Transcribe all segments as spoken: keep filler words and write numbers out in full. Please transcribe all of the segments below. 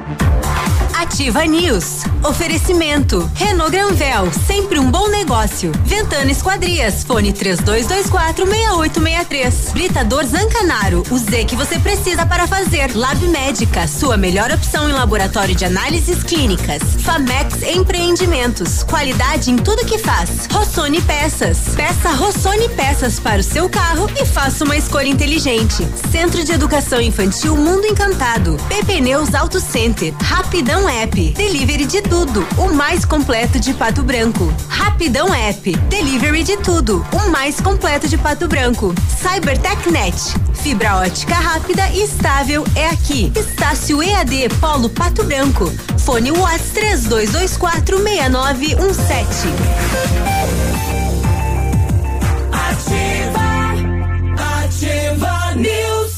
Ativa News. Oferecimento. Renault Granvel, sempre um bom negócio. Ventana Esquadrias, fone três dois dois quatro, seis oito seis três. Britador Zancanaro, o Z que você precisa para fazer. Lab Médica, sua melhor opção em laboratório de análises clínicas. Famex Empreendimentos, qualidade em tudo que faz. Rossoni Peças, peça Rossoni Peças para o seu carro e faça uma escolha inteligente. Centro de Educação Infantil Mundo Encantado. P Pneus Auto Center, Rapidão App, delivery de tudo, o mais completo de Pato Branco. Rapidão App, delivery de tudo, o mais completo de Pato Branco. CyberTechNet, fibra ótica rápida e estável é aqui. Estácio E A D Polo Pato Branco. Fone WhatsApp três dois dois quatro, seis nove um sete. Ativa, Ativa News.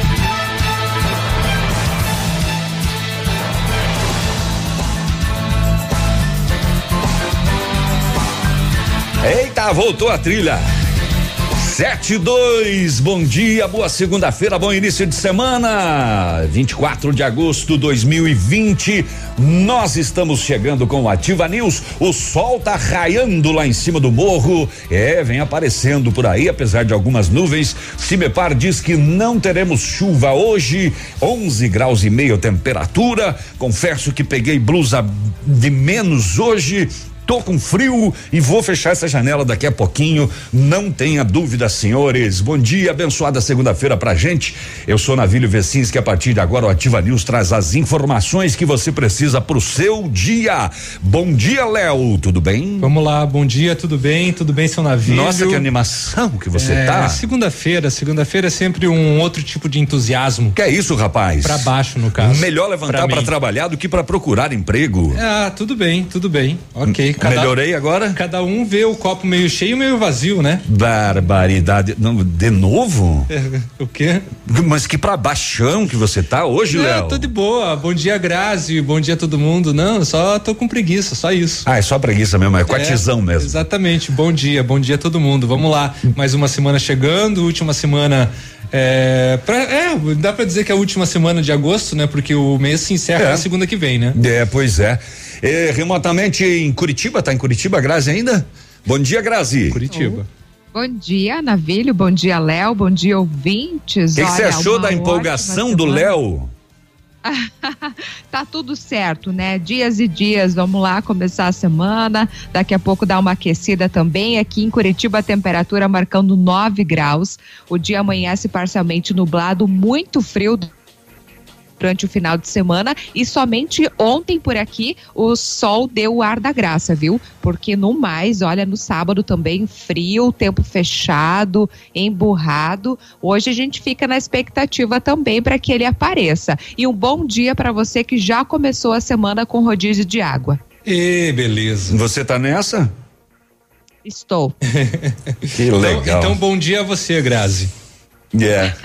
Eita, voltou a trilha. Sete e dois, bom dia, boa segunda-feira, bom início de semana. vinte e quatro de agosto de dois mil e vinte. Nós estamos chegando com o Ativa News. O sol tá raiando lá em cima do morro. É, vem aparecendo por aí, apesar de algumas nuvens. Cimepar diz que não teremos chuva hoje. onze graus e meio temperatura. Confesso que peguei blusa de menos hoje. Tô com frio e vou fechar essa janela daqui a pouquinho, não tenha dúvida, senhores. Bom dia, abençoada segunda-feira pra gente. Eu sou Navílio Vecins, que a partir de agora o Ativa News traz as informações que você precisa pro seu dia. Bom dia, Léo, tudo bem? Vamos lá, bom dia, tudo bem? Tudo bem, seu Navílio? Nossa, que animação que você é, tá. Segunda-feira, segunda-feira é sempre um outro tipo de entusiasmo. Que é isso, rapaz? Pra baixo, no caso. Melhor levantar pra, pra trabalhar do que pra procurar emprego. Ah, tudo bem, tudo bem, ok. Cada, Melhorei agora? Cada um vê o copo meio cheio, meio vazio, né? Barbaridade. Não, de novo? É, o quê? Mas que pra baixão que você tá hoje, Léo? Não, tô de boa. Bom dia, Grazi. Bom dia a todo mundo. Não, só tô com preguiça, só isso. Ah, é só preguiça mesmo, é quatizão é, mesmo. Exatamente. Bom dia, bom dia a todo mundo. Vamos lá. Mais uma semana chegando, última semana. É, pra, é, dá pra dizer que é a última semana de agosto, né? Porque o mês se encerra é. na segunda que vem, né? É, pois é. é. Remotamente em Curitiba, tá em Curitiba, Grazi ainda? Bom dia, Grazi. Curitiba. Oh. Bom dia, Navílio, bom dia, Léo, bom dia, ouvintes. O que você achou da empolgação do Léo? Tá tudo certo, né? Dias e dias, vamos lá começar a semana, daqui a pouco dá uma aquecida também. Aqui em Curitiba a temperatura marcando nove graus, o dia amanhece parcialmente nublado, muito frio durante o final de semana e somente ontem por aqui o sol deu o ar da graça, viu? Porque no mais, olha, no sábado também frio, tempo fechado, emburrado. Hoje a gente fica na expectativa também para que ele apareça. E um bom dia para você que já começou a semana com rodízio de água. E beleza. Você tá nessa? Estou. Que legal. Então, então bom dia a você, Grazi. Yeah.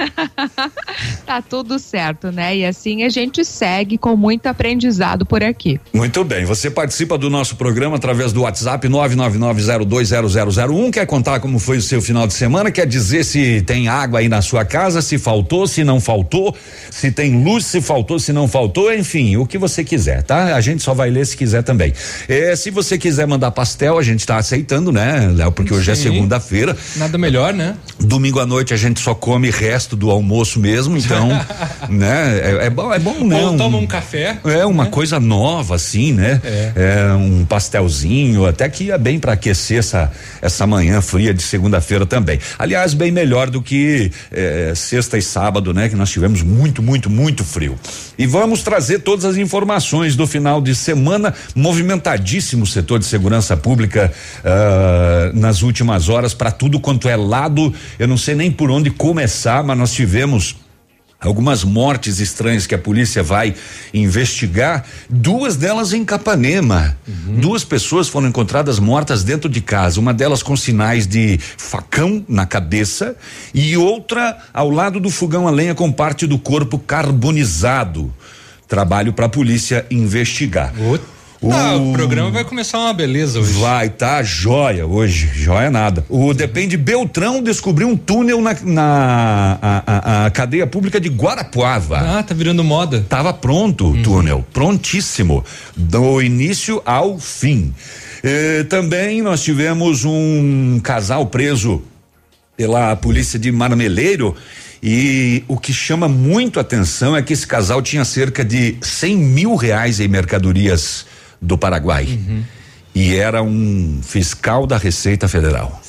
Tá tudo certo, né? E assim a gente segue com muito aprendizado por aqui. Muito bem, você participa do nosso programa através do WhatsApp nove nove nove zero dois zero zero zero um, quer contar como foi o seu final de semana, quer dizer se tem água aí na sua casa, se faltou, se não faltou, se tem luz, se faltou, se não faltou, enfim, o que você quiser, tá? A gente só vai ler se quiser também. É, se você quiser mandar pastel, a gente tá aceitando, né, Léo, porque hoje Sim. é segunda-feira. Nada melhor, né? Domingo à noite a gente só come resto do almoço mesmo, então, né? É, é bom, é bom, né? Ou toma um café. É uma né? coisa nova, assim, né? É. é um pastelzinho, até que ia bem para aquecer essa essa manhã fria de segunda-feira também. Aliás, bem melhor do que é, sexta e sábado, né? Que nós tivemos muito, muito, muito frio. E vamos trazer todas as informações do final de semana, movimentadíssimo setor de segurança pública uh, nas últimas horas, para tudo quanto é lado. Eu não sei nem por onde começar, mas nós tivemos algumas mortes estranhas que a polícia vai investigar, duas delas em Capanema. Uhum. Duas pessoas foram encontradas mortas dentro de casa, uma delas com sinais de facão na cabeça e outra ao lado do fogão a lenha com parte do corpo carbonizado. Trabalho para a polícia investigar. Outro. O... Ah, o programa vai começar uma beleza hoje. Vai, tá joia hoje, joia nada. O Depende Beltrão descobriu um túnel na, na a, a, a cadeia pública de Guarapuava. Ah, tá virando moda. Tava pronto o uhum. túnel, prontíssimo, do início ao fim. E, também nós tivemos um casal preso pela polícia de Marmeleiro. E o que chama muito atenção é que esse casal tinha cerca de cem mil reais em mercadorias do Paraguai. Uhum. E era um fiscal da Receita Federal.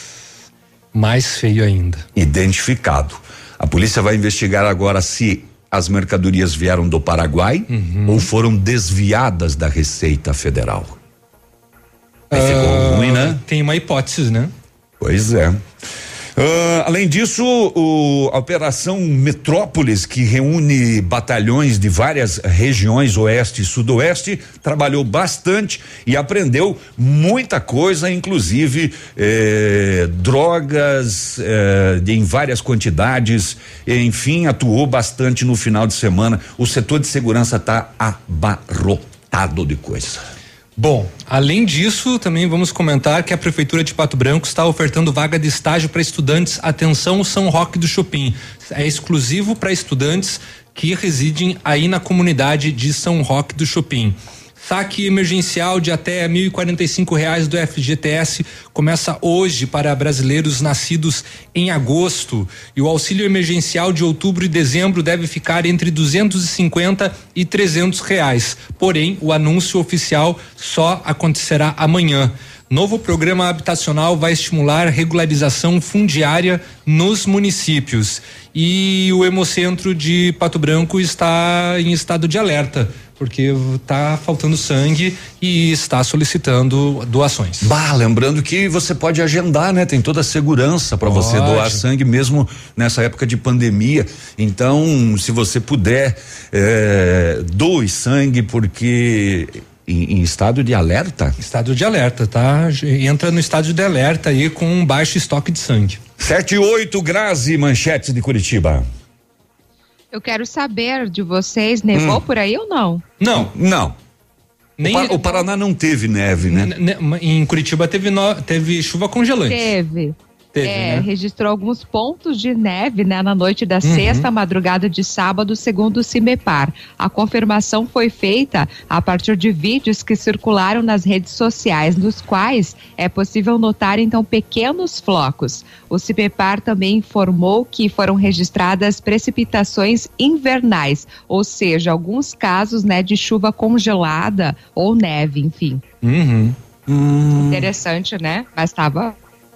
Mais feio ainda. Identificado. A polícia vai investigar agora se as mercadorias vieram do Paraguai uhum. ou foram desviadas da Receita Federal. Aí uh, ficou ruim, né? Tem uma hipótese, né? Pois é. Uh, além disso, o, a Operação Metrópolis, que reúne batalhões de várias regiões, oeste e sudoeste, trabalhou bastante e aprendeu muita coisa, inclusive eh, drogas eh, em várias quantidades, enfim, atuou bastante no final de semana. O setor de segurança está abarrotado de coisa. Bom, além disso, também vamos comentar que a Prefeitura de Pato Branco está ofertando vaga de estágio para estudantes. Atenção, São Roque do Chopin. É exclusivo para estudantes que residem aí na comunidade de São Roque do Chopin. Saque emergencial de até mil e quarenta e cinco reais do F G T S começa hoje para brasileiros nascidos em agosto, e o auxílio emergencial de outubro e dezembro deve ficar entre duzentos e cinquenta e trezentos reais. Porém, o anúncio oficial só acontecerá amanhã. Novo programa habitacional vai estimular regularização fundiária nos municípios. E o Hemocentro de Pato Branco está em estado de alerta, porque está faltando sangue e está solicitando doações. Bah, lembrando que você pode agendar, né? Tem toda a segurança para você doar sangue mesmo nessa época de pandemia. Então, se você puder, é, doe sangue, porque Em, em estado de alerta? Estado de alerta, tá? Entra no estado de alerta aí com um baixo estoque de sangue. Sete e oito, Grazi, manchetes de Curitiba. Eu quero saber de vocês, nevou hum. por aí ou não? Não, não. Nem o, pa, o Paraná não teve neve, né? N- em Curitiba teve, no, teve chuva congelante. Teve. Teve, é, né? registrou alguns pontos de neve, né, na noite da uhum. sexta, madrugada de sábado, segundo o CIMEPAR. A confirmação foi feita a partir de vídeos que circularam nas redes sociais, nos quais é possível notar, então, pequenos flocos. O CIMEPAR também informou que foram registradas precipitações invernais, ou seja, alguns casos, né, de chuva congelada ou neve, enfim. Uhum. Hum. Interessante, né? Mas estava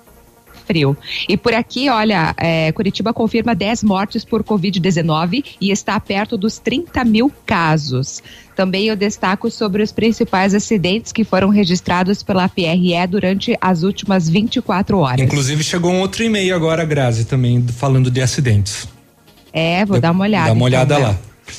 frio. E por aqui, olha, é, Curitiba confirma dez mortes por covid dezenove e está perto dos trinta mil casos. Também eu destaco sobre os principais acidentes que foram registrados pela P R E durante as últimas vinte e quatro horas. Inclusive chegou um outro e-mail agora, Grazi, também falando de acidentes. É, vou eu, dar uma olhada. Dá uma olhada então, lá.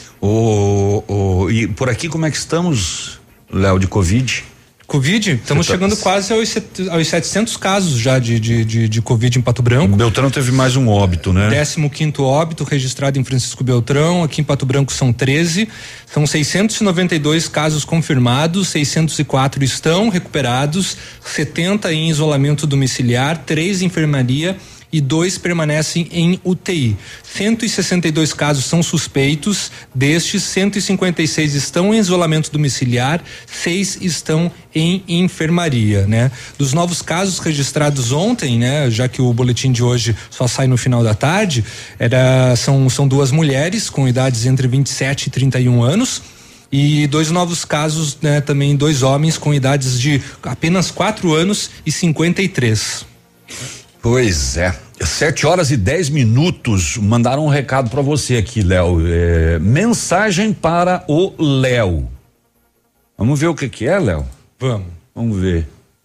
O, o, e por aqui como é que estamos, Léo, de Covid? Covid, estamos tá... chegando quase aos, aos setecentos casos já de, de, de, de Covid em Pato Branco. Beltrão teve mais um óbito, né? décimo quinto óbito registrado em Francisco Beltrão, aqui em Pato Branco são treze, são seiscentos e noventa e dois casos confirmados, seiscentos e quatro estão recuperados, setenta em isolamento domiciliar, três em enfermaria e dois permanecem em U T I. cento e sessenta e dois casos são suspeitos, destes cento e cinquenta e seis estão em isolamento domiciliar, seis estão em enfermaria, né? Dos novos casos registrados ontem, né? Já que o boletim de hoje só sai no final da tarde, era, são, são duas mulheres com idades entre vinte e sete e trinta e um anos. E dois novos casos, né? Também dois homens com idades de apenas quatro anos e cinquenta e três. Pois é, sete horas e dez minutos, mandaram um recado para você aqui, Léo, é, mensagem para o Léo. Vamos ver o que que é, Léo? Vamos. Vamos ver.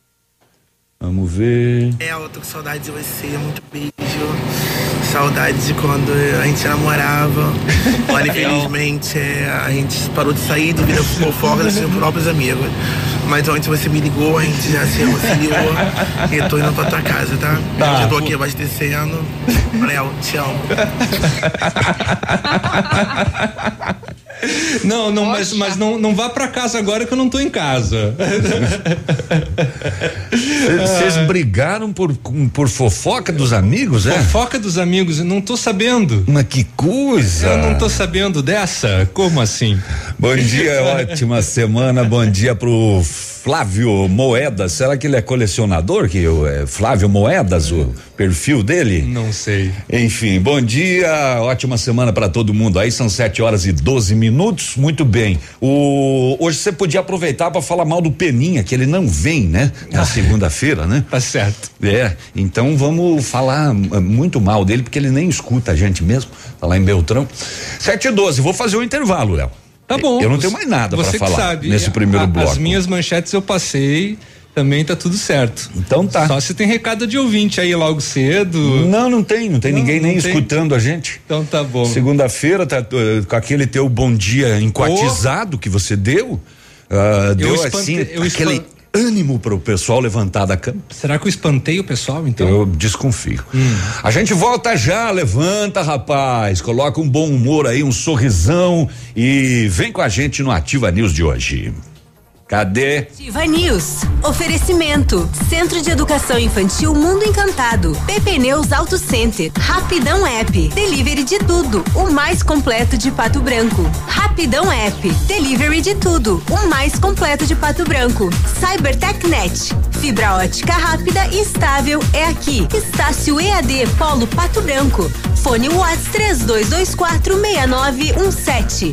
Vamos ver. É, eu tô com saudade de você, muito beijo. Saudade de quando a gente namorava. Olha, infelizmente, é, a gente parou de sair do Vida Fofoca dos seus próprios amigos. Mas ontem você me ligou, a gente já se reconciliou e eu tô indo pra tua casa, tá? tá. Eu já tô aqui abastecendo. Léo, te amo. Não, não, mas, mas não, não vá pra casa agora que eu não tô em casa. Vocês brigaram por, por fofoca dos amigos, é? Fofoca dos amigos, eu não tô sabendo. Mas que coisa! Eu não tô sabendo dessa, como assim? Bom dia, ótima semana, bom dia pro Flávio Moedas, será que ele é colecionador? Que é Flávio Moedas, o perfil dele? Não sei. Enfim, bom dia, ótima semana para todo mundo. Aí são sete horas e doze minutos, muito bem. O hoje você podia aproveitar para falar mal do Peninha, que ele não vem, né? Na ah, segunda-feira, né? Tá certo. É, então vamos falar muito mal dele porque ele nem escuta a gente mesmo. Tá lá em Beltrão. sete e doze, vou fazer o intervalo, Léo. Tá bom. Eu não tenho mais nada para falar sabe, nesse primeiro a, bloco. As minhas manchetes eu passei, também tá tudo certo. Então tá. Só se tem recado de ouvinte aí logo cedo. Não, não tem, não tem não, ninguém não nem tem. Escutando a gente. Então tá bom. Segunda-feira tá uh, com aquele teu bom dia enquatizado oh. que você deu, uh, deu espante, assim aquele espan... ânimo para o pessoal levantar da cama. Será que eu espantei o pessoal, então? Eu desconfio. Hum. A gente volta já, levanta, rapaz, coloca um bom humor aí, um sorrisão e vem com a gente no Ativa News de hoje. Cadê? Ativa News. Oferecimento. Centro de Educação Infantil Mundo Encantado. Pepe Neus Auto Center. Rapidão App. Delivery de tudo. O mais completo de Pato Branco. Rapidão App. Delivery de tudo. O mais completo de Pato Branco. CyberTechNet. Fibra ótica rápida e estável é aqui. Estácio E A D Polo Pato Branco. Fone WhatsApp três dois dois quatro seis nove um sete.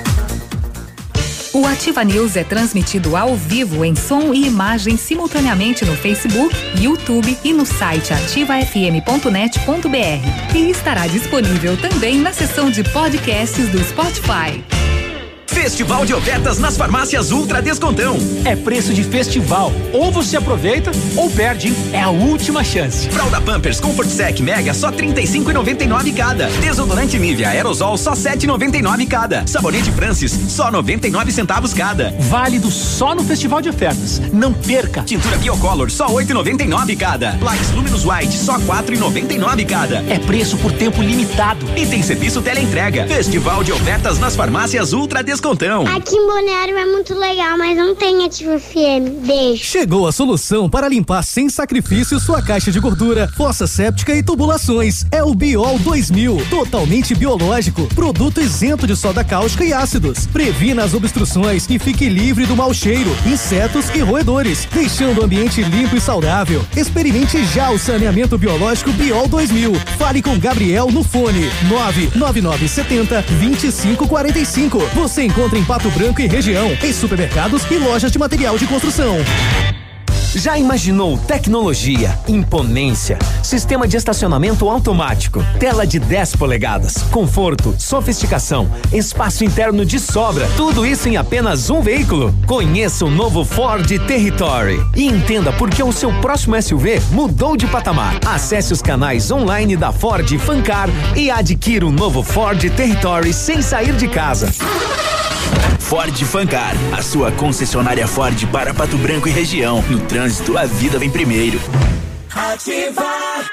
O Ativa News é transmitido ao vivo em som e imagem simultaneamente no Facebook, YouTube e no site ativa f m ponto net ponto b r. E estará disponível também na seção de podcasts do Spotify. Festival de ofertas nas farmácias Ultra Descontão. É preço de festival. Ou você aproveita ou perde, hein? É a última chance. Fralda Pampers Comfort Sec Mega só trinta e cinco reais e noventa e nove cada. Desodorante Nivea Aerosol só sete reais e noventa e nove cada. Sabonete Francis só noventa e nove centavos cada. Válido só no Festival de Ofertas. Não perca. Tintura Biocolor só oito reais e noventa e nove cada. Likes Luminous White só quatro reais e noventa e nove cada. É preço por tempo limitado. E tem serviço teleentrega. Festival de ofertas nas farmácias Ultra Descontão. Aqui em Balneário é muito legal, mas não tem Ativa F M. Beijo. Chegou a solução para limpar sem sacrifício sua caixa de gordura, fossa séptica e tubulações. É o Biol dois mil, totalmente biológico, produto isento de soda cáustica e ácidos. Previna as obstruções e fique livre do mau cheiro, insetos e roedores, deixando o ambiente limpo e saudável. Experimente já o saneamento biológico Biol dois mil. Fale com Gabriel no fone nove nove nove sete zero, dois cinco quatro cinco. Você encontra em Pato Branco e região, em supermercados e lojas de material de construção. Já imaginou tecnologia, imponência, sistema de estacionamento automático, tela de dez polegadas, conforto, sofisticação, espaço interno de sobra, tudo isso em apenas um veículo? Conheça o novo Ford Territory e entenda por que o seu próximo S U V mudou de patamar. Acesse os canais online da Ford Fancar e adquira o novo Ford Territory sem sair de casa. Ford Fancar, a sua concessionária Ford para Pato Branco e região. No trânsito, a vida vem primeiro. Ativar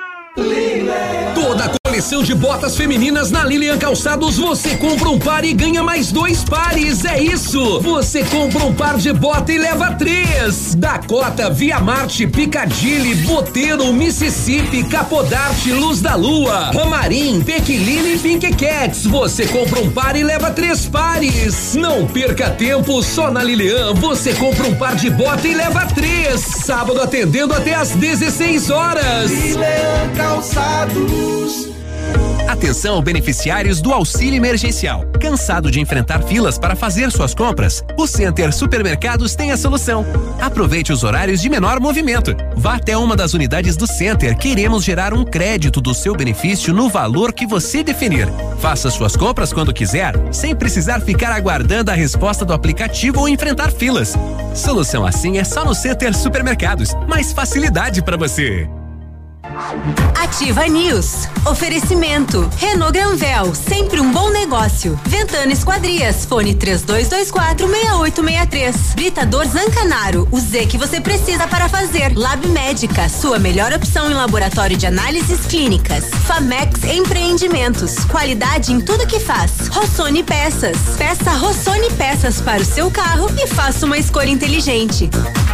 toda a coleção de botas femininas na Lilian Calçados, você compra um par e ganha mais dois pares, é isso! Você compra um par de bota e leva três. Dakota, Via Marte, Piccadilly, Boteiro, Mississippi, Capodarte, Luz da Lua, Ramarim, Pequiline e Pink Cats. Você compra um par e leva três pares. Não perca tempo, só na Lilian você compra um par de bota e leva três. Sábado atendendo até às dezesseis horas. Lilian Calçados. Atenção, beneficiários do auxílio emergencial. Cansado de enfrentar filas para fazer suas compras? O Center Supermercados tem a solução. Aproveite os horários de menor movimento. Vá até uma das unidades do Center. Queremos gerar um crédito do seu benefício no valor que você definir. Faça suas compras quando quiser, sem precisar ficar aguardando a resposta do aplicativo ou enfrentar filas. Solução assim é só no Center Supermercados. Mais facilidade para você. Ativa News. Oferecimento. Renault Granvel, sempre um bom negócio. Ventana Esquadrias, fone três dois dois quatro, seis oito seis três. Britador Zancanaro, o Z que você precisa para fazer. Lab Médica, sua melhor opção em laboratório de análises clínicas. Famex Empreendimentos, qualidade em tudo que faz. Rossoni Peças, peça Rossoni Peças para o seu carro e faça uma escolha inteligente.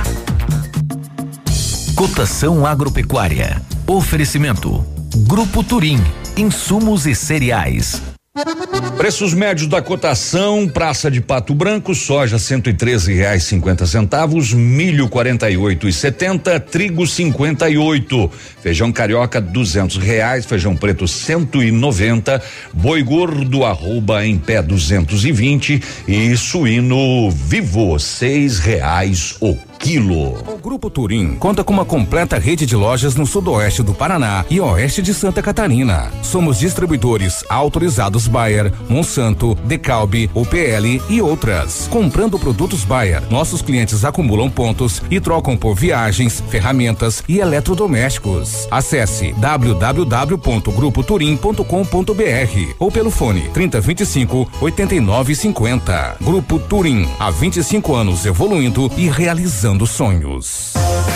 Cotação agropecuária. Oferecimento. Grupo Turim. Insumos e cereais. Preços médios da cotação: praça de Pato Branco, soja cento e treze reais e cinquenta centavos, milho quarenta e oito e setenta, trigo cinquenta e oito, feijão carioca duzentos reais, feijão preto cento e noventa, boi gordo arroba em pé duzentos e vinte e suíno vivo seis reais o quilo. O Grupo Turim conta com uma completa rede de lojas no sudoeste do Paraná e oeste de Santa Catarina. Somos distribuidores autorizados Bayer, Monsanto, Decalbe, O P L e outras. Comprando produtos Bayer, nossos clientes acumulam pontos e trocam por viagens, ferramentas e eletrodomésticos. Acesse w w w ponto grupo turim ponto com ponto b r ou pelo fone trinta, vinte e cinco, oitenta e nove, cinquenta. Grupo Turim, há vinte e cinco anos evoluindo e realizando sonhos.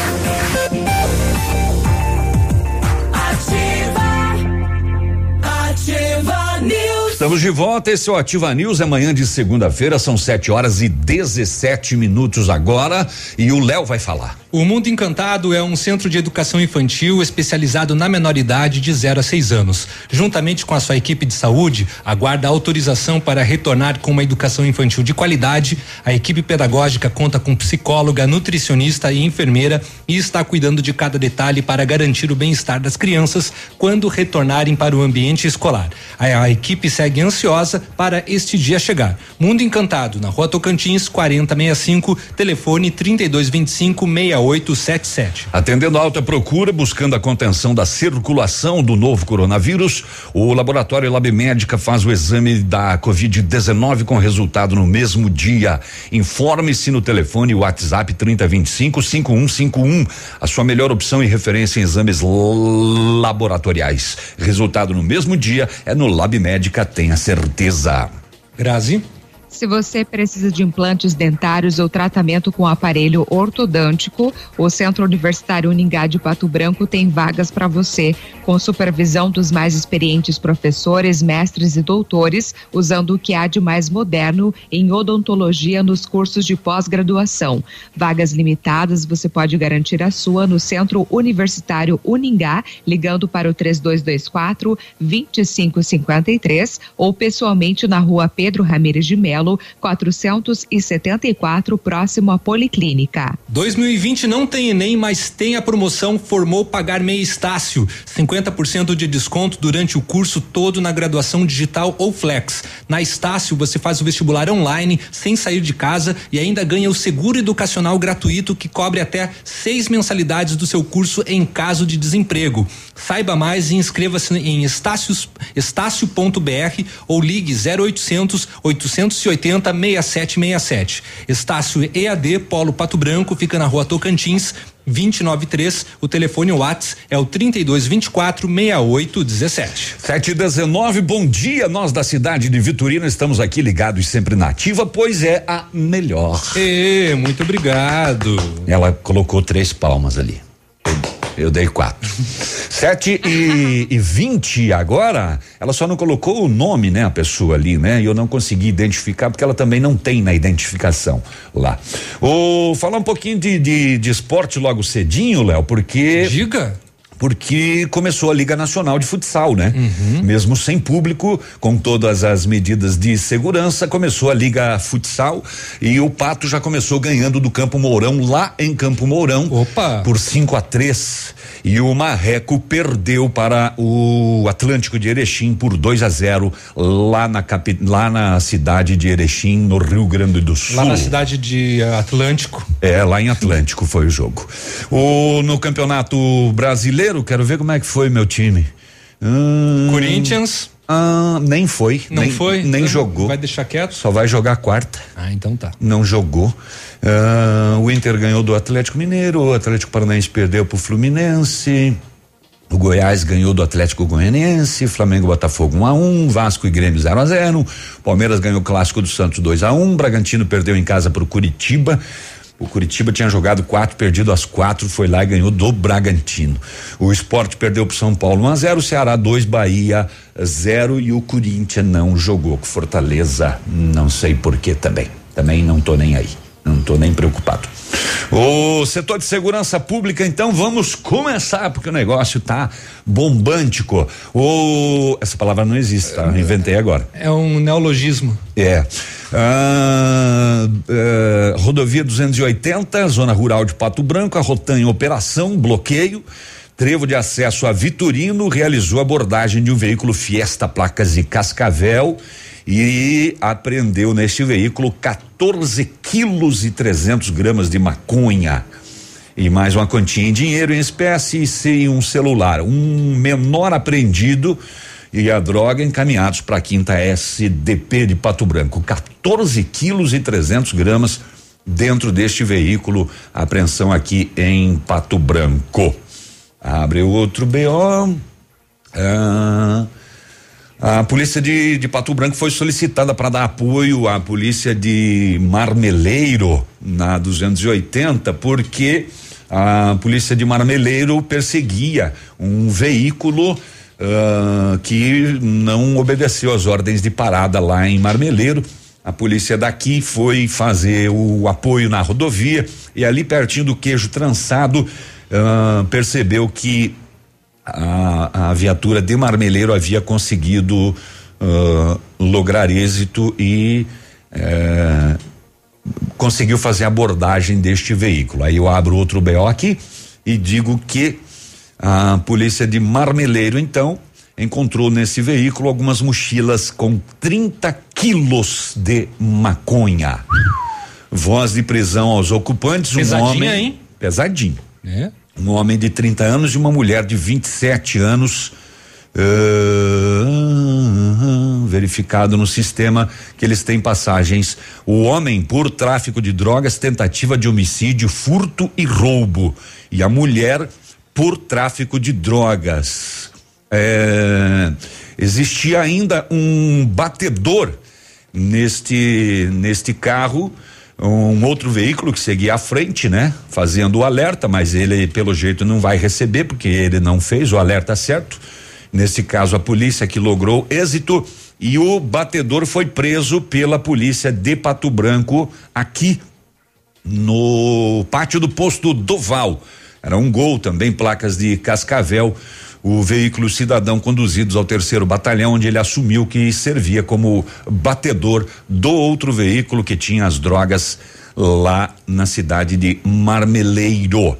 Ativa, Ativa News. Estamos de volta, esse é o Ativa News, é manhã de segunda-feira, são sete horas e dezessete minutos agora e o Léo vai falar. O Mundo Encantado é um centro de educação infantil especializado na menoridade de zero a seis anos. Juntamente com a sua equipe de saúde, aguarda autorização para retornar com uma educação infantil de qualidade. A equipe pedagógica conta com psicóloga, nutricionista e enfermeira e está cuidando de cada detalhe para garantir o bem-estar das crianças quando retornarem para o ambiente escolar. A, a equipe segue ansiosa para este dia chegar. Mundo Encantado, na Rua Tocantins, quarenta sessenta e cinco, telefone trinta e dois vinte e cinco, seis oito sete sete. Atendendo a alta procura, buscando a contenção da circulação do novo coronavírus, o laboratório Lab Médica faz o exame da covid dezenove com resultado no mesmo dia. Informe-se no telefone WhatsApp trinta vinte e cinco, cinquenta e um cinquenta e um. A sua melhor opção e referência em exames laboratoriais. Resultado no mesmo dia é no Lab Médica, tenha certeza. Grazi? Se você precisa de implantes dentários ou tratamento com aparelho ortodôntico, o Centro Universitário Uningá de Pato Branco tem vagas para você, com supervisão dos mais experientes professores, mestres e doutores, usando o que há de mais moderno em odontologia nos cursos de pós-graduação. Vagas limitadas, você pode garantir a sua no Centro Universitário Uningá, ligando para o três dois dois quatro, vinte e cinco cinquenta e três ou pessoalmente na Rua Pedro Ramires de Melo, quatrocentos e setenta e quatro, próximo à Policlínica. dois mil e vinte não tem Enem, mas tem a promoção Formou Pagar Meia Estácio. cinquenta por cento de desconto durante o curso todo na graduação digital ou flex. Na Estácio você faz o vestibular online, sem sair de casa e ainda ganha o seguro educacional gratuito que cobre até seis mensalidades do seu curso em caso de desemprego. Saiba mais e inscreva-se em estácio ponto b r ou ligue zero oitocentos, oitocentos e oitenta, sessenta e sete sessenta e sete. Estácio E A D Polo Pato Branco fica na Rua Tocantins vinte e nove três, o telefone WhatsApp é o trinta e dois vinte e quatro, sessenta e oito dezessete. sete e dezenove, bom dia, nós da cidade de Vitorino estamos aqui ligados sempre na Ativa, pois é a melhor. E, muito obrigado. Ela colocou três palmas ali. Eu dei quatro. Sete e, e vinte agora, ela só não colocou o nome, né? A pessoa ali, né? E eu não consegui identificar porque ela também não tem na identificação lá. O, falar um pouquinho de, de, de esporte logo cedinho, Léo, porque... Diga. Porque começou a Liga Nacional de Futsal, né? Uhum. Mesmo sem público, com todas as medidas de segurança, começou a Liga Futsal e o Pato já começou ganhando do Campo Mourão, lá em Campo Mourão. Opa! Por cinco a três. E o Marreco perdeu para o Atlântico de Erechim por dois a zero lá na capi, lá na cidade de Erechim, no Rio Grande do Sul. Lá na cidade de Atlântico. É, lá em Atlântico foi o jogo. O, no Campeonato Brasileiro, quero ver como é que foi meu time. Hum, Corinthians. Ah, nem foi. Não nem, foi? Nem então jogou. Vai deixar quieto? Só vai jogar quarta. Ah, então tá. Não jogou. Ah, o Inter ganhou do Atlético Mineiro, o Atlético Paranaense perdeu pro Fluminense. O Goiás ganhou do Atlético Goianiense, Flamengo e Botafogo um a um, Vasco e Grêmio zero a zero, Palmeiras ganhou o clássico do Santos dois a um, Bragantino perdeu em casa pro Curitiba. O Curitiba tinha jogado quatro, perdido as quatro, foi lá e ganhou do Bragantino. O Sport perdeu pro São Paulo um a zero, Ceará dois, Bahia zero e o Corinthians não jogou com Fortaleza, não sei por que também. Também não tô nem aí, não tô nem preocupado. O setor de segurança pública, então vamos começar, porque o negócio tá bombântico. O, essa palavra não existe, tá? Eu inventei agora. É um neologismo. É. Ah, ah, rodovia duzentos e oitenta, zona rural de Pato Branco, a Rotan em operação, bloqueio. Trevo de acesso a Vitorino realizou abordagem de um veículo Fiesta, placas de Cascavel, e apreendeu neste veículo quatorze quilos e trezentos gramas de maconha e mais uma quantia em dinheiro em espécie e um celular. Um menor apreendido e a droga encaminhados para a quinta S D P de Pato Branco. quatorze quilos e trezentos gramas dentro deste veículo. Apreensão aqui em Pato Branco. Abre outro B O. Ah, A polícia de, de Pato Branco foi solicitada para dar apoio à polícia de Marmeleiro na duzentos e oitenta, porque a polícia de Marmeleiro perseguia um veículo uh, que não obedeceu às ordens de parada lá em Marmeleiro. A polícia daqui foi fazer o apoio na rodovia e ali pertinho do Queijo Trançado uh, percebeu que A, a viatura de Marmeleiro havia conseguido uh, lograr êxito e uh, conseguiu fazer a abordagem deste veículo. Aí eu abro outro B O aqui e digo que a polícia de Marmeleiro, então, encontrou nesse veículo algumas mochilas com trinta quilos de maconha. Voz de prisão aos ocupantes. Pesadinho, um homem, hein? Pesadinho. É. Um homem de trinta anos e uma mulher de vinte e sete anos, uh, verificado no sistema que eles têm passagens. O homem por tráfico de drogas, tentativa de homicídio, furto e roubo. E a mulher por tráfico de drogas. É, existia ainda um batedor neste, neste carro. Um outro veículo que seguia à frente, né? Fazendo o alerta, mas ele pelo jeito não vai receber porque ele não fez o alerta certo. Nesse caso a polícia que logrou êxito e o batedor foi preso pela polícia de Pato Branco aqui no pátio do posto Doval. Era um Gol também, placas de Cascavel. O veículo cidadão conduzidos ao terceiro batalhão, onde ele assumiu que servia como batedor do outro veículo que tinha as drogas lá na cidade de Marmeleiro.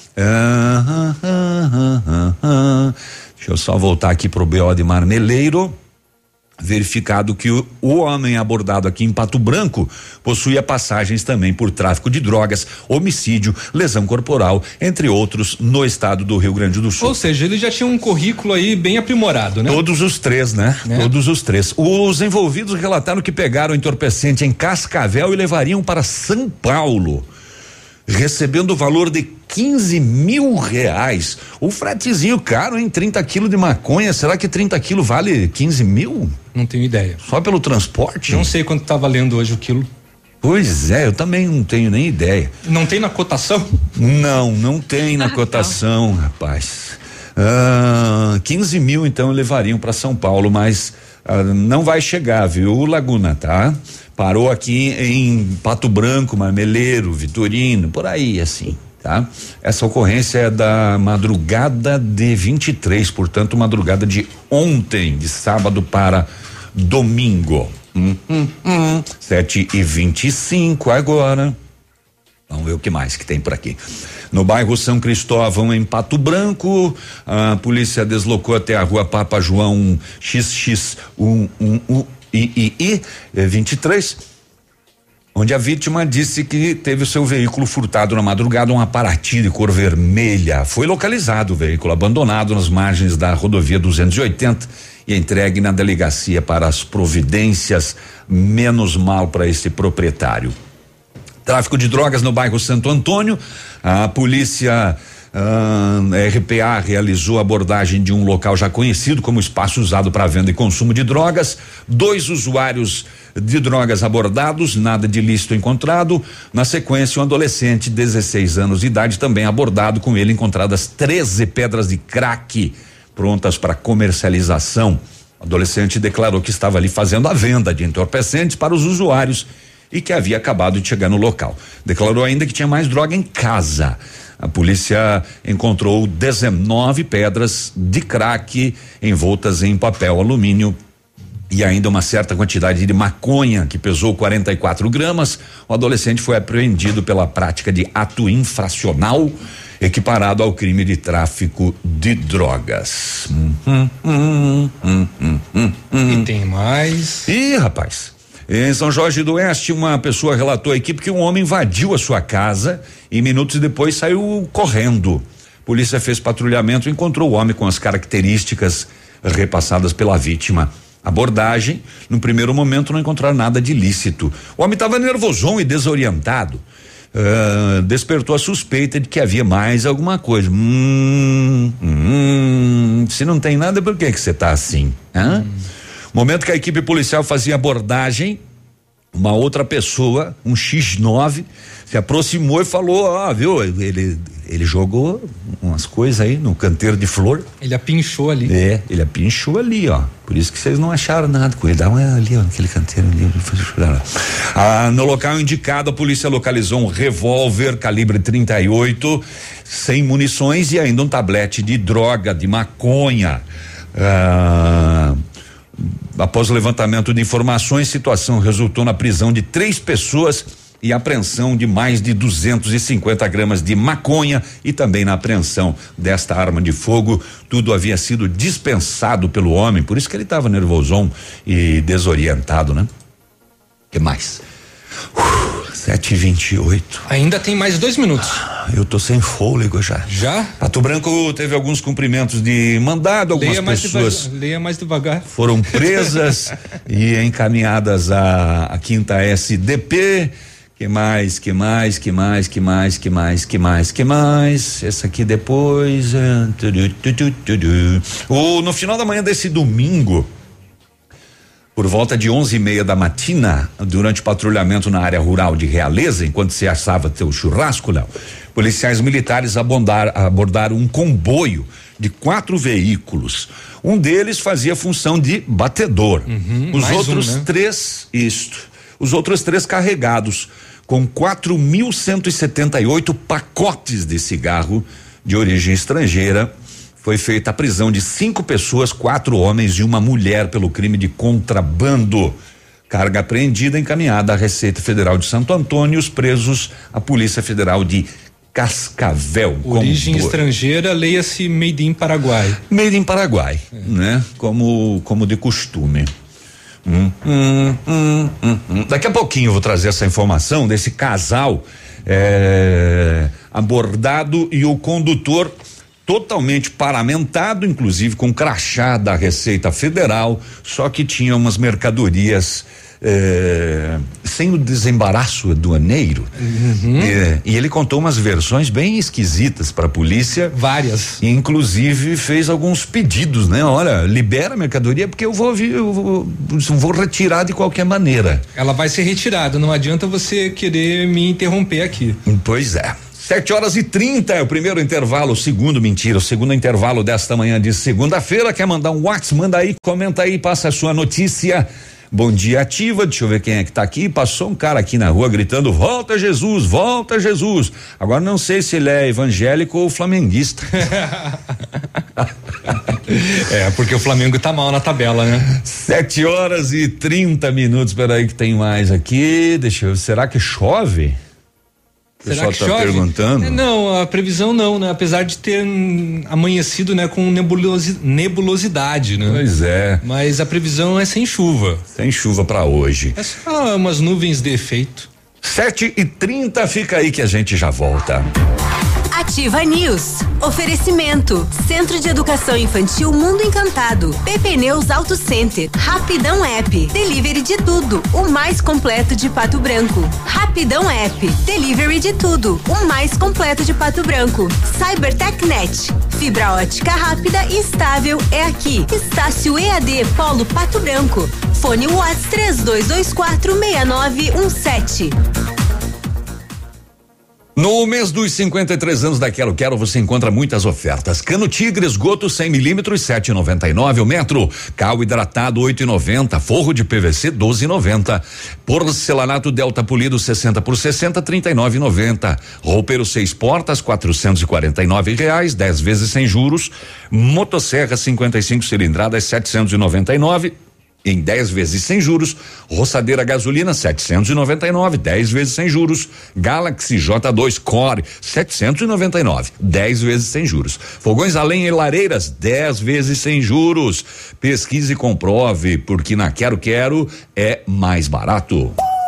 Ah, ah, ah, ah, ah. Deixa eu só voltar aqui pro B O de Marmeleiro. Verificado que o, o homem abordado aqui em Pato Branco possuía passagens também por tráfico de drogas, homicídio, lesão corporal, entre outros, no estado do Rio Grande do Sul. Ou seja, ele já tinha um currículo aí bem aprimorado, né? Todos os três, né? É. Todos os três. Os envolvidos relataram que pegaram entorpecente em Cascavel e levariam para São Paulo, recebendo o valor de quinze mil reais. O fretezinho caro, hein? trinta quilos de maconha. Será que trinta quilos vale quinze mil? Não tenho ideia. Só pelo transporte? Não sei quanto tá valendo hoje o quilo. Pois é, eu também não tenho nem ideia. Não tem na cotação? Não, não tem na cotação, rapaz. Ah, quinze mil então levariam para São Paulo, mas ah, não vai chegar, viu, Laguna, tá? Parou aqui em Pato Branco, Marmeleiro, Vitorino, por aí assim, tá? Essa ocorrência é da madrugada de vinte e três, portanto, madrugada de ontem, de sábado para domingo. Hum, hum, hum. Sete e vinte e cinco agora. Vamos ver o que mais que tem por aqui. No bairro São Cristóvão, em Pato Branco, a polícia deslocou até a rua Papa João X X um um um I I I vinte e três, onde a vítima disse que teve o seu veículo furtado na madrugada, uma Paraty de cor vermelha. Foi localizado o veículo abandonado nas margens da rodovia duzentos e oitenta e entregue na delegacia para as providências. Menos mal para esse proprietário. Tráfico de drogas no bairro Santo Antônio, a polícia A R P A realizou a abordagem de um local já conhecido como espaço usado para venda e consumo de drogas. Dois usuários de drogas abordados, nada de ilícito encontrado. Na sequência, um adolescente de dezesseis anos de idade também abordado, com ele encontradas treze pedras de crack prontas para comercialização. O adolescente declarou que estava ali fazendo a venda de entorpecentes para os usuários e que havia acabado de chegar no local. Declarou ainda que tinha mais droga em casa. A polícia encontrou dezenove pedras de crack envoltas em papel alumínio e ainda uma certa quantidade de maconha, que pesou quarenta e quatro gramas. O adolescente foi apreendido pela prática de ato infracional equiparado ao crime de tráfico de drogas. Hum, hum, hum, hum, hum, hum. E tem mais. Ih, rapaz. Em São Jorge do Oeste, uma pessoa relatou à equipe que um homem invadiu a sua casa e minutos depois saiu correndo. Polícia fez patrulhamento e encontrou o homem com as características repassadas pela vítima. Abordagem, no primeiro momento não encontraram nada de ilícito. O homem estava nervosão e desorientado. Uh, despertou a suspeita de que havia mais alguma coisa. Hum, hum, se não tem nada, por que que você está assim? Hã? Hum. Momento que a equipe policial fazia abordagem, uma outra pessoa, um X nove, se aproximou e falou, ó, ah, viu, ele ele jogou umas coisas aí no canteiro de flor. Ele apinchou ali. É, ele apinchou ali, ó. Por isso que vocês não acharam nada com ele. Dá uma ali, ó, naquele canteiro ali. Ah, no local indicado, a polícia localizou um revólver calibre trinta e oito, sem munições e ainda um tablete de droga, de maconha. Ah, após o levantamento de informações, situação resultou na prisão de três pessoas e apreensão de mais de duzentos e cinquenta gramas de maconha e também na apreensão desta arma de fogo. Tudo havia sido dispensado pelo homem, por isso que ele estava nervosão e desorientado, né? Que mais? Uh, sete e vinte e oito. Ainda tem mais dois minutos. Ah, eu tô sem fôlego já. Já? Pato Branco teve alguns cumprimentos de mandado, algumas leia pessoas. Mais devagar, leia mais devagar. Foram presas e encaminhadas à, à quinta S D P. Que mais, que mais, que mais, que mais, que mais, que mais, que mais, essa aqui depois. O, no final da manhã desse domingo, por volta de onze e meia da matina, durante o patrulhamento na área rural de Realeza, enquanto se assava teu churrasco, Léo, policiais militares abordar, abordaram um comboio de quatro veículos. Um deles fazia função de batedor. Uhum, Os mais outros um, né? três, isto. Os outros três carregados com quatro mil cento e setenta e oito pacotes de cigarro de origem estrangeira. Foi feita a prisão de cinco pessoas, quatro homens e uma mulher pelo crime de contrabando. Carga apreendida encaminhada à Receita Federal de Santo Antônio. Os presos, a Polícia Federal de Cascavel. Origem como, estrangeira, leia-se Made in Paraguai. Made in Paraguai, é. né? Como, como de costume. Hum, hum, hum, hum, hum. Daqui a pouquinho eu vou trazer essa informação desse casal é, abordado e o condutor totalmente paramentado, inclusive com crachá da Receita Federal, só que tinha umas mercadorias é, sem o desembaraço aduaneiro. Uhum. É, e ele contou umas versões bem esquisitas para a polícia. Várias. E inclusive fez alguns pedidos, né? Olha, libera a mercadoria porque eu vou, eu vou, vou retirar de qualquer maneira. Ela vai ser retirada, não adianta você querer me interromper aqui. Pois é. Sete horas e trinta é o primeiro intervalo, o segundo, mentira, o segundo intervalo desta manhã de segunda-feira. Quer mandar um WhatsApp? Manda aí, comenta aí, passa a sua notícia. Bom dia, ativa. Deixa eu ver quem é que tá aqui. Passou um cara aqui na rua gritando: volta Jesus, volta Jesus. Agora não sei se ele é evangélico ou flamenguista. É, porque o Flamengo tá mal na tabela, né? Sete horas e trinta minutos. Peraí que tem mais aqui. Deixa eu ver. Será que chove? O Será pessoal que tá chove? perguntando. É, não, a previsão não, né? Apesar de ter hum, amanhecido, né, com nebulosi, nebulosidade, né? Pois é. Mas a previsão é sem chuva. Sem chuva pra hoje. É só umas nuvens de efeito. Sete e trinta, fica aí que a gente já volta. Ativa News. Oferecimento. Centro de Educação Infantil Mundo Encantado. Pepe Neus Auto Center. Rapidão App. Delivery de tudo. O mais completo de Pato Branco. Rapidão Rapidão App, delivery de tudo, o mais completo de Pato Branco. CyberTechNet, fibra ótica rápida e estável é aqui. Estácio E A D Polo Pato Branco. Fone WhatsApp três dois dois quatro seis nove um sete. No mês dos cinquenta e três anos da Quero Quero você encontra muitas ofertas. Cano Tigre esgoto cem milímetros sete e noventa e nove o metro. Cal hidratado oito e noventa. Forro de P V C doze e noventa. Porcelanato Delta polido sessenta por sessenta trinta e nove e noventa. Roupeiro seis portas quatrocentos e quarenta e nove reais dez vezes sem juros. Motosserra cinquenta e cinco cilindradas setecentos e noventa e nove. Em dez vezes sem juros. Roçadeira gasolina setecentos e noventa e nove, dez vezes sem juros. Galaxy J dois Core setecentos e noventa e nove, dez vezes sem juros. Fogões a lenha e lareiras dez vezes sem juros. Pesquise e comprove, porque na Quero Quero é mais barato.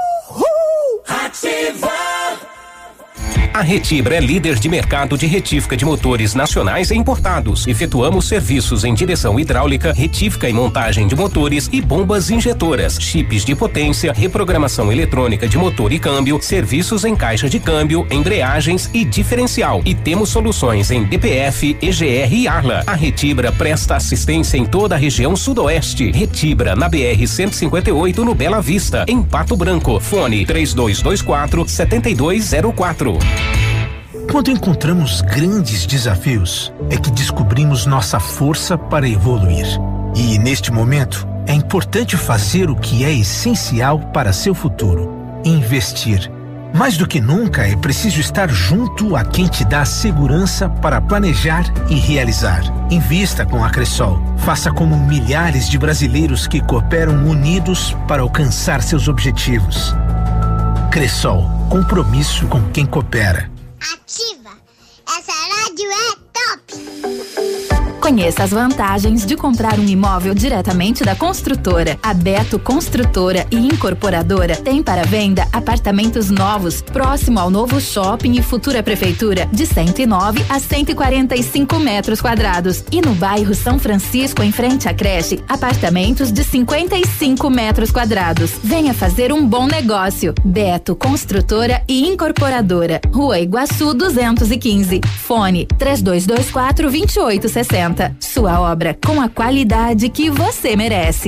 Ativa! A Retibra é líder de mercado de retífica de motores nacionais e importados. Efetuamos serviços em direção hidráulica, retífica e montagem de motores e bombas injetoras, chips de potência, reprogramação eletrônica de motor e câmbio, serviços em caixa de câmbio, embreagens e diferencial. E temos soluções em D P F, E G R e Arla. A Retibra presta assistência em toda a região sudoeste. Retibra na B R cento e cinquenta e oito no Bela Vista, em Pato Branco. Fone três dois dois quatro sete dois zero quatro. Quando encontramos grandes desafios, é que descobrimos nossa força para evoluir. E, neste momento, é importante fazer o que é essencial para seu futuro: investir. Mais do que nunca, é preciso estar junto a quem te dá segurança para planejar e realizar. Invista com a Cressol. Faça como milhares de brasileiros que cooperam unidos para alcançar seus objetivos. Cressol, compromisso com quem coopera. Ativa! Essa rádio é top! Conheça as vantagens de comprar um imóvel diretamente da construtora. A Beto Construtora e Incorporadora tem para venda apartamentos novos, próximo ao novo shopping e futura prefeitura, de cento e nove a cento e quarenta e cinco metros quadrados. E no bairro São Francisco, em frente à creche, apartamentos de cinquenta e cinco metros quadrados. Venha fazer um bom negócio. Beto Construtora e Incorporadora. Rua Iguaçu duzentos e quinze. Fone três dois dois quatro vinte e oito sessenta. Sua obra com a qualidade que você merece.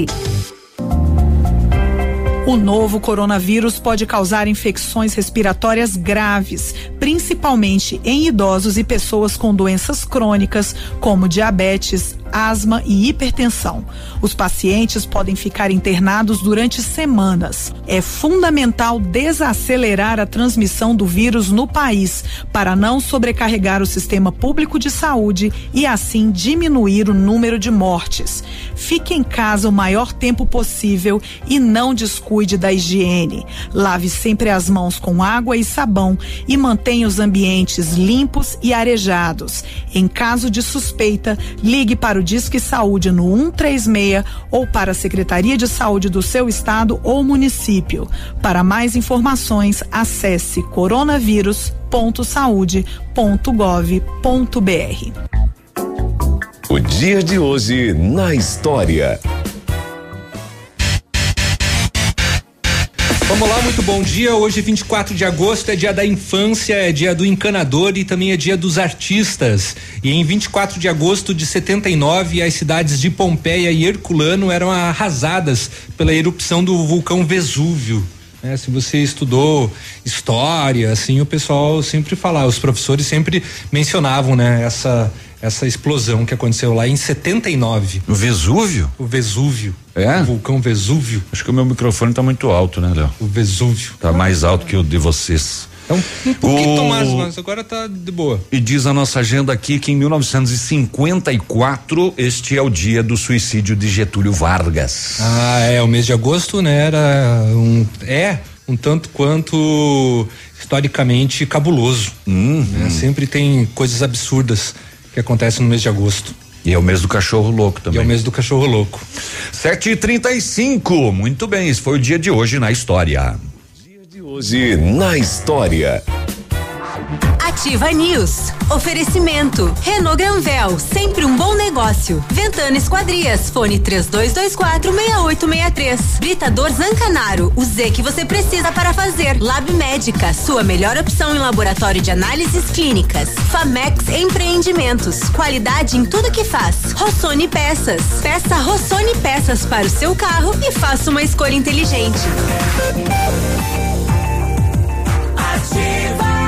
O novo coronavírus pode causar infecções respiratórias graves, principalmente em idosos e pessoas com doenças crônicas, como diabetes, asma e hipertensão. Os pacientes podem ficar internados durante semanas. É fundamental desacelerar a transmissão do vírus no país para não sobrecarregar o sistema público de saúde e assim diminuir o número de mortes. Fique em casa o maior tempo possível e não descuide da higiene. Lave sempre as mãos com água e sabão e mantenha os ambientes limpos e arejados. Em caso de suspeita, ligue para o Disque Saúde no um três seis ou para a Secretaria de Saúde do seu estado ou município. Para mais informações, acesse coronavírus ponto saude ponto gov ponto br. O dia de hoje na história. Vamos lá, muito bom dia. Hoje, vinte e quatro de agosto, é dia da infância, é dia do encanador e também é dia dos artistas. E em vinte e quatro de agosto de setenta e nove, as cidades de Pompeia e Herculano eram arrasadas pela erupção do vulcão Vesúvio. É, se você estudou história, assim, o pessoal sempre falava, os professores sempre mencionavam, né, essa essa explosão que aconteceu lá em setenta e nove. O Vesúvio? O Vesúvio. É? O vulcão Vesúvio. Acho que o meu microfone tá muito alto, né, Léo? O Vesúvio. Tá mais alto que o de vocês. É um, um pouquinho o... mais, mas agora tá de boa. E diz a nossa agenda aqui que em mil novecentos e cinquenta e quatro este é o dia do suicídio de Getúlio Vargas. Ah, é, o mês de agosto, né, era um, é um tanto quanto historicamente cabuloso. Hum, né? hum. Sempre tem coisas absurdas que acontecem no mês de agosto. E é o mês do cachorro louco também. E é o mês do cachorro louco. sete e trinta e cinco, muito bem, esse foi o dia de hoje na história. Dia de hoje na história. Ativa News. Oferecimento. Renault Granvel, sempre um bom negócio. Ventana Esquadrias, fone três dois dois quatro, seis oito seis três. Britador Zancanaro, o Z que você precisa para fazer. Lab Médica, sua melhor opção em laboratório de análises clínicas. Famex Empreendimentos, qualidade em tudo que faz. Rossoni Peças, peça Rossoni Peças para o seu carro e faça uma escolha inteligente. Ativa.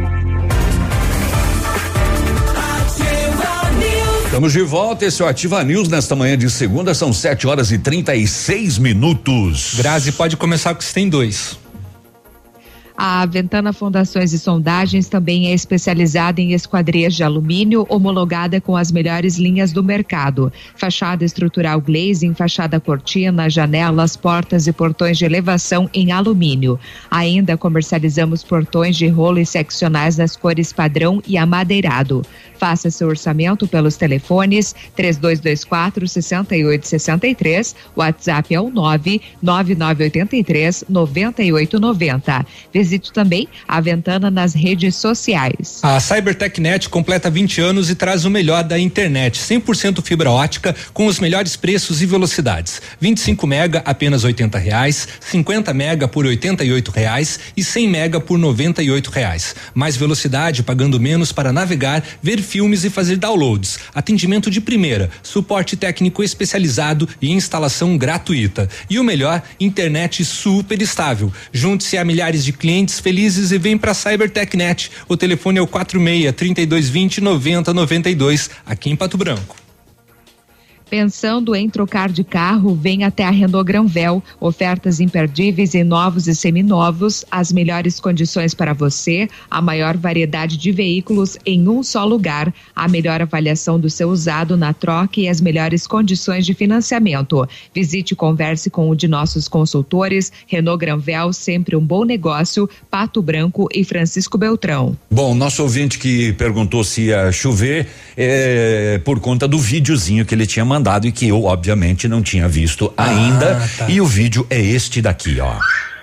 Estamos de volta, esse é o Ativa News nesta manhã de segunda, são sete horas e trinta e seis minutos. Grazi, pode começar com você tem dois. A Ventana Fundações e Sondagens também é especializada em esquadrias de alumínio, homologada com as melhores linhas do mercado. Fachada estrutural glazing, fachada cortina, janelas, portas e portões de elevação em alumínio. Ainda comercializamos portões de rolo e seccionais nas cores padrão e amadeirado. Faça seu orçamento pelos telefones três dois dois quatro, seis oito seis três, WhatsApp é o nove nove nove oito três, nove oito nove zero. Visite também a Ventana nas redes sociais. A CyberTechNet completa vinte anos e traz o melhor da internet, cem por cento fibra ótica com os melhores preços e velocidades. vinte e cinco mega apenas oitenta reais, cinquenta mega por oitenta e oito reais e cem mega por noventa e oito reais. Mais velocidade pagando menos para navegar, ver filmes e fazer downloads. Atendimento de primeira, suporte técnico especializado e instalação gratuita. E o melhor, internet super estável. Junte-se a milhares de clientes felizes e vem para a CyberTechNet. O telefone é o quatro seis, trinta e dois vinte, noventa noventa e dois, aqui em Pato Branco. Pensando em trocar de carro, vem até a Renault Granvel. Ofertas imperdíveis em novos e seminovos, as melhores condições para você, a maior variedade de veículos em um só lugar, a melhor avaliação do seu usado na troca e as melhores condições de financiamento. Visite e converse com um de nossos consultores. Renault Granvel, sempre um bom negócio, Pato Branco e Francisco Beltrão. Bom, nosso ouvinte que perguntou se ia chover é por conta do videozinho que ele tinha mandado. mandado e que eu obviamente não tinha visto ah, ainda tá. E o vídeo é este daqui, ó.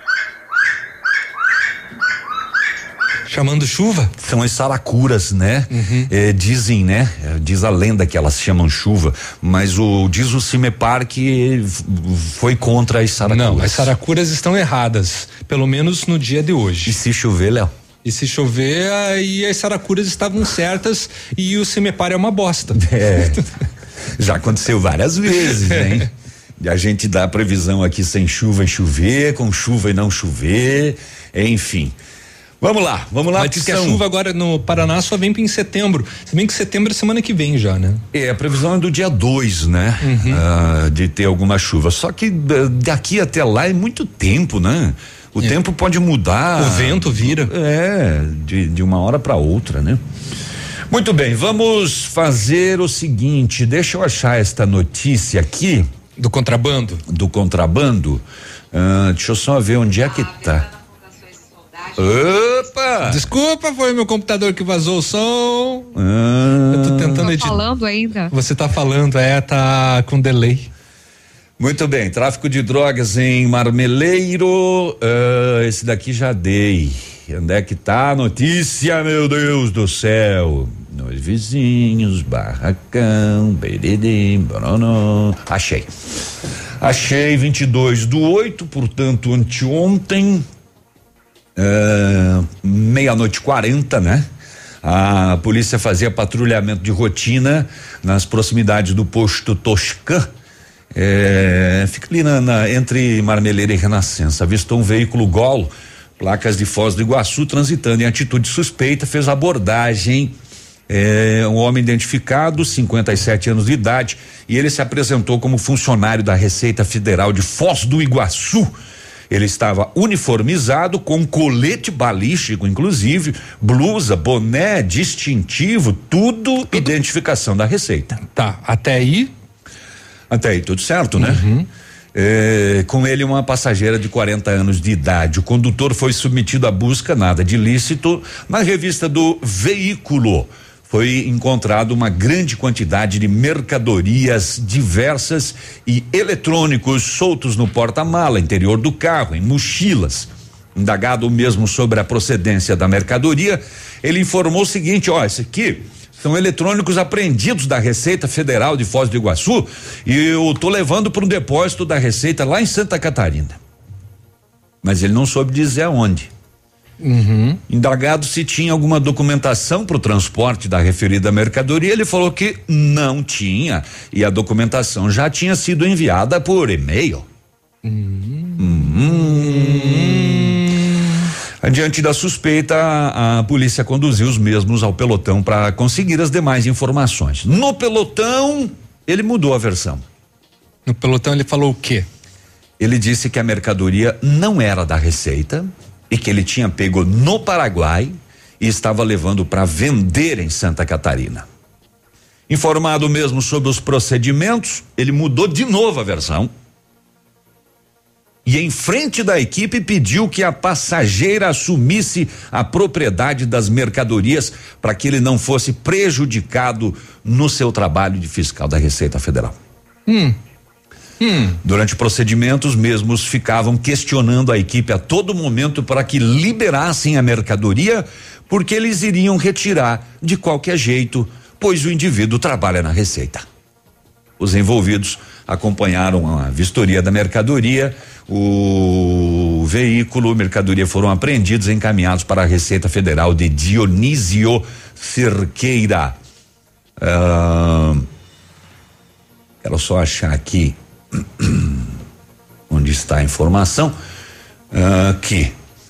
Chamando chuva? São as saracuras, né? Uhum. É, dizem, né? Diz a lenda que elas chamam chuva, mas o diz o Cimepar que foi contra as saracuras. Não, as saracuras estão erradas, pelo menos no dia de hoje. E se chover, Léo? E se chover, aí as saracuras estavam certas e o Cimepar é uma bosta. É. Já aconteceu várias vezes, hein? E a gente dá previsão aqui sem chuva e chover, com chuva e não chover, enfim. Vamos lá, vamos lá. Mas diz que a chuva agora no Paraná só vem em setembro. Se bem que setembro é semana que vem já, né? É, a previsão é do dia dois, né? Uhum. Ah, de ter alguma chuva. Só que daqui até lá é muito tempo, né? O é. tempo pode mudar. O vento vira. É, de, de uma hora para outra, né? Muito bem, vamos fazer o seguinte, deixa eu achar esta notícia aqui. Do contrabando? Do contrabando. Uh, deixa eu só ver onde é que tá. Opa! Desculpa, foi meu computador que vazou o som. Ah, eu tô tentando editar. Tá falando ainda? Você tá falando, é, tá com delay. Muito bem, tráfico de drogas em Marmeleiro, uh, esse daqui já dei. Onde é que tá a notícia, meu Deus do céu? Nos vizinhos, barracão, beridim, borono. Achei. Achei vinte e dois do oito, portanto, anteontem, uh, meia-noite e quarenta, né? A polícia fazia patrulhamento de rotina nas proximidades do posto Toscã. É, fica ali na, na, entre Marmeleira e Renascença. Avistou um veículo Gol, placas de Foz do Iguaçu, transitando em atitude suspeita, fez abordagem. É, um homem identificado, cinquenta e sete anos de idade, e ele se apresentou como funcionário da Receita Federal de Foz do Iguaçu. Ele estava uniformizado com colete balístico, inclusive, blusa, boné, distintivo, tudo, tudo identificação da Receita. Tá, até aí? Até aí tudo certo, né? Uhum. É, com ele uma passageira de quarenta anos de idade. O condutor foi submetido à busca, nada de ilícito. Na revista do veículo foi encontrado uma grande quantidade de mercadorias diversas e eletrônicos soltos no porta-mala, interior do carro, em mochilas. Indagado mesmo sobre a procedência da mercadoria, ele informou o seguinte: ó, esse aqui são eletrônicos apreendidos da Receita Federal de Foz do Iguaçu e eu tô levando para um depósito da Receita lá em Santa Catarina. Mas ele não soube dizer aonde. Uhum. Indagado se tinha alguma documentação para o transporte da referida mercadoria, ele falou que não tinha e a documentação já tinha sido enviada por e-mail. Uhum. Uhum. Adiante da suspeita, a, a polícia conduziu os mesmos ao pelotão para conseguir as demais informações. No pelotão, ele mudou a versão. No pelotão ele falou o quê? Ele disse que a mercadoria não era da Receita e que ele tinha pego no Paraguai e estava levando para vender em Santa Catarina. Informado mesmo sobre os procedimentos, ele mudou de novo a versão e em frente da equipe pediu que a passageira assumisse a propriedade das mercadorias para que ele não fosse prejudicado no seu trabalho de fiscal da Receita Federal. Hum. Hum. Durante procedimentos, mesmos ficavam questionando a equipe a todo momento para que liberassem a mercadoria, porque eles iriam retirar de qualquer jeito, pois o indivíduo trabalha na Receita. Os envolvidos acompanharam a vistoria da mercadoria, o veículo, a mercadoria foram apreendidos e encaminhados para a Receita Federal de Dionísio Cerqueira. Ah, quero só achar aqui onde está a informação, uh, que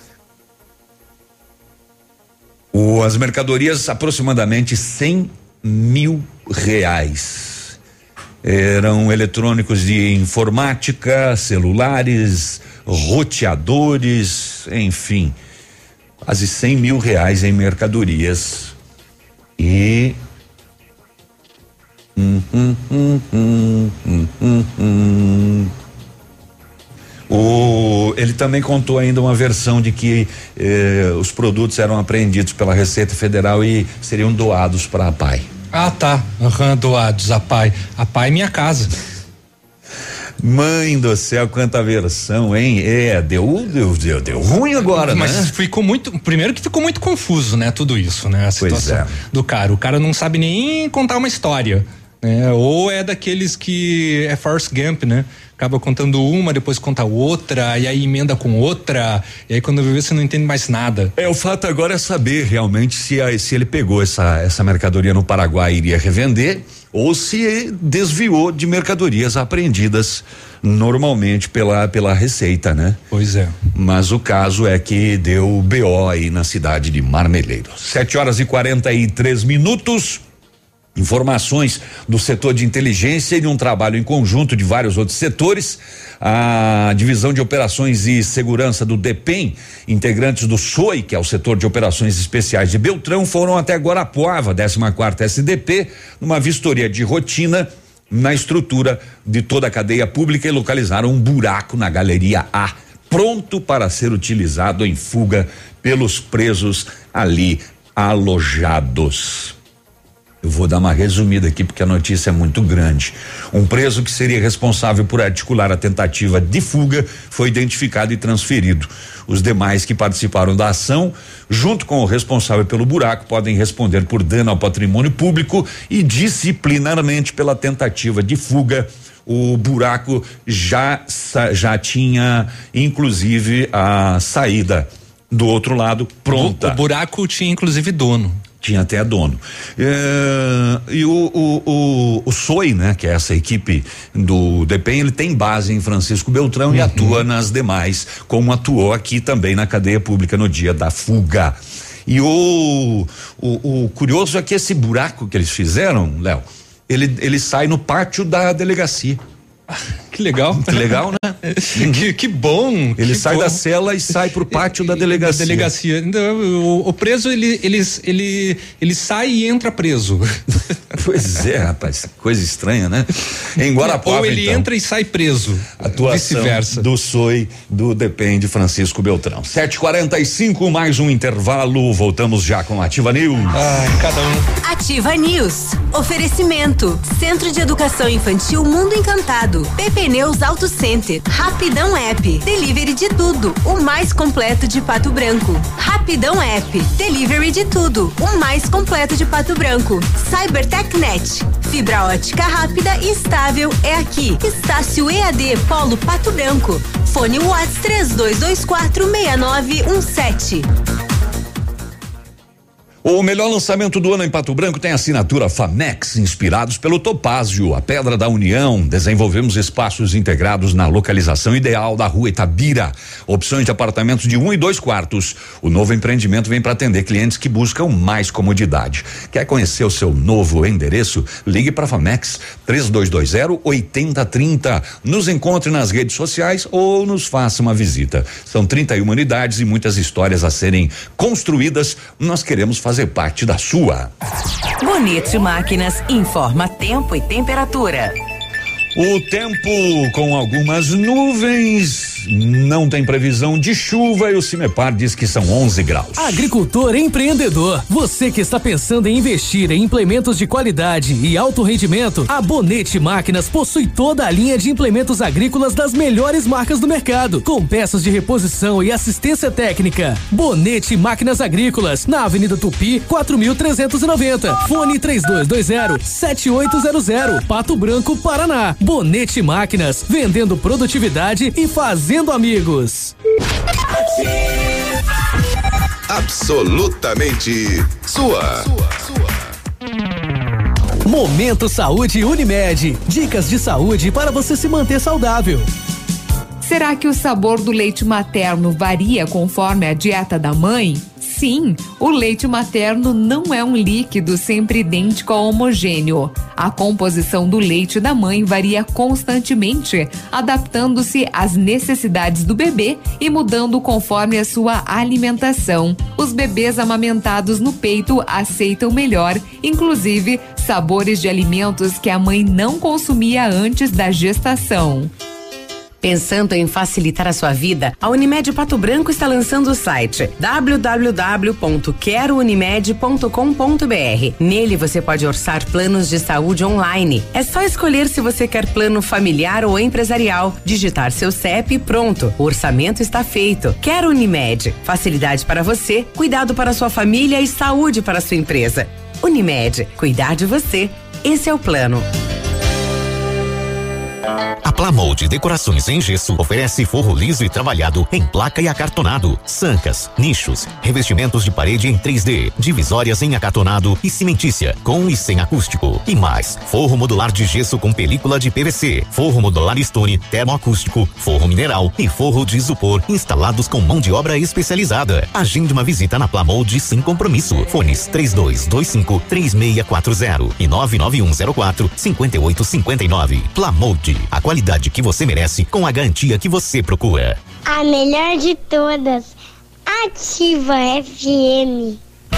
o, as mercadorias aproximadamente cem mil reais eram eletrônicos de informática, celulares, roteadores, enfim, quase cem mil reais em mercadorias e Hum, hum, hum, hum, hum, hum, hum. O, ele também contou ainda uma versão de que eh, os produtos eram apreendidos pela Receita Federal e seriam doados para a P A I. Ah, tá. Uhum, doados a P A I. A P A I é minha casa. Mãe do céu, quanta versão, hein? É, deu, deu, deu, deu ruim agora, Mas né? Mas ficou muito, primeiro que ficou muito confuso, né? Tudo isso, né? A situação é. do cara. O cara não sabe nem contar uma história. É, ou é daqueles que é Forrest Gump, né? Acaba contando uma, depois conta outra, e aí emenda com outra, e aí quando vê você não entende mais nada. É, o fato agora é saber realmente se, a, se ele pegou essa, essa mercadoria no Paraguai e iria revender, ou se desviou de mercadorias apreendidas normalmente pela, pela Receita, né? Pois é. Mas o caso é que deu B O aí na cidade de Marmeleiro. Sete horas e quarenta e três minutos. Informações do setor de inteligência e um trabalho em conjunto de vários outros setores. A divisão de operações e segurança do DEPEN, integrantes do S O I, que é o setor de operações especiais de Beltrão, foram até Guarapuava, décima quarta S D P, numa vistoria de rotina na estrutura de toda a cadeia pública e localizaram um buraco na galeria A, pronto para ser utilizado em fuga pelos presos ali alojados. Eu vou dar uma resumida aqui porque a notícia é muito grande. Um preso que seria responsável por articular a tentativa de fuga foi identificado e transferido. Os demais que participaram da ação, junto com o responsável pelo buraco, podem responder por dano ao patrimônio público e disciplinarmente pela tentativa de fuga. O buraco já já tinha inclusive a saída do outro lado pronta. O, o buraco tinha inclusive dono. Tinha até dono. É, e o, o, o, o S O I, né? Que é essa equipe do DEPEN, ele tem base em Francisco Beltrão uhum. e atua nas demais, como atuou aqui também na cadeia pública no dia da fuga. E o, o, o curioso é que esse buraco que eles fizeram, Léo, ele, ele sai no pátio da delegacia. Que legal. Que legal, né? que, que bom. Ele que sai bom. da cela e sai pro pátio da delegacia. Da delegacia. O, o preso, ele, ele, ele, ele sai e entra preso. Pois é, rapaz, coisa estranha, né? Em Guarapuava, ou ele então, entra e sai preso. Atuação vice-versa. do S O I, do Depende, Francisco Beltrão. sete e quarenta e cinco, mais um intervalo. Voltamos já com Ativa News. Ai, cada um. Ativa News. Oferecimento. Centro de Educação Infantil Mundo Encantado. Pepe Neus Auto Center. Rapidão App. Delivery de tudo. O mais completo de Pato Branco. Rapidão App. Delivery de tudo. O mais completo de Pato Branco. CyberTechNet. Fibra ótica rápida e estável é aqui. Estácio E A D Polo Pato Branco. Fone WhatsApp três dois dois quatro seis nove um sete. O melhor lançamento do ano em Pato Branco tem a assinatura Famex, inspirados pelo Topázio, a Pedra da União. Desenvolvemos espaços integrados na localização ideal da Rua Itabira. Opções de apartamentos de um e dois quartos. O novo empreendimento vem para atender clientes que buscam mais comodidade. Quer conhecer o seu novo endereço? Ligue para Famex três dois dois zero oito zero três zero. Nos encontre nas redes sociais ou nos faça uma visita. São trinta e uma unidades e muitas histórias a serem construídas. Nós queremos fazer fazer parte da sua. Bonito Máquinas informa tempo e temperatura. O tempo com algumas nuvens, não tem previsão de chuva e o Cimepar diz que são onze graus. Agricultor empreendedor, você que está pensando em investir em implementos de qualidade e alto rendimento, a Bonete Máquinas possui toda a linha de implementos agrícolas das melhores marcas do mercado, com peças de reposição e assistência técnica. Bonete Máquinas Agrícolas, na Avenida Tupi, quatro mil trezentos e noventa. Fone três dois dois zero sete oito zero zero, Pato Branco, Paraná. Bonete Máquinas, vendendo produtividade e fazendo amigos. Absolutamente sua. Momento Saúde Unimed. Dicas de saúde para você se manter saudável. Será que o sabor do leite materno varia conforme a dieta da mãe? Sim, o leite materno não é um líquido sempre idêntico ao homogêneo. A composição do leite da mãe varia constantemente, adaptando-se às necessidades do bebê e mudando conforme a sua alimentação. Os bebês amamentados no peito aceitam melhor, inclusive, sabores de alimentos que a mãe não consumia antes da gestação. Pensando em facilitar a sua vida, a Unimed Pato Branco está lançando o site w w w ponto quero unimed ponto com ponto b r. Nele você pode orçar planos de saúde online. É só escolher se você quer plano familiar ou empresarial, digitar seu C E P e pronto. O orçamento está feito. Quero Unimed. Facilidade para você, cuidado para sua família e saúde para sua empresa. Unimed, cuidar de você. Esse é o plano. A Plamold Decorações em Gesso oferece forro liso e trabalhado em placa e acartonado, sancas, nichos, revestimentos de parede em três D, divisórias em acartonado e cimentícia, com e sem acústico. E mais, forro modular de gesso com película de P V C, forro modular Stone, termoacústico, forro mineral e forro de isopor instalados com mão de obra especializada. Agende uma visita na Plamold sem compromisso. Fones três dois dois cinco três seis quatro zero e nove nove um zero quatro cinco oito cinco nove. Plamold, a qualidade que você merece com a garantia que você procura. A melhor de todas, Ativa F M.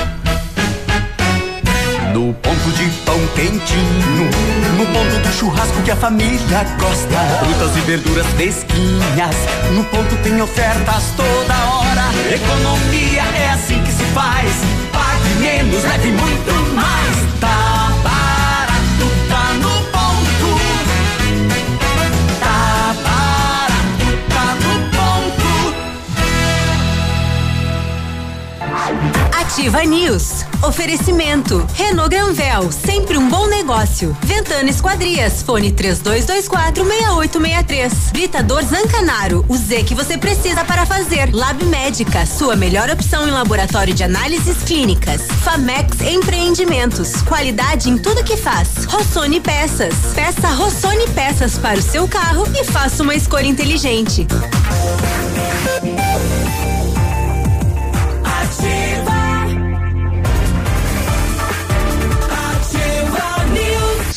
No ponto de pão quentinho, no ponto do churrasco que a família gosta, frutas e verduras fresquinhas, no ponto tem ofertas toda hora. Economia é assim que se faz, pague menos, leve muito mais. Tá barato, tá no ponto. Tá barato, tá no ponto. Ativa News. Oferecimento. Renault Granvel, sempre um bom negócio. Ventana Esquadrias, fone três dois dois quatro seis oito seis três. Britador Zancanaro, o Z que você precisa para fazer. Lab Médica, sua melhor opção em laboratório de análises clínicas. Famex Empreendimentos, qualidade em tudo que faz. Rossoni Peças, peça Rossoni Peças para o seu carro e faça uma escolha inteligente.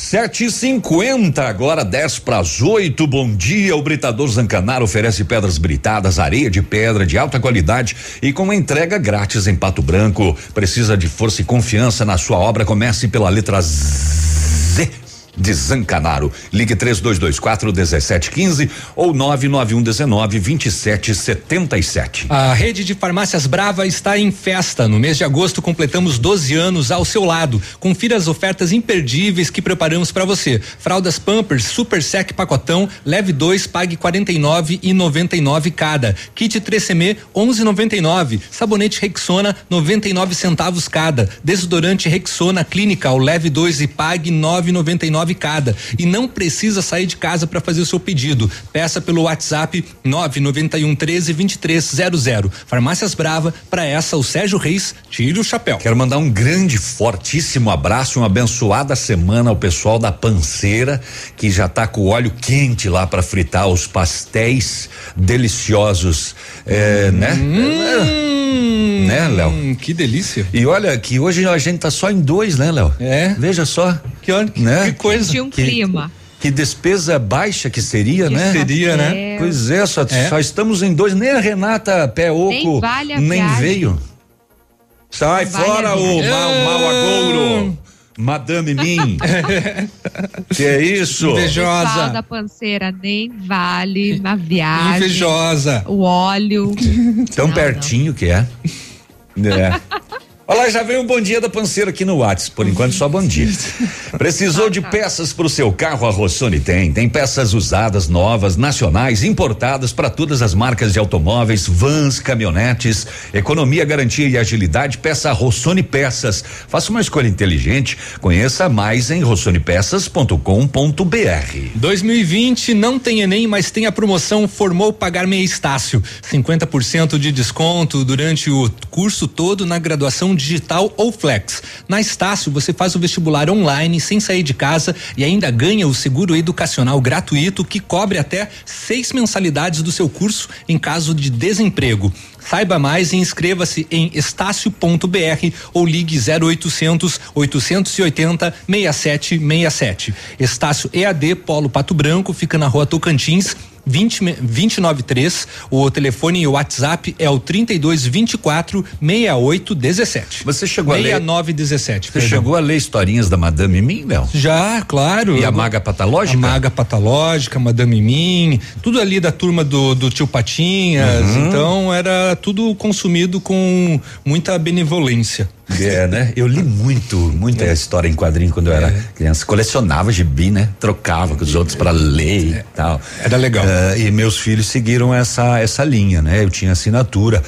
Sete e cinquenta, agora dez para as oito. Bom dia. O Britador Zancanaro oferece pedras britadas, areia de pedra de alta qualidade e com uma entrega grátis em Pato Branco. Precisa de força e confiança na sua obra? Comece pela letra Z de Zancanaro. Ligue três dois dois quatro, um sete um cinco ou nove nove um um nove, vinte e sete setenta e sete. A rede de farmácias Brava está em festa. No mês de agosto completamos doze anos ao seu lado. Confira as ofertas imperdíveis que preparamos para você. Fraldas Pampers Super Sec Pacotão, leve dois, pague quarenta e nove e noventa e nove cada. Kit três C M onze e noventa e nove. Sabonete Rexona noventa e nove centavos cada. Desodorante Rexona Clinical, leve dois e pague nove e noventa e nove cada. E não precisa sair de casa para fazer o seu pedido. Peça pelo WhatsApp nove nove um, treze, vinte e três zero zero. Farmácias Brava, para essa o Sérgio Reis tire o chapéu. Quero mandar um grande, fortíssimo abraço, uma abençoada semana ao pessoal da Panceira, que já tá com o óleo quente lá para fritar os pastéis deliciosos, é, né? Hum, né, Léo? Que delícia. E olha que hoje a gente tá só em dois, né, Léo? É. Veja só. Que, né? que coisa. De um que, clima. Que despesa baixa que seria, que né? Seria, né? Pois é, só, é, só estamos em dois. Nem a Renata Pé Oco nem, vale a nem viagem. veio. Sai vale fora o mal, mal agouro. Madame Mim. Que é isso? Invejosa. Da Panceira nem vale na viagem. Invejosa. O óleo. Tão não, pertinho não. que é. É. Olha lá, já veio um bom dia da Panceira aqui no WhatsApp, por enquanto só bom dia. Precisou de peças para o seu carro? A Rossoni tem. Tem peças usadas, novas, nacionais, importadas para todas as marcas de automóveis, vans, caminhonetes, economia, garantia e agilidade. Peça a Rossoni Peças. Faça uma escolha inteligente. Conheça mais em rossoni peças ponto com ponto b r. dois mil e vinte não tem Enem, mas tem a promoção Formou Pagar Meia Estácio. cinquenta por cento de desconto durante o curso todo na graduação digital ou flex. Na Estácio você faz o vestibular online sem sair de casa e ainda ganha o seguro educacional gratuito que cobre até seis mensalidades do seu curso em caso de desemprego. Saiba mais e inscreva-se em estácio ponto b r ou ligue zero oitocentos, oitocentos e oitenta, sessenta e sete sessenta e sete. Estácio E A D Polo Pato Branco fica na rua Tocantins vinte, vinte e nove três. O telefone e o WhatsApp é o trinta e dois, vinte e quatro, sessenta e oito dezessete. Você chegou sessenta e nove a ler dezessete. Você perdão. chegou a ler historinhas da Madame Mim, Léo? Já, claro. E a Maga Patológica? A Maga Patológica, Madame Mim, tudo ali da turma do, do Tio Patinhas, uhum. Então era tudo consumido com muita benevolência. É, né? Eu li muito, muita é. história em quadrinho quando eu era é. criança. Colecionava gibi, né? Trocava com os outros para ler é. e tal. Era legal. Uh, e meus filhos seguiram essa essa linha, né? Eu tinha assinatura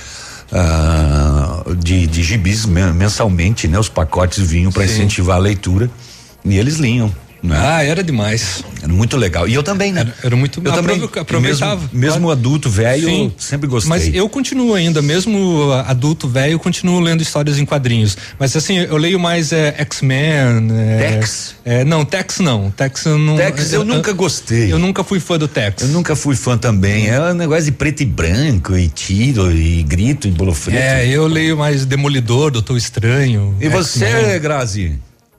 uh, de, de gibis mensalmente, né? Os pacotes vinham para incentivar a leitura e eles liam. Né? Ah, era demais. Era muito legal. E eu também, né? Era, era muito eu também aproveitava. Mesmo, mesmo claro. Adulto velho, sempre gostei. Mas eu continuo ainda, mesmo adulto velho, continuo lendo histórias em quadrinhos. Mas assim, eu leio mais é, X-Men. É, Tex? É, não, Tex não. Tex eu não. Tex eu, eu nunca gostei. Eu nunca fui fã do Tex. Eu nunca fui fã também. É um negócio de preto e branco, e tiro, e grito, e bolo frito. É, eu leio mais Demolidor, Doutor Estranho. E você, Grazi?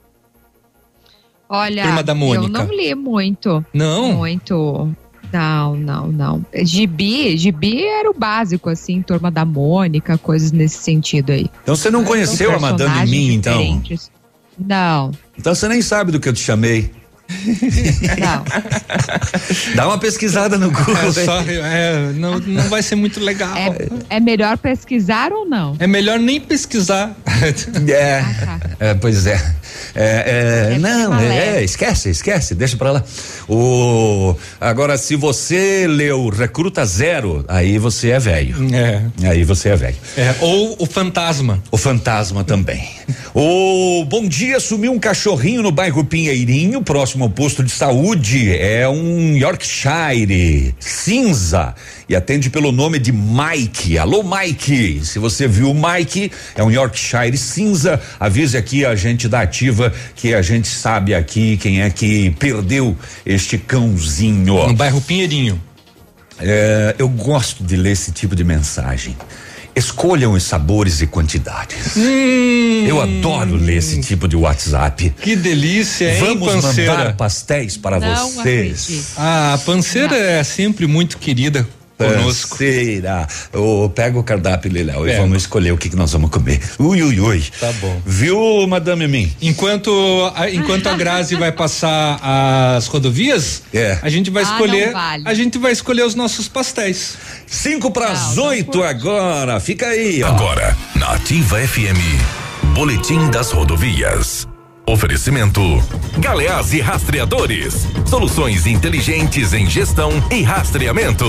Olha, Turma da Mônica. Eu não li muito. Não? Muito. Não, não, não. Gibi, gibi era o básico, assim, Turma da Mônica, coisas nesse sentido aí. Então você não conheceu a Madame Mim, então? Diferentes. Não. Então você nem sabe do que eu te chamei. Não. Dá uma pesquisada no Google. É, só, é, não, não vai ser muito legal. É, é melhor pesquisar ou não? É melhor nem pesquisar. É, ah, tá. é pois é. É, é, é não, é, é, esquece, esquece, deixa pra lá. O, agora, se você leu Recruta Zero, aí você é velho. É. Aí você é velho. É, ou o Fantasma. O Fantasma também. O bom dia, sumiu um cachorrinho no bairro Pinheirinho, próximo ao posto de saúde. É um Yorkshire cinza e atende pelo nome de Mike. Alô, Mike. Se você viu o Mike, é um Yorkshire cinza, avise aqui a gente da Ativa que a gente sabe aqui quem é que perdeu este cãozinho. No bairro Pinheirinho. É, eu gosto de ler esse tipo de mensagem. Escolham os sabores e quantidades. Hum, Eu adoro ler esse tipo de WhatsApp. Que delícia, hein, Vamos Panceira? mandar pastéis para Não vocês. acredito. Ah, a Panceira Não. é sempre muito querida conosco. Panceira. Oh, pega o cardápio, Liléo, e Pega. vamos escolher o que, que nós vamos comer. Ui, ui, ui. Tá bom. Viu, Madame Mim? Enquanto a, enquanto a Grazi vai passar as rodovias, É. a gente vai Ah, escolher, não vale. a gente vai escolher os nossos pastéis. Cinco para as Não, não oito pode. agora. Fica aí, ó. Agora, na Ativa F M, Boletim das Rodovias. Oferecimento Galeás e Rastreadores. Soluções inteligentes em gestão e rastreamento.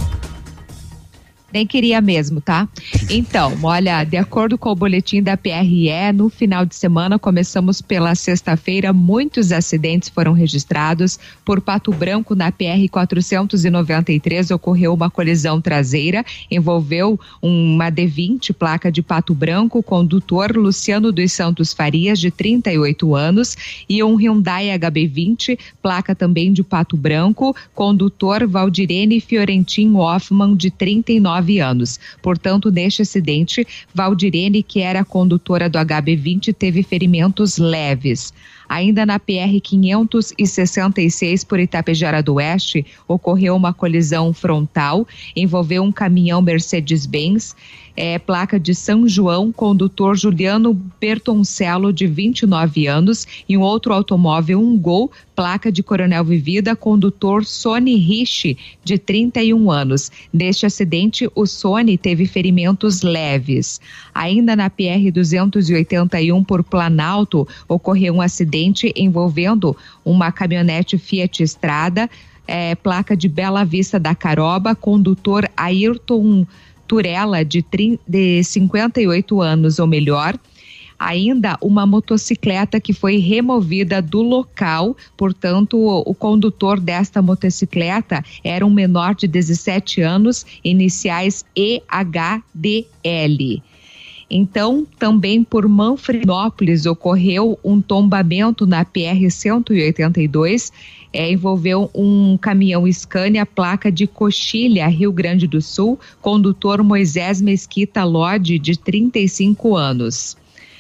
Nem queria mesmo, tá? Então, olha, de acordo com o boletim da P R E, no final de semana, começamos pela sexta-feira, muitos acidentes foram registrados. Por Pato Branco, na P R quatrocentos e noventa e três, ocorreu uma colisão traseira, envolveu uma D vinte, placa de Pato Branco, condutor Luciano dos Santos Farias, de trinta e oito anos, e um Hyundai H B vinte, placa também de Pato Branco, condutor Valdirene Fiorentin Hoffman, de trinta e nove anos. Portanto, neste acidente, Valdirene, que era condutora do H B vinte, teve ferimentos leves. Ainda na P R quinhentos e sessenta e seis, por Itapejara do Oeste, ocorreu uma colisão frontal, envolveu um caminhão Mercedes-Benz, é, placa de São João, condutor Juliano Bertoncello, de vinte e nove anos, e um outro automóvel, um Gol, placa de Coronel Vivida, condutor Sony Rich, de trinta e um anos. Neste acidente, o Sony teve ferimentos leves. Ainda na P R duzentos e oitenta e um, por Planalto, ocorreu um acidente envolvendo uma caminhonete Fiat Strada, é, placa de Bela Vista da Caroba, condutor Ayrton Turella, de, de cinquenta e oito anos ou melhor. Ainda uma motocicleta que foi removida do local, portanto, o, o condutor desta motocicleta era um menor de dezessete anos, iniciais E H D L. Então, também por Manfrinópolis ocorreu um tombamento na P R cento e oitenta e dois, é, envolveu um caminhão Scania, placa de Coxilha, Rio Grande do Sul, condutor Moisés Mesquita Lodi, de trinta e cinco anos.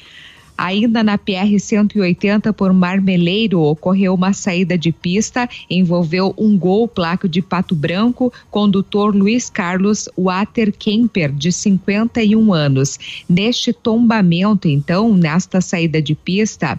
Ainda na P R cento e oitenta, por Marmeleiro, ocorreu uma saída de pista, envolveu um Gol, placa de Pato Branco, condutor Luiz Carlos Water Kemper, de cinquenta e um anos. Neste tombamento, então, nesta saída de pista,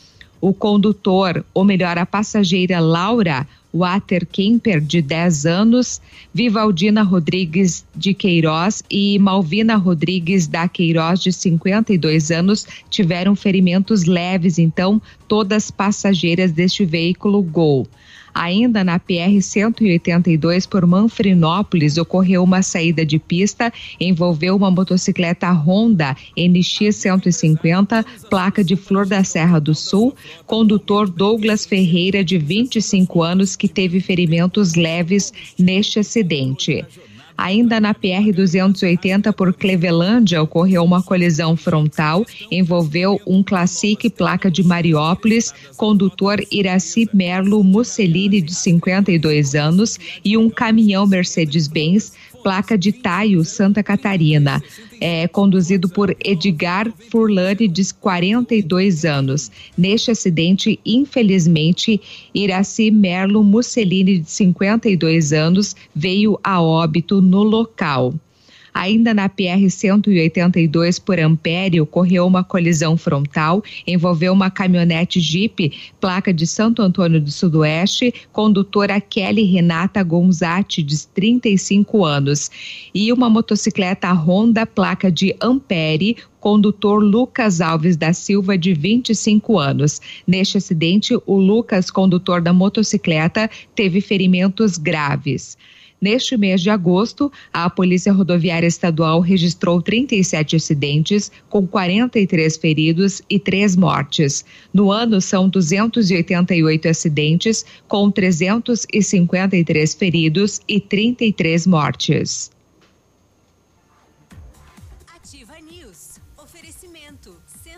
o condutor, ou melhor, a passageira Laura Water Kemper, de dez anos, Vivaldina Rodrigues de Queiroz e Malvina Rodrigues da Queiroz, de cinquenta e dois anos, tiveram ferimentos leves, então, todas passageiras deste veículo Gol. Ainda na P R cento e oitenta e dois, por Manfrinópolis, ocorreu uma saída de pista, envolveu uma motocicleta Honda N X cento e cinquenta, placa de Flor da Serra do Sul, condutor Douglas Ferreira, de vinte e cinco anos, que teve ferimentos leves neste acidente. Ainda na P R duzentos e oitenta, por Clevelândia, ocorreu uma colisão frontal, envolveu um Classic, placa de Mariópolis, condutor Iraci Merlo Mussolini, de cinquenta e dois anos, e um caminhão Mercedes-Benz, placa de Taio, Santa Catarina, é, conduzido por Edgar Furlani, de quarenta e dois anos. Neste acidente, infelizmente, Iraci Merlo Mussolini, de cinquenta e dois anos, veio a óbito no local. Ainda na P R cento e oitenta e dois, por Ampere, ocorreu uma colisão frontal, envolveu uma caminhonete Jeep, placa de Santo Antônio do Sudoeste, condutora Kelly Renata Gonzatti, de trinta e cinco anos, e uma motocicleta Honda, placa de Ampere, condutor Lucas Alves da Silva, de vinte e cinco anos. Neste acidente, o Lucas, condutor da motocicleta, teve ferimentos graves. Neste mês de agosto, a Polícia Rodoviária Estadual registrou trinta e sete acidentes, com quarenta e três feridos e três mortes. No ano, são duzentos e oitenta e oito acidentes, com trezentos e cinquenta e três feridos e trinta e três mortes. Ativa News. Oferecimento. Centro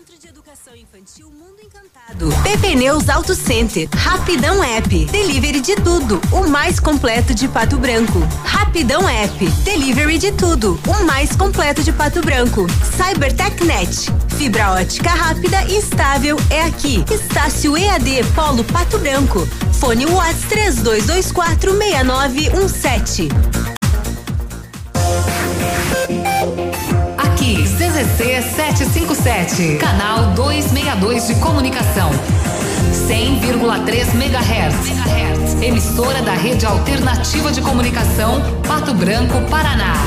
Centro de Educação Infantil Mundo Encantado. Pepe Neus Auto Center. Rapidão App. Delivery de tudo. O mais completo de Pato Branco. Rapidão App. Delivery de tudo. O mais completo de Pato Branco. CyberTechNet. Fibra ótica rápida e estável é aqui. Estácio E A D Polo Pato Branco. Fone WhatsApp três dois dois quatro seis nove um sete. Aqui, C Z C setecentos e cinquenta e sete, canal duzentos e sessenta e dois de comunicação. cem vírgula três megahertz. Emissora da Rede Alternativa de Comunicação, Pato Branco, Paraná.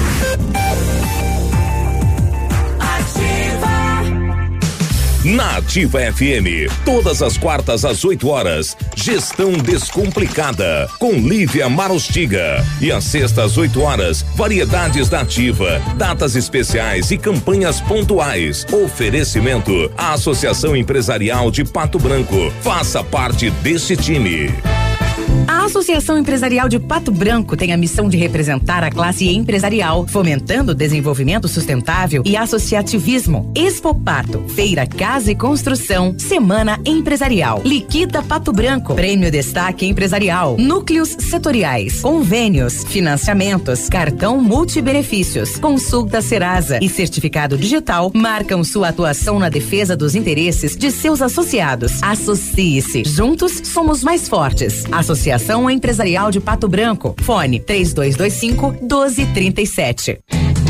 Na Ativa F M, todas as quartas às oito horas, Gestão Descomplicada, com Lívia Marostiga. E às sextas às oito horas, variedades da Ativa, datas especiais e campanhas pontuais. Oferecimento à Associação Empresarial de Pato Branco. Faça parte desse time. A Associação Empresarial de Pato Branco tem a missão de representar a classe empresarial, fomentando o desenvolvimento sustentável e associativismo. Expo Pato, Feira Casa e Construção, Semana Empresarial. Liquida Pato Branco, Prêmio Destaque Empresarial, Núcleos Setoriais, Convênios, Financiamentos, Cartão Multibenefícios, Consulta Serasa e Certificado Digital marcam sua atuação na defesa dos interesses de seus associados. Associe-se. Juntos somos mais fortes. Associação Empresarial de Pato Branco. Fone três dois dois cinco, um dois três sete.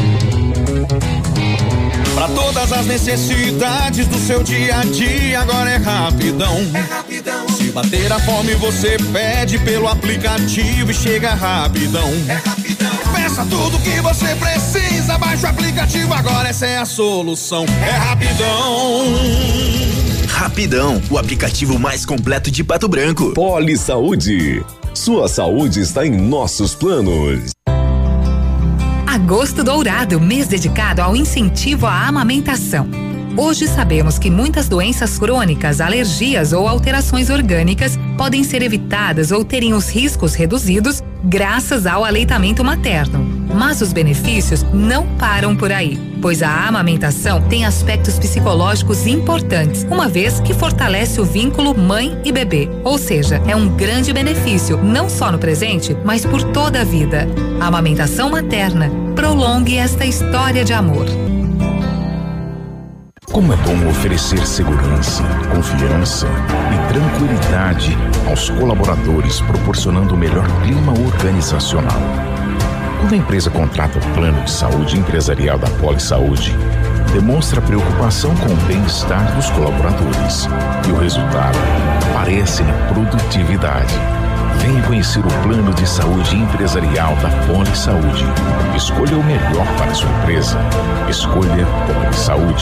Para todas as necessidades do seu dia a dia, agora é rapidão. É rapidão. Se bater a fome, você pede pelo aplicativo e chega rapidão. É rapidão. Peça tudo que você precisa, baixa o aplicativo, agora essa é a solução. É rapidão. Rapidão, o aplicativo mais completo de Pato Branco. Poli Saúde. Sua saúde está em nossos planos. Agosto Dourado, mês dedicado ao incentivo à amamentação. Hoje sabemos que muitas doenças crônicas, alergias ou alterações orgânicas podem ser evitadas ou terem os riscos reduzidos graças ao aleitamento materno. Mas os benefícios não param por aí, pois a amamentação tem aspectos psicológicos importantes, uma vez que fortalece o vínculo mãe e bebê. Ou seja, é um grande benefício, não só no presente, mas por toda a vida. A amamentação materna. Prolongue esta história de amor. Como é bom oferecer segurança, confiança e tranquilidade aos colaboradores, proporcionando o melhor clima organizacional. Quando a empresa contrata o plano de saúde empresarial da Poli Saúde, demonstra preocupação com o bem-estar dos colaboradores e o resultado aparece na produtividade. Venha conhecer o plano de saúde empresarial da Poli Saúde. Escolha o melhor para a sua empresa. Escolha Poli Saúde.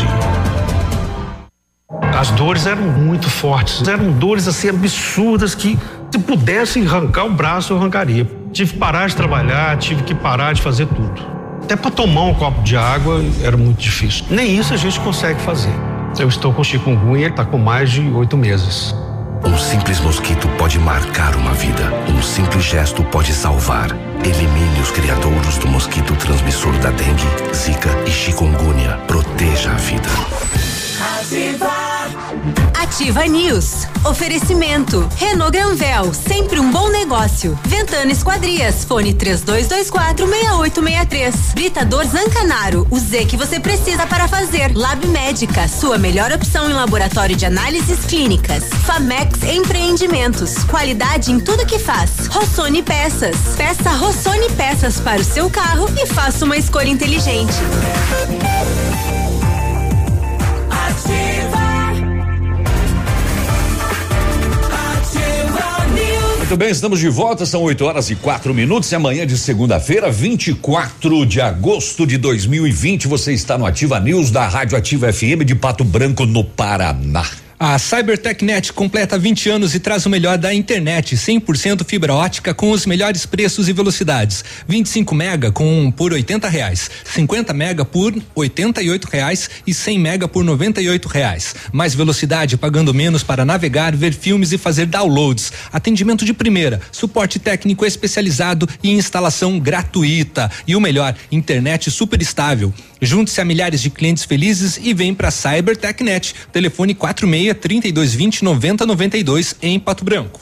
As dores eram muito fortes, eram dores assim absurdas que se pudesse arrancar o braço eu arrancaria. Tive que parar de trabalhar, tive que parar de fazer tudo. Até para tomar um copo de água era muito difícil. Nem isso a gente consegue fazer. Eu estou com chikungunya, ele está com mais de oito meses. Um simples mosquito pode marcar uma vida. Um simples gesto pode salvar. Elimine os criadouros do mosquito transmissor da dengue, zika e chikungunya. Proteja a vida. Ativa. Ativa News. Oferecimento. Renault Granvel, sempre um bom negócio. Ventana Esquadrias, fone três dois dois quatro seis oito seis três. Britador Zancanaro, o Z que você precisa para fazer. Lab Médica, sua melhor opção em laboratório de análises clínicas. Famex Empreendimentos, qualidade em tudo que faz. Rossoni Peças. Peça Rossoni Peças para o seu carro e faça uma escolha inteligente. Muito bem, estamos de volta, são oito horas e quatro minutos, e amanhã de segunda-feira, vinte e quatro de agosto de dois mil e vinte, você está no Ativa News da Rádio Ativa F M de Pato Branco, no Paraná. A CyberTechNet completa vinte anos e traz o melhor da internet, cem por cento fibra ótica com os melhores preços e velocidades. vinte e cinco mega com por oitenta reais, cinquenta mega por oitenta e oito reais e cem mega por noventa e oito reais. Mais velocidade pagando menos para navegar, ver filmes e fazer downloads. Atendimento de primeira, suporte técnico especializado e instalação gratuita. E o melhor, internet super estável. Junte-se a milhares de clientes felizes e vem para CyberTechNet. Telefone quatro seis, trinta e dois vinte, noventa noventa e dois em Pato Branco.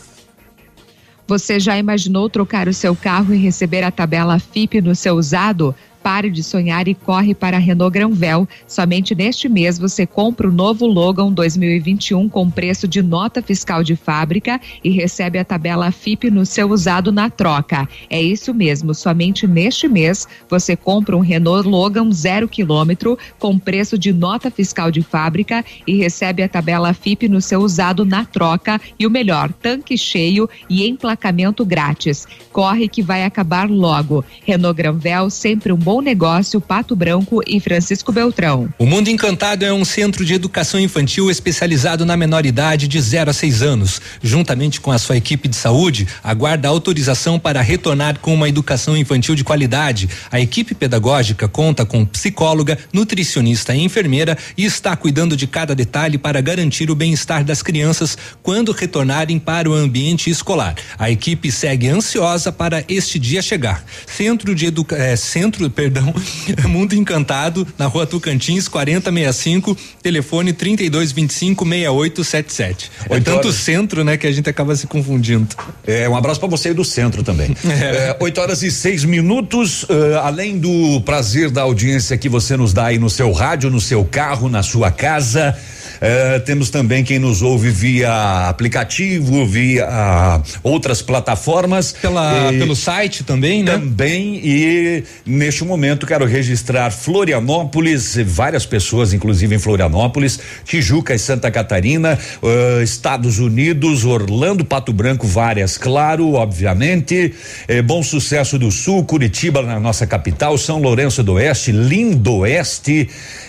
Você já imaginou trocar o seu carro e receber a tabela F I P no seu usado? Pare de sonhar e corre para a Renault Granvel. Somente neste mês você compra o novo Logan dois mil e vinte e um com preço de nota fiscal de fábrica e recebe a tabela F I P no seu usado na troca. É isso mesmo, somente neste mês você compra um Renault Logan zero quilômetro com preço de nota fiscal de fábrica e recebe a tabela F I P no seu usado na troca e o melhor, tanque cheio e emplacamento grátis. Corre que vai acabar logo. Renault Granvel, sempre um bom negócio, Pato Branco e Francisco Beltrão. O Mundo Encantado é um centro de educação infantil especializado na menor idade de zero a seis anos. Juntamente com a sua equipe de saúde, aguarda autorização para retornar com uma educação infantil de qualidade. A equipe pedagógica conta com psicóloga, nutricionista e enfermeira e está cuidando de cada detalhe para garantir o bem-estar das crianças quando retornarem para o ambiente escolar. A equipe segue ansiosa para este dia chegar. Centro de educação, é, centro Perdão, Mundo Encantado, na rua Tocantins, quarenta sessenta e cinco, telefone trinta e dois vinte e cinco, sessenta e oito setenta e sete. É tanto horas. Centro, né, que a gente acaba se confundindo. É, um abraço para você aí do centro também. É. oito horas e seis minutos, uh, além do prazer da audiência que você nos dá aí no seu rádio, no seu carro, na sua casa. Uh, temos também quem nos ouve via aplicativo, via uh, outras plataformas. Pela, e, pelo site também, né? Também, e neste momento quero registrar Florianópolis, várias pessoas, inclusive em Florianópolis, Tijuca e Santa Catarina, uh, Estados Unidos, Orlando, Pato Branco, várias, claro, obviamente. Eh, Bom Sucesso do Sul, Curitiba, na nossa capital, São Lourenço do Oeste, Lindoeste,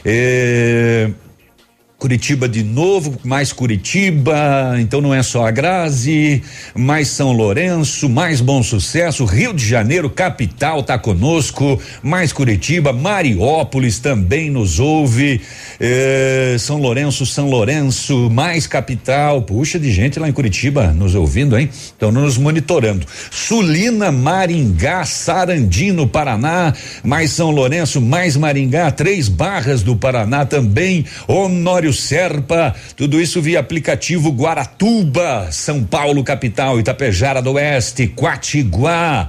eh, Curitiba de novo, mais Curitiba, então não é só a Grazi, mais São Lourenço, mais Bom Sucesso, Rio de Janeiro, capital, tá conosco, mais Curitiba, Mariópolis também nos ouve, eh, São Lourenço, São Lourenço, mais capital, puxa de gente lá em Curitiba nos ouvindo, hein? Então nos monitorando. Sulina, Maringá, Sarandino, Paraná, mais São Lourenço, mais Maringá, Três Barras do Paraná também, Honório Serpa, tudo isso via aplicativo Guaratuba, São Paulo capital, Itapejara do Oeste, Quatiguá.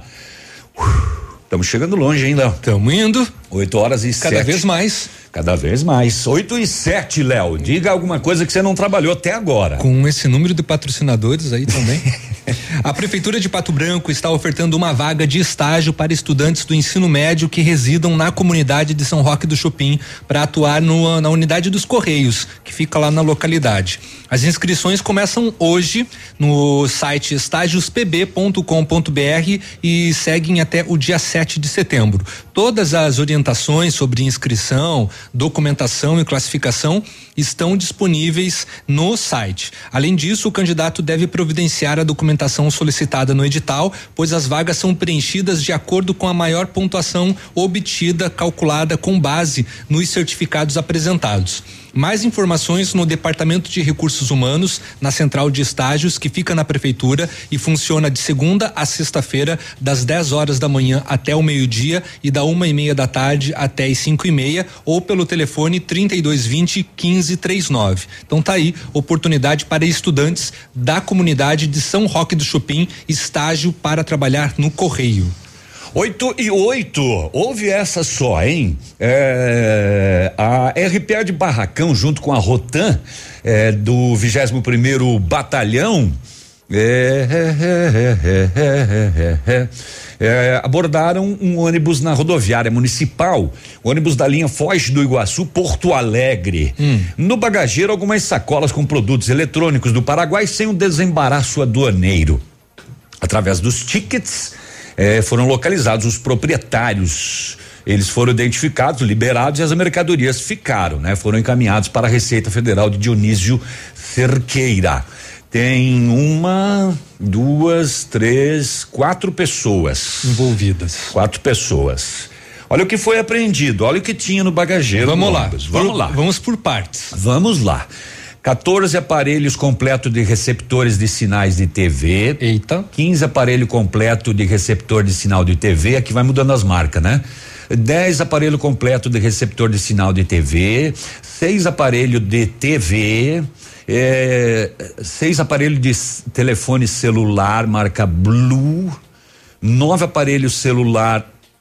Estamos chegando longe, hein, Léo? Estamos indo. Oito horas e Cada sete. vez mais. Cada vez mais. Oito e sete, Léo. Diga alguma coisa que você não trabalhou até agora. Com esse número de patrocinadores aí também. A Prefeitura de Pato Branco está ofertando uma vaga de estágio para estudantes do ensino médio que residam na comunidade de São Roque do Chupim para atuar no, na unidade dos Correios, que fica lá na localidade. As inscrições começam hoje no site estágios p b ponto com ponto b r e seguem até o dia sete de setembro. Todas as orientações sobre inscrição, documentação e classificação estão disponíveis no site. Além disso, o candidato deve providenciar a documentação solicitada no edital, pois as vagas são preenchidas de acordo com a maior pontuação obtida, calculada com base nos certificados apresentados. Mais informações no Departamento de Recursos Humanos, na Central de Estágios, que fica na Prefeitura e funciona de segunda a sexta-feira, das dez horas da manhã até o meio-dia e da uma e meia da tarde até as cinco e meia, ou pelo telefone trinta e dois vinte, quinze trinta e nove. Então tá aí, oportunidade para estudantes da comunidade de São Roque do Chupim, estágio para trabalhar no Correio. Oito e oito, houve essa só, hein? É, a R P A de Barracão, junto com a Rotan, é, do vigésimo primeiro Batalhão, é, é, é, é, é, abordaram um ônibus na rodoviária municipal, ônibus da linha Foz do Iguaçu, Porto Alegre. Hum. No bagageiro, algumas sacolas com produtos eletrônicos do Paraguai sem o desembaraço aduaneiro. Através dos tickets, Eh, foram localizados os proprietários Eles foram identificados, liberados e as mercadorias ficaram, né? Foram encaminhados para a Receita Federal de Dionísio Cerqueira. Tem uma, duas, três, quatro pessoas envolvidas. Quatro pessoas. Olha o que foi apreendido, olha o que tinha no bagageiro. Vamos lá, ônibus. Vamos por, lá. Vamos por partes. Vamos lá. quatorze aparelhos completos de receptores de sinais de T V. Eita. quinze aparelho completo de receptor de sinal de T V. Aqui vai mudando as marcas, né? dez aparelho completo de receptor de sinal de T V. seis aparelho de T V. É, seis aparelhos de telefone celular marca Blue. Nove aparelhos celular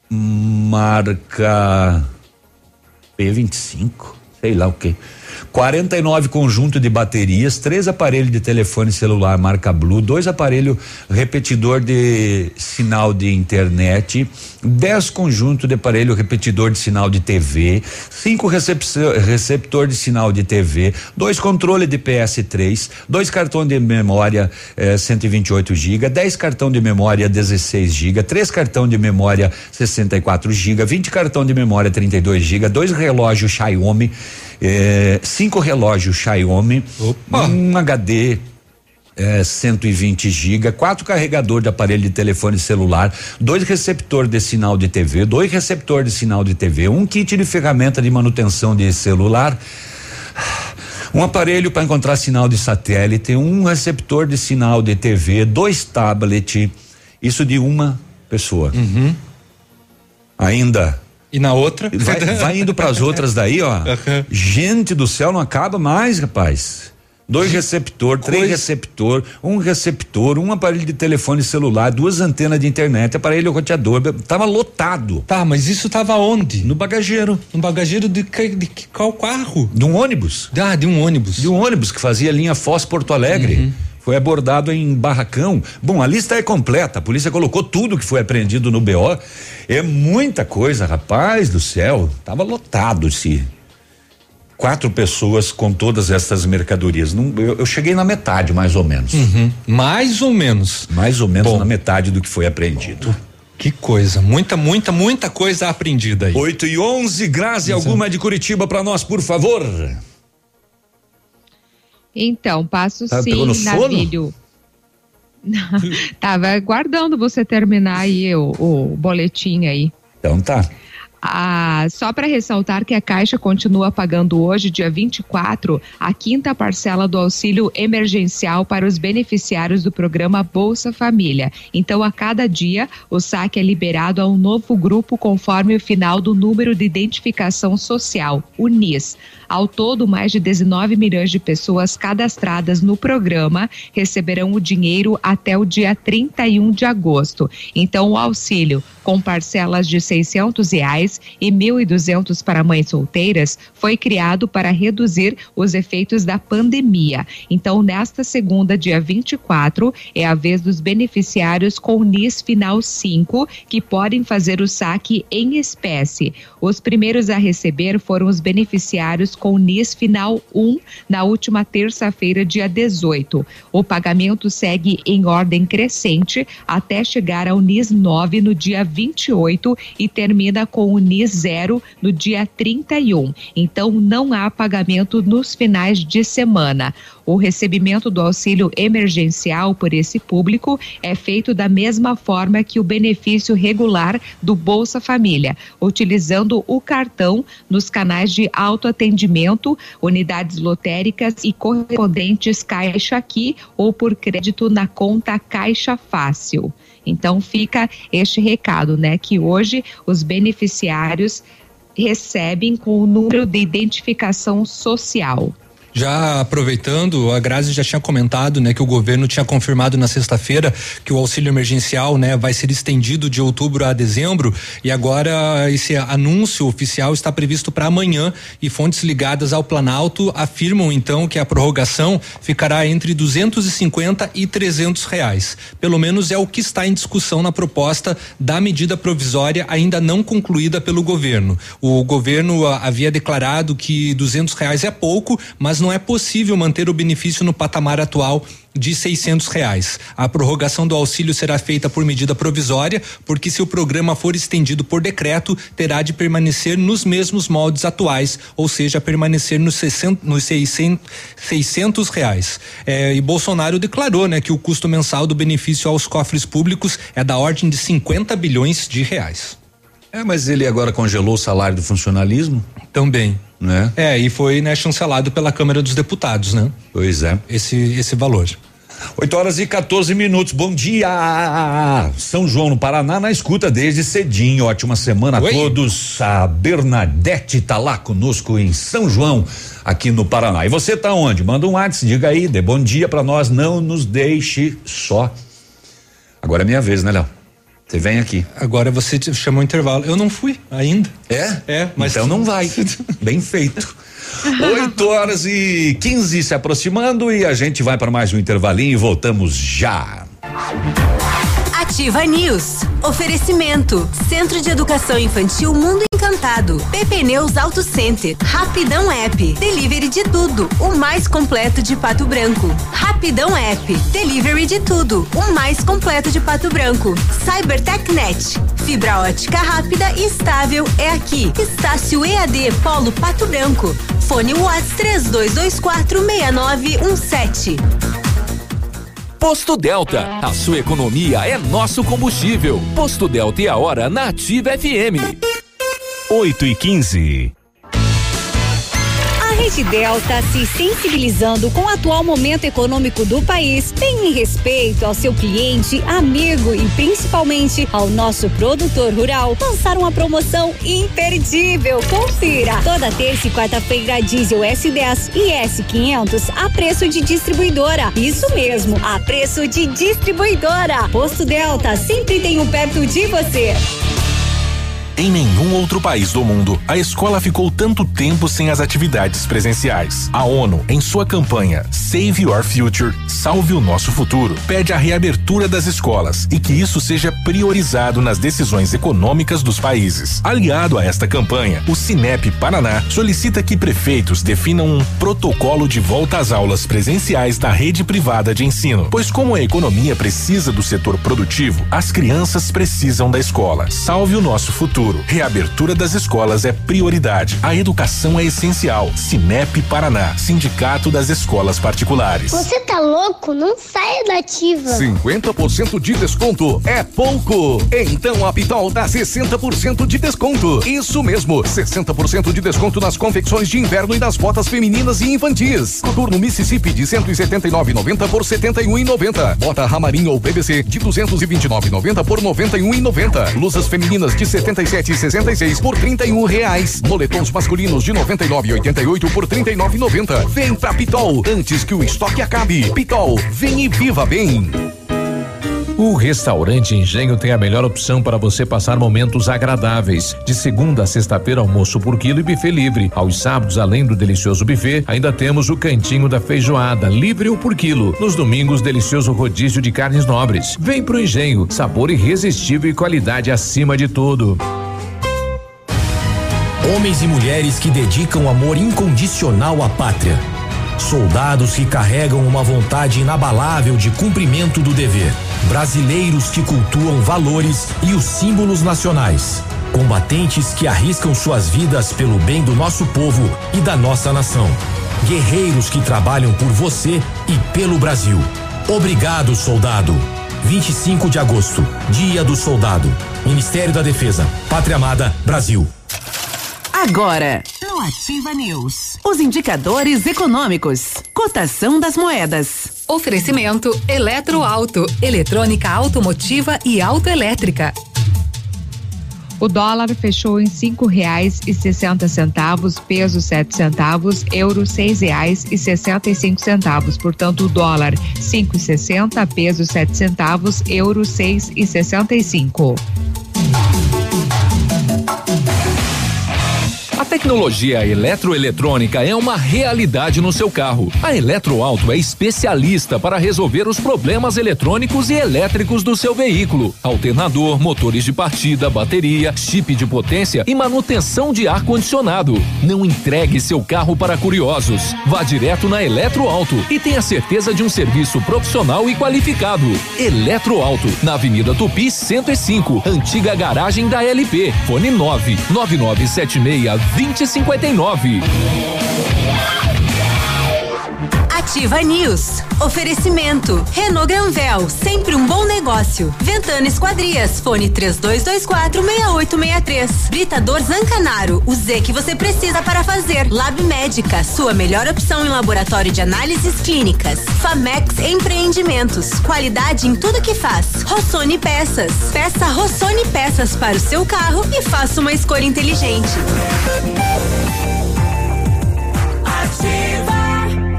marca P vinte e cinco, sei lá o que. quarenta e nove conjunto de baterias, três aparelhos de telefone celular marca Blue, dois aparelhos repetidor de sinal de internet, dez conjunto de aparelho repetidor de sinal de T V, cinco receptor de sinal de T V, dois controle de P S três, dois cartões de memória eh, cento e vinte e oito gigas, dez cartão de memória dezesseis gigas, três cartão de memória sessenta e quatro gigas, vinte cartão de memória trinta e dois gigas, dois relógios Xiaomi, eh, cinco relógios Xiaomi, Opa. um H D É, cento e vinte gigas, quatro carregador de aparelho de telefone celular, dois receptor de sinal de T V, dois receptor de sinal de T V, um kit de ferramenta de manutenção de celular, um aparelho para encontrar sinal de satélite, um receptor de sinal de T V, dois tablet, isso de uma pessoa. Uhum. Ainda. E na outra? Vai, vai indo para as outras daí, ó. Uhum. Gente do céu, não acaba mais, rapaz. Dois receptor, três Coisa. receptor, um receptor, um aparelho de telefone celular, duas antenas de internet, aparelho roteador, tava lotado. Tá, mas isso tava onde? No bagageiro. No bagageiro de, de, de qual carro? De um ônibus. Ah, de um ônibus. De um ônibus que fazia linha Foz Porto Alegre. Uhum. Foi abordado em Barracão. Bom, a lista é completa, a polícia colocou tudo que foi apreendido no B O. É muita coisa, rapaz do céu, tava lotado esse quatro pessoas com todas essas mercadorias. Não, eu, eu cheguei na metade, mais ou menos. Uhum. Mais ou menos. Mais ou menos Bom, na metade do que foi apreendido. Que coisa, muita, muita, muita coisa apreendida aí. oito e onze, Grazi, Exato. Alguma de Curitiba para nós, por favor? Então, passo tá, sim, Navílio. Tava aguardando você terminar aí o, o boletim aí. Então tá. Ah, só para ressaltar que a Caixa continua pagando hoje, dia vinte e quatro, a quinta parcela do auxílio emergencial para os beneficiários do programa Bolsa Família. Então, a cada dia, o saque é liberado a um novo grupo conforme o final do número de identificação social, o N I S. Ao todo, mais de dezenove milhões de pessoas cadastradas no programa receberão o dinheiro até o dia trinta e um de agosto. Então, o auxílio, com parcelas de seiscentos reais e mil e duzentos para mães solteiras, foi criado para reduzir os efeitos da pandemia. Então, nesta segunda, dia vinte e quatro, é a vez dos beneficiários com N I S final cinco, que podem fazer o saque em espécie. Os primeiros a receber foram os beneficiários com N I S final um, na última terça-feira, dia dezoito. O pagamento segue em ordem crescente até chegar ao N I S nove no dia vinte e oito e termina com o N I S zero no dia trinta e um. Então, não há pagamento nos finais de semana. O recebimento do auxílio emergencial por esse público é feito da mesma forma que o benefício regular do Bolsa Família, utilizando o cartão nos canais de autoatendimento, unidades lotéricas e correspondentes Caixa Aqui ou por crédito na conta Caixa Fácil. Então fica este recado, né? Que hoje os beneficiários recebem com o número de identificação social. Já aproveitando, a Grazi já tinha comentado, né, que o governo tinha confirmado na sexta-feira que o auxílio emergencial, né, vai ser estendido de outubro a dezembro, e agora esse anúncio oficial está previsto para amanhã, e fontes ligadas ao Planalto afirmam então que a prorrogação ficará entre duzentos e cinquenta e trezentos reais. Pelo menos é o que está em discussão na proposta da medida provisória ainda não concluída pelo governo. O governo a, havia declarado que duzentos reais é pouco, mas não não é possível manter o benefício no patamar atual de seiscentos reais. A prorrogação do auxílio será feita por medida provisória, porque se o programa for estendido por decreto, terá de permanecer nos mesmos moldes atuais, ou seja, permanecer nos, sessenta, nos seiscentos, seiscentos reais. É, e Bolsonaro declarou, né, que o custo mensal do benefício aos cofres públicos é da ordem de cinquenta bilhões de reais. É, mas ele agora congelou o salário do funcionalismo? Também. Né? É, e foi, né, chancelado pela Câmara dos Deputados, né? Pois é. Esse, esse valor. oito horas e quatorze minutos. Bom dia! São João, no Paraná, na escuta desde cedinho. Ótima semana Oi. a todos. A Bernadette tá lá conosco em São João, aqui no Paraná. E você tá onde? Manda um WhatsApp, diga aí, dê bom dia pra nós, não nos deixe só. Agora é minha vez, né, Léo? Você vem aqui. Agora você chamou o intervalo. Eu não fui ainda. É? É, mas. Então não vai. Bem feito. oito horas e quinze se aproximando e a gente vai para mais um intervalinho e voltamos já. Ativa News. Oferecimento. Centro de Educação Infantil Mundo Encantado. Pepe Neus Auto Center. Rapidão App. Delivery de tudo. O mais completo de Pato Branco. Rapidão App. Delivery de tudo. O mais completo de Pato Branco. CyberTechNet. Fibra ótica rápida e estável é aqui. Estácio E A D Polo Pato Branco. Fone WhatsApp três dois dois quatro seis nove um sete. Posto Delta, a sua economia é nosso combustível. Posto Delta e a hora na Ativa F M. oito e quinze. A Rede Delta, se sensibilizando com o atual momento econômico do país, tem em respeito ao seu cliente, amigo e principalmente ao nosso produtor rural, lançar uma promoção imperdível. Confira! Toda terça e quarta-feira, diesel S dez e S quinhentos a preço de distribuidora. Isso mesmo, a preço de distribuidora. Posto Delta, sempre tem um perto de você. Em nenhum outro país do mundo, a escola ficou tanto tempo sem as atividades presenciais. A ONU, em sua campanha Save Your Future, Salve o Nosso Futuro, pede a reabertura das escolas e que isso seja priorizado nas decisões econômicas dos países. Aliado a esta campanha, o Cinep Paraná solicita que prefeitos definam um protocolo de volta às aulas presenciais da rede privada de ensino, pois como a economia precisa do setor produtivo, as crianças precisam da escola. Salve o Nosso Futuro. Reabertura das escolas é prioridade. A educação é essencial. Cinep Paraná, Sindicato das Escolas Particulares. Você tá louco? Não saia da Ativa. cinquenta por cento de desconto é pouco. Então a Pitol dá sessenta por cento de desconto. Isso mesmo, sessenta por cento de desconto nas confecções de inverno e nas botas femininas e infantis. Coturno Mississippi de cento e setenta e nove reais e noventa centavos por setenta e um reais e noventa centavos. Bota Ramarim ou P V C de duzentos e vinte e nove reais e noventa centavos por noventa e um reais e noventa centavos. Blusas femininas de setenta e sete reais e sessenta e seis centavos por trinta e um reais. Moletons masculinos de noventa e nove reais e oitenta e oito centavos por trinta e nove reais e noventa centavos. Vem pra Pitol antes que o estoque acabe. Pitol, vem e viva bem. O Restaurante Engenho tem a melhor opção para você passar momentos agradáveis. De segunda a sexta-feira, almoço por quilo e buffet livre. Aos sábados, além do delicioso buffet, ainda temos o cantinho da feijoada, livre ou por quilo. Nos domingos, delicioso rodízio de carnes nobres. Vem pro Engenho, sabor irresistível e qualidade acima de tudo. Homens e mulheres que dedicam amor incondicional à pátria. Soldados que carregam uma vontade inabalável de cumprimento do dever. Brasileiros que cultuam valores e os símbolos nacionais. Combatentes que arriscam suas vidas pelo bem do nosso povo e da nossa nação. Guerreiros que trabalham por você e pelo Brasil. Obrigado, soldado. vinte e cinco de agosto, Dia do Soldado. Ministério da Defesa, Pátria Amada, Brasil. Agora, no Ativa News, os indicadores econômicos, cotação das moedas. Oferecimento Eletroauto, eletrônica automotiva e autoelétrica. O dólar fechou em cinco reais e sessenta centavos, peso sete centavos, euro seis reais e sessenta e cinco centavos. Portanto, o dólar cinco e sessenta, peso sete centavos, euro seis e sessenta e cinco. A tecnologia eletroeletrônica é uma realidade no seu carro. A Eletroauto é especialista para resolver os problemas eletrônicos e elétricos do seu veículo. Alternador, motores de partida, bateria, chip de potência e manutenção de ar-condicionado. Não entregue seu carro para curiosos. Vá direto na Eletroauto e tenha certeza de um serviço profissional e qualificado. Eletroauto, na Avenida Tupi cento e cinco, antiga garagem da L P. Fone nove nove nove sete seis vinte e cinquenta e nove. Ativa News. Oferecimento. Renault Granvel, sempre um bom negócio. Ventana Esquadrias, fone três dois dois quatro seis oito seis três. Britador Zancanaro, o Z que você precisa para fazer. Lab Médica, sua melhor opção em laboratório de análises clínicas. Famex Empreendimentos, qualidade em tudo que faz. Rossoni Peças, peça Rossoni Peças para o seu carro e faça uma escolha inteligente. Ativa.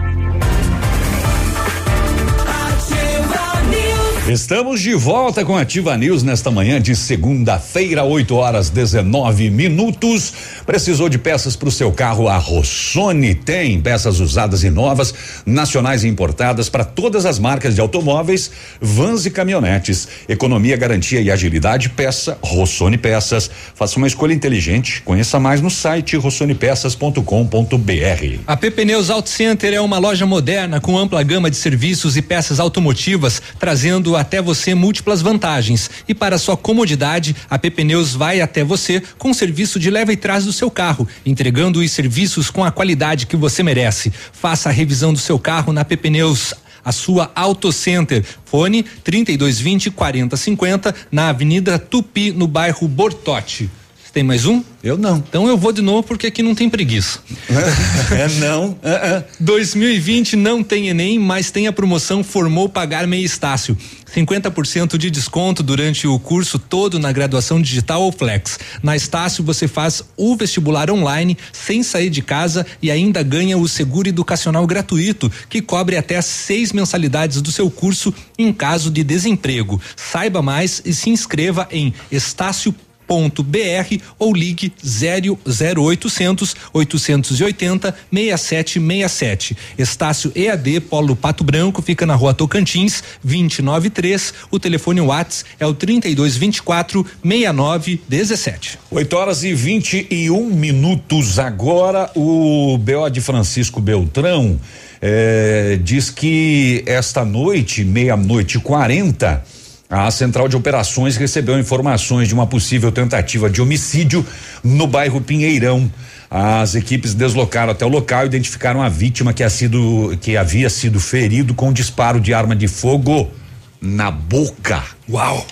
Estamos de volta com Ativa News nesta manhã de segunda-feira, oito horas dezenove minutos. Precisou de peças para o seu carro? A Rossoni tem peças usadas e novas, nacionais e importadas para todas as marcas de automóveis, vans e caminhonetes. Economia, garantia e agilidade. Peça Rossoni Peças. Faça uma escolha inteligente. Conheça mais no site rossoni peças ponto com ponto br. A P Pneus Auto Center é uma loja moderna com ampla gama de serviços e peças automotivas, trazendo até você múltiplas vantagens. E para sua comodidade, a P Pneus vai até você com serviço de leva e trás do seu carro, entregando os serviços com a qualidade que você merece. Faça a revisão do seu carro na P Pneus, a sua Auto Center. Fone trinta e dois vinte, quarenta cinquenta, na Avenida Tupi, no bairro Bortote. Tem mais um? Eu não. Então eu vou de novo porque aqui não tem preguiça. É não. Uh -uh. dois mil e vinte não tem Enem, mas tem a promoção Formou Pagar Meia Estácio. cinquenta por cento de desconto durante o curso todo na graduação digital ou flex. Na Estácio você faz o vestibular online sem sair de casa e ainda ganha o seguro educacional gratuito, que cobre até seis mensalidades do seu curso em caso de desemprego. Saiba mais e se inscreva em estácio ponto br ou ligue zero zero oitocentos, oitocentos e oitenta, sessenta e sete sessenta e sete. Estácio E A D Polo Pato Branco fica na Rua Tocantins, vinte e nove três. O telefone WhatsApp é o trinta e dois vinte e quatro, sessenta e nove dezessete. oito horas e vinte e um minutos agora. O B O de Francisco Beltrão eh, diz que esta noite, meia-noite e quarenta, a Central de Operações recebeu informações de uma possível tentativa de homicídio no bairro Pinheirão. As equipes deslocaram até o local e identificaram a vítima que, ha sido, que havia sido ferido com disparo de arma de fogo na boca. Uau!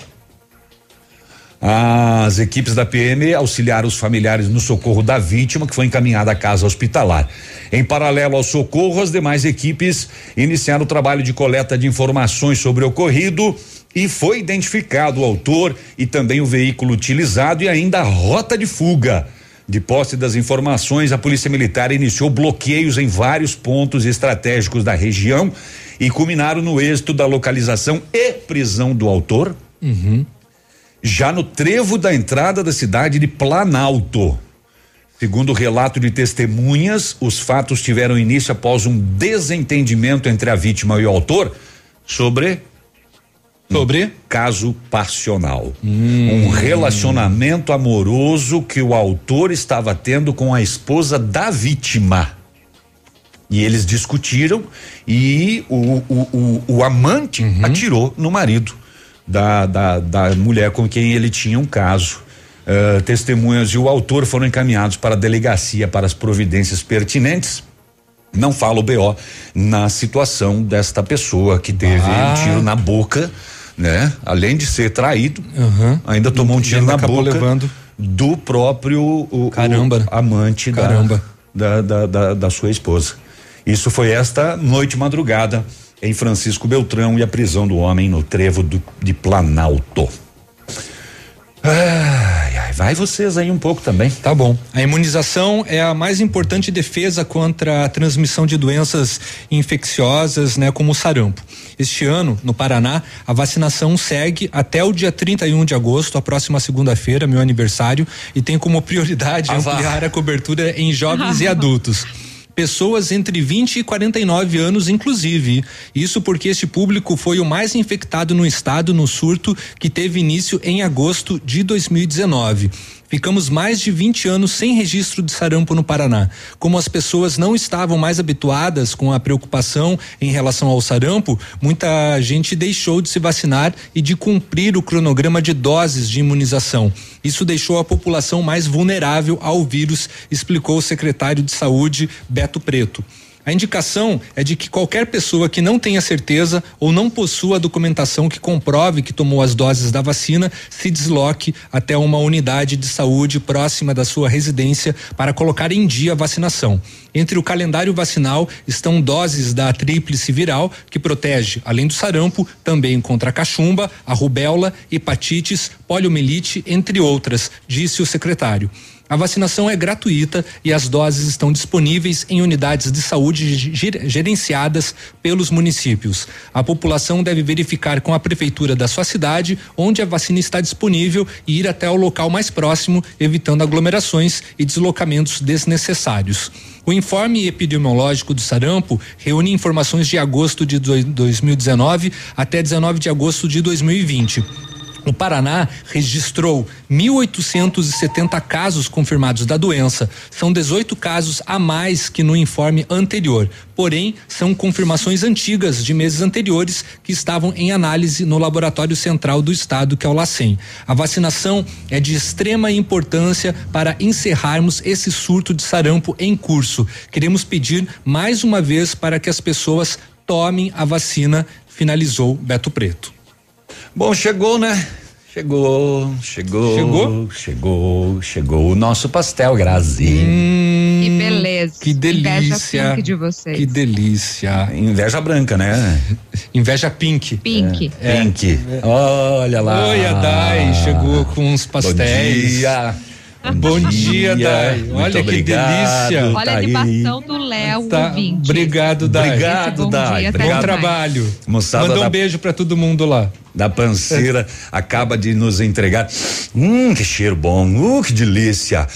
As equipes da P M auxiliaram os familiares no socorro da vítima, que foi encaminhada à casa hospitalar. Em paralelo ao socorro, as demais equipes iniciaram o trabalho de coleta de informações sobre o ocorrido e foi identificado o autor e também o veículo utilizado e ainda a rota de fuga. De posse das informações, a Polícia Militar iniciou bloqueios em vários pontos estratégicos da região e culminaram no êxito da localização e prisão do autor. Uhum. Já no trevo da entrada da cidade de Planalto. Segundo o relato de testemunhas, os fatos tiveram início após um desentendimento entre a vítima e o autor sobre sobre um caso passional. Hum. Um relacionamento amoroso que o autor estava tendo com a esposa da vítima. E eles discutiram e o, o, o, o amante uhum. atirou no marido da, da, da mulher com quem ele tinha um caso. Uh, testemunhas e o autor foram encaminhados para a delegacia para as providências pertinentes. Não fala o B O na situação desta pessoa que teve ah. um tiro na boca, né? Além de ser traído, uhum. ainda tomou um tiro na boca levando. do próprio o, Caramba. o amante Caramba. Da, da, da, da sua esposa. Isso foi esta noite madrugada em Francisco Beltrão e a prisão do homem no trevo do, de Planalto. Ai, ai, vai vocês aí um pouco também. Tá bom. A imunização é a mais importante defesa contra a transmissão de doenças infecciosas, né, como o sarampo. Este ano, no Paraná, a vacinação segue até o dia trinta e um de agosto, a próxima segunda-feira, meu aniversário, e tem como prioridade ah, ampliar vá. a cobertura em jovens e adultos. Pessoas entre vinte e quarenta e nove anos, inclusive. Isso porque este público foi o mais infectado no estado no surto que teve início em agosto de dois mil e dezenove. Ficamos mais de vinte anos sem registro de sarampo no Paraná. Como as pessoas não estavam mais habituadas com a preocupação em relação ao sarampo, muita gente deixou de se vacinar e de cumprir o cronograma de doses de imunização. Isso deixou a população mais vulnerável ao vírus, explicou o secretário de Saúde, Beto Preto. A indicação é de que qualquer pessoa que não tenha certeza ou não possua a documentação que comprove que tomou as doses da vacina se desloque até uma unidade de saúde próxima da sua residência para colocar em dia a vacinação. Entre o calendário vacinal estão doses da tríplice viral, que protege, além do sarampo, também contra a cachumba, a rubéola, hepatites, poliomielite, entre outras, disse o secretário. A vacinação é gratuita e as doses estão disponíveis em unidades de saúde gerenciadas pelos municípios. A população deve verificar com a prefeitura da sua cidade onde a vacina está disponível e ir até o local mais próximo, evitando aglomerações e deslocamentos desnecessários. O informe epidemiológico do sarampo reúne informações de agosto de dois mil e dezenove até dezenove de agosto de dois mil e vinte. O Paraná registrou mil oitocentos e setenta casos confirmados da doença. São dezoito casos a mais que no informe anterior. Porém, são confirmações antigas de meses anteriores que estavam em análise no Laboratório Central do Estado, que é o LACEN. A vacinação é de extrema importância para encerrarmos esse surto de sarampo em curso. Queremos pedir mais uma vez para que as pessoas tomem a vacina, finalizou Beto Preto. Bom, chegou, né? Chegou, chegou, chegou, chegou, chegou o nosso pastel, Grazi. Hum, que beleza. Que delícia. Inveja pink de vocês. Que delícia. Inveja branca, né? Inveja pink. Pink. É, pink. É. Olha lá. Oi, a Dai chegou com uns pastéis. Bom dia. Bom dia, Dai. Muito Olha obrigado, que delícia. Olha a animação do Léo, tá. ouvinte. Obrigado, Dai. Obrigado, Dai. Bom trabalho. Moçada Manda um da, beijo pra todo mundo lá. Da Panceira acaba de nos entregar. Hum, que cheiro bom. Uh, que delícia.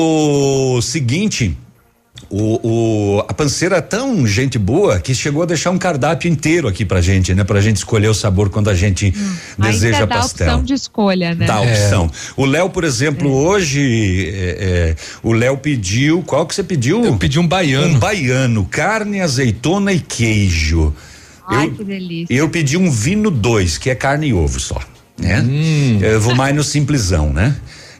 O seguinte. O, o, a Panceira é tão gente boa que chegou a deixar um cardápio inteiro aqui pra gente, né? Pra gente escolher o sabor quando a gente hum, deseja ainda dá pastel. Dá opção de escolha, né? Dá opção. É. O Léo, por exemplo, é. hoje, é, é, o Léo pediu, qual que você pediu? Eu pedi um baiano. Um baiano, carne, azeitona e queijo. Ai, eu, que delícia. Eu pedi um vinho dois, que é carne e ovo só, né? Hum. Eu vou mais no simplesão, né?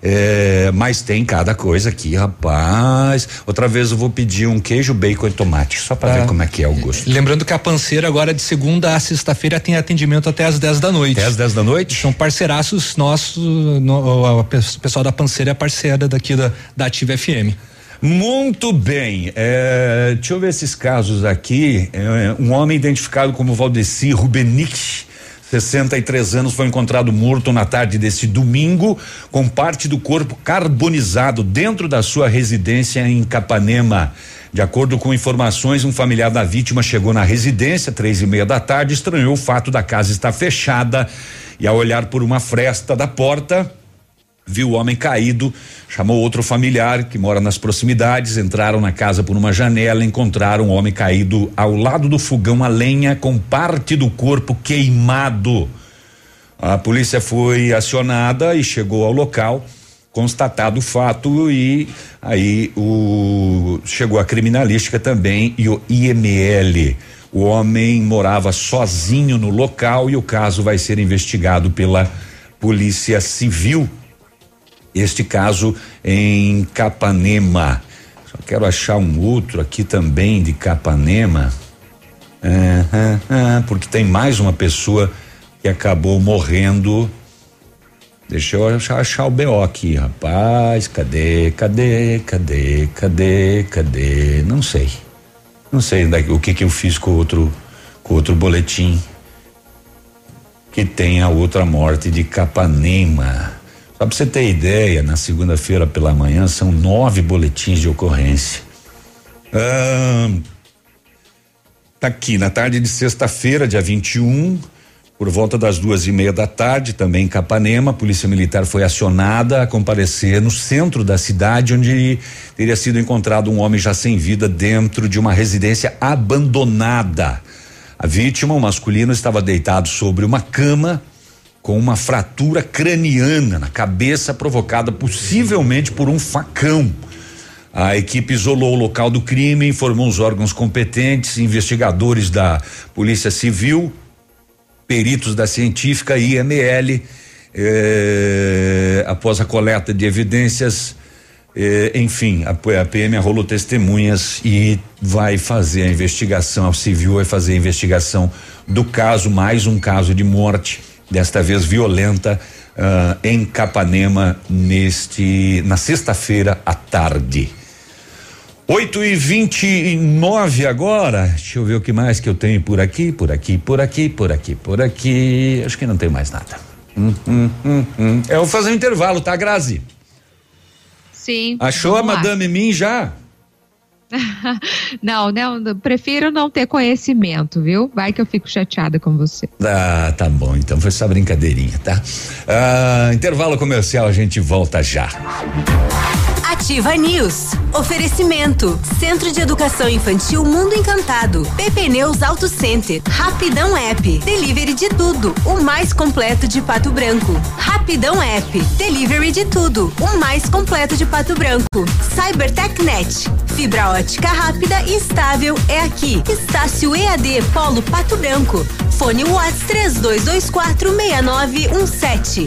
É, mas tem cada coisa aqui, rapaz. Outra vez eu vou pedir um queijo, bacon e tomate, só para ah. ver como é que é o gosto. Lembrando que a Panceira agora de segunda a sexta-feira tem atendimento até às dez da noite. Até às dez da noite? São parceiraços nossos, no, o pessoal da Panceira é parceira daqui da, da Ativa F M. Muito bem, é, deixa eu ver esses casos aqui. É, um homem identificado como Valdeci Rubenich, sessenta e três anos, foi encontrado morto na tarde desse domingo, com parte do corpo carbonizado dentro da sua residência em Capanema. De acordo com informações, um familiar da vítima chegou na residência três e meia da tarde, estranhou o fato da casa estar fechada e, ao olhar por uma fresta da porta, viu o homem caído, chamou outro familiar que mora nas proximidades, entraram na casa por uma janela, encontraram o homem caído ao lado do fogão a lenha com parte do corpo queimado. A polícia foi acionada e chegou ao local, constatado o fato, e aí o chegou a criminalística também e o I M L. O homem morava sozinho no local e o caso vai ser investigado pela Polícia Civil. Este caso em Capanema. Só quero achar um outro aqui também de Capanema. Ah, ah, ah, porque tem mais uma pessoa que acabou morrendo. Deixa eu achar, achar o B O aqui, rapaz. Cadê, cadê, cadê, cadê, cadê? Não sei. Não sei o que que eu fiz com outro, com outro boletim que tem a outra morte de Capanema. Só pra você ter ideia, na segunda-feira pela manhã são nove boletins de ocorrência. Ah, tá aqui, na tarde de sexta-feira, dia vinte e um, por volta das duas e meia da tarde, também em Capanema, a Polícia Militar foi acionada a comparecer no centro da cidade, onde teria sido encontrado um homem já sem vida dentro de uma residência abandonada. A vítima, um masculino, estava deitado sobre uma cama com uma fratura craniana na cabeça provocada possivelmente por um facão. A equipe isolou o local do crime, informou os órgãos competentes, investigadores da Polícia Civil, peritos da científica I M L, eh, após a coleta de evidências, eh, enfim, a, a P M arrolou testemunhas e vai fazer a investigação, a civil vai fazer a investigação do caso, mais um caso de morte, desta vez violenta, uh, em Capanema, neste, na sexta-feira à tarde. oito e vinte e nove agora. Deixa eu ver o que mais que eu tenho por aqui, por aqui, por aqui, por aqui, por aqui. Acho que não tem mais nada. Hum, hum, hum, hum. Eu vou fazer um intervalo, tá, Grazi? Sim. Achou a Madame Mim já? Não, não, prefiro não ter conhecimento, viu? Vai que eu fico chateada com você. Ah, tá bom, então foi só brincadeirinha, tá? Ah, intervalo comercial, a gente volta já. Ativa News. Oferecimento. Centro de Educação Infantil Mundo Encantado. Pepe Neus Auto Center. Rapidão App. Delivery de tudo. O mais completo de Pato Branco. Rapidão App. Delivery de tudo. O mais completo de Pato Branco. CyberTechNet. Fibra ótica rápida e estável é aqui. Estácio E A D Polo Pato Branco. Fone WhatsApp três dois dois quatro seis nove um sete.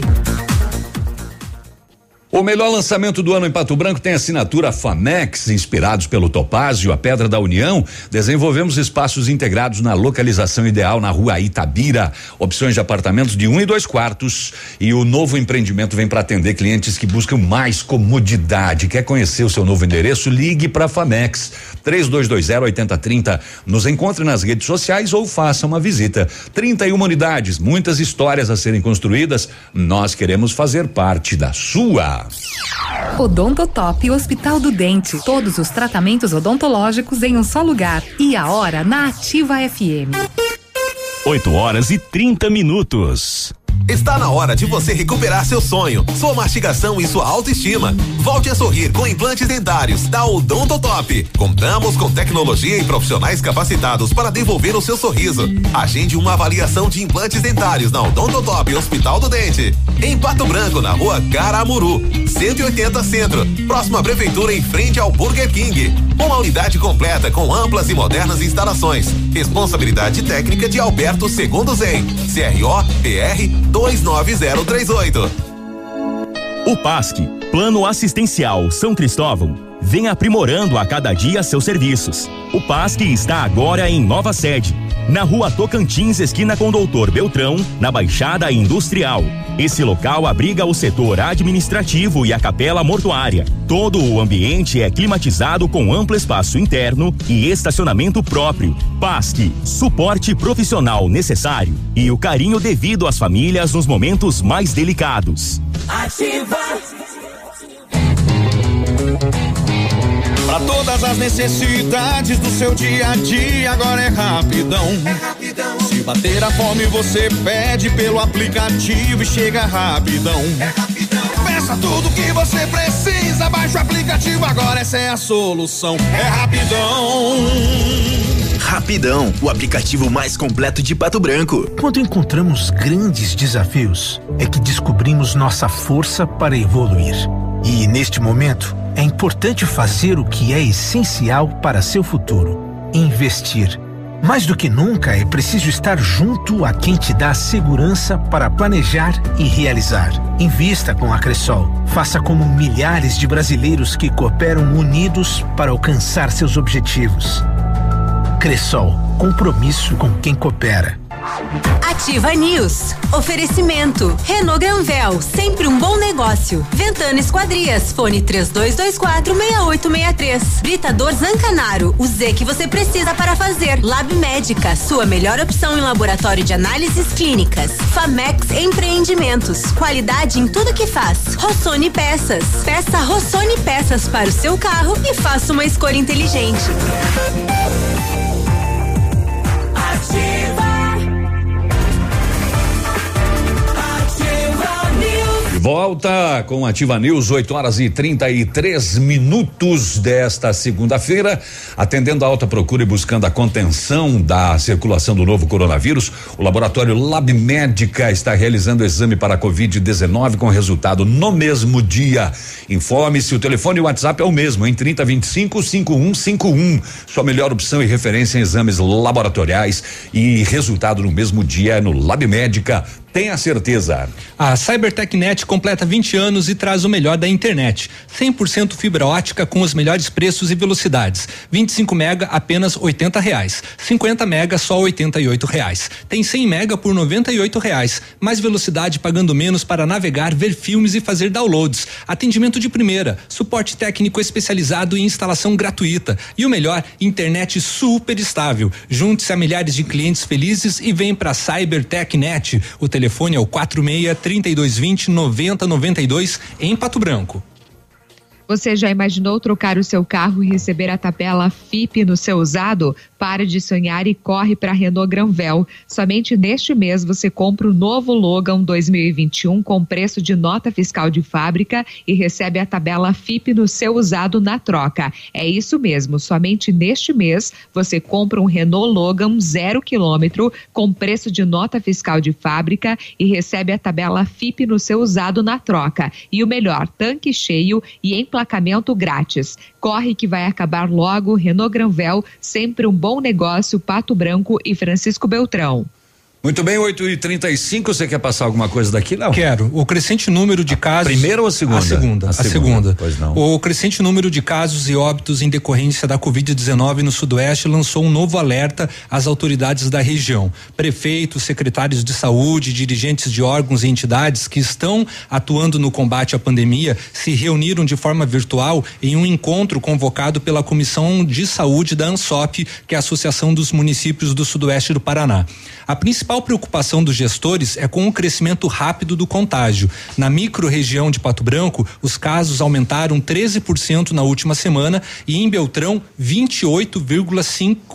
O melhor lançamento do ano em Pato Branco tem assinatura Famex, inspirados pelo Topázio, a Pedra da União. Desenvolvemos espaços integrados na localização ideal na rua Itabira. Opções de apartamentos de um e dois quartos. E o novo empreendimento vem para atender clientes que buscam mais comodidade. Quer conhecer o seu novo endereço? Ligue para Famex três dois dois zero oito zero três zero. Nos encontre nas redes sociais ou faça uma visita. trinta e uma unidades, muitas histórias a serem construídas. Nós queremos fazer parte da sua. Odontotop Hospital do Dente. Todos os tratamentos odontológicos em um só lugar. E a hora na Ativa F M. oito horas e trinta minutos. Está na hora de você recuperar seu sonho, sua mastigação e sua autoestima. Volte a sorrir com implantes dentários da Odontotop. Contamos com tecnologia e profissionais capacitados para devolver o seu sorriso. Agende uma avaliação de implantes dentários na Odontotop Hospital do Dente. Em Pato Branco, na rua Caramuru, cento e oitenta Centro, próxima à prefeitura, em frente ao Burger King. Uma unidade completa com amplas e modernas instalações. Responsabilidade técnica de Alberto Segundo Zen. C R O P R dois nove zero três oito. O PASC, Plano Assistencial São Cristóvão, vem aprimorando a cada dia seus serviços. O PASC está agora em nova sede, na rua Tocantins, esquina com Doutor Beltrão, na Baixada Industrial. Esse local abriga o setor administrativo e a capela mortuária. Todo o ambiente é climatizado com amplo espaço interno e estacionamento próprio. PASC, suporte profissional necessário e o carinho devido às famílias nos momentos mais delicados. Ativa. Para todas as necessidades do seu dia a dia, agora é rapidão. É rapidão. Se bater a fome, você pede pelo aplicativo e chega rapidão. É rapidão. Peça tudo que você precisa, baixa o aplicativo, agora essa é a solução. É rapidão. Rapidão, o aplicativo mais completo de Pato Branco. Quando encontramos grandes desafios, é que descobrimos nossa força para evoluir. E neste momento, é importante fazer o que é essencial para seu futuro: investir. Mais do que nunca, é preciso estar junto a quem te dá segurança para planejar e realizar. Invista com a Cressol. Faça como milhares de brasileiros que cooperam unidos para alcançar seus objetivos. Cressol, compromisso com quem coopera. Ativa News. Oferecimento. Renault Granvel, sempre um bom negócio. Ventana Esquadrias, fone três dois dois quatro, seis oito seis três. Britador Zancanaro, o Z que você precisa para fazer. Lab Médica, sua melhor opção em laboratório de análises clínicas. Famex Empreendimentos, qualidade em tudo que faz. Rossoni Peças, peça Rossoni Peças para o seu carro e faça uma escolha inteligente. Ativa. Volta com Ativa News, oito horas e trinta e três minutos desta segunda-feira, atendendo a alta procura e buscando a contenção da circulação do novo coronavírus. O laboratório Lab Médica está realizando o exame para a covid dezenove com resultado no mesmo dia. Informe-se, o telefone e o WhatsApp é o mesmo, em trinta, vinte e cinco, cinquenta e um cinquenta e um. Sua melhor opção e referência em exames laboratoriais e resultado no mesmo dia é no Lab Médica. Tenha certeza. A CyberTechNet completa vinte anos e traz o melhor da internet. cem por cento fibra ótica com os melhores preços e velocidades. vinte e cinco mega apenas oitenta reais. cinquenta mega só oitenta e oito reais. Tem cem mega por noventa e oito reais. Mais velocidade pagando menos para navegar, ver filmes e fazer downloads. Atendimento de primeira, suporte técnico especializado e instalação gratuita. E o melhor, internet super estável. Junte-se a milhares de clientes felizes e vem para CyberTechNet. O telefone é o quatro seis, trinta e dois vinte, noventa noventa e dois em Pato Branco. Você já imaginou trocar o seu carro e receber a tabela F I P no seu usado? Pare de sonhar e corre para a Renault Granvel. Somente neste mês você compra o novo Logan dois mil e vinte e um com preço de nota fiscal de fábrica e recebe a tabela F I P no seu usado na troca. É isso mesmo, somente neste mês você compra um Renault Logan zero quilômetro com preço de nota fiscal de fábrica e recebe a tabela F I P no seu usado na troca. E o melhor, tanque cheio e emplacamento grátis. Corre que vai acabar logo. Renault Granvel, sempre um bom negócio. Pato Branco e Francisco Beltrão. Muito bem, oito e trinta e cinco, você quer passar alguma coisa daqui, não? Quero. O crescente número de casos. A primeira ou a segunda? A segunda. A, a segunda. segunda. Pois não. O crescente número de casos e óbitos em decorrência da covid dezenove no Sudoeste lançou um novo alerta às autoridades da região. Prefeitos, secretários de saúde, dirigentes de órgãos e entidades que estão atuando no combate à pandemia se reuniram de forma virtual em um encontro convocado pela Comissão de Saúde da ANSOP, que é a Associação dos Municípios do Sudoeste do Paraná. A principal preocupação dos gestores é com o crescimento rápido do contágio. Na micro-região de Pato Branco, os casos aumentaram treze por cento na última semana e em Beltrão vinte e oito vírgula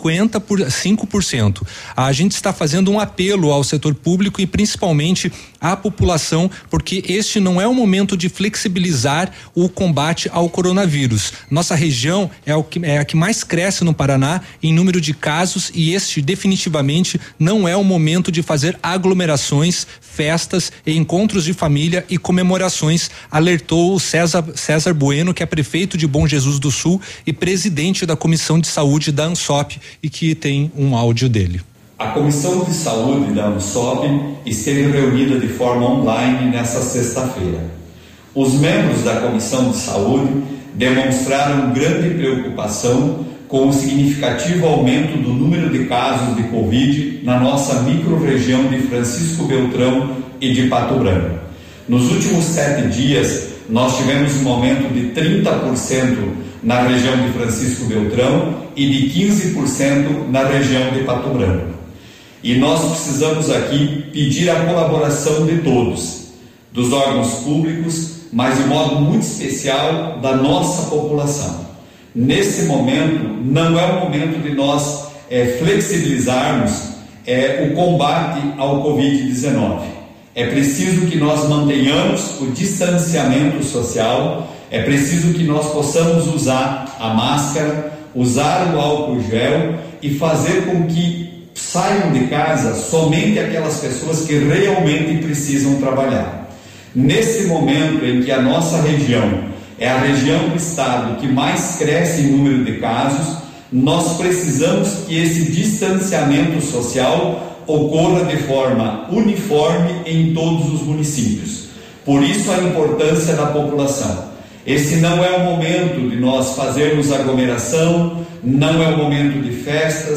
cinco por cento. A gente está fazendo um apelo ao setor público e principalmente à população, porque este não é o momento de flexibilizar o combate ao coronavírus. Nossa região é, o que, é a que mais cresce no Paraná em número de casos e este definitivamente não é o momento de fazer aglomerações, festas e encontros de família e comemorações, alertou o César, César Bueno, que é prefeito de Bom Jesus do Sul e presidente da Comissão de Saúde da ANSOP, e que tem um áudio dele. A Comissão de Saúde da ANSOP esteve reunida de forma online nesta sexta-feira. Os membros da Comissão de Saúde demonstraram grande preocupação com o significativo aumento do número de casos de Covid na nossa micro-região de Francisco Beltrão e de Pato Branco. Nos últimos sete dias, nós tivemos um aumento de trinta por cento na região de Francisco Beltrão e de quinze por cento na região de Pato Branco. E nós precisamos aqui pedir a colaboração de todos, dos órgãos públicos, mas de modo muito especial da nossa população. Nesse momento, não é o momento de nós é, flexibilizarmos é, o combate ao covid dezenove. É preciso que nós mantenhamos o distanciamento social, é preciso que nós possamos usar a máscara, usar o álcool gel e fazer com que saiam de casa somente aquelas pessoas que realmente precisam trabalhar. Nesse momento em que a nossa região é a região do estado que mais cresce em número de casos, nós precisamos que esse distanciamento social ocorra de forma uniforme em todos os municípios. Por isso a importância da população. Esse não é o momento de nós fazermos aglomeração, não é o momento de festas,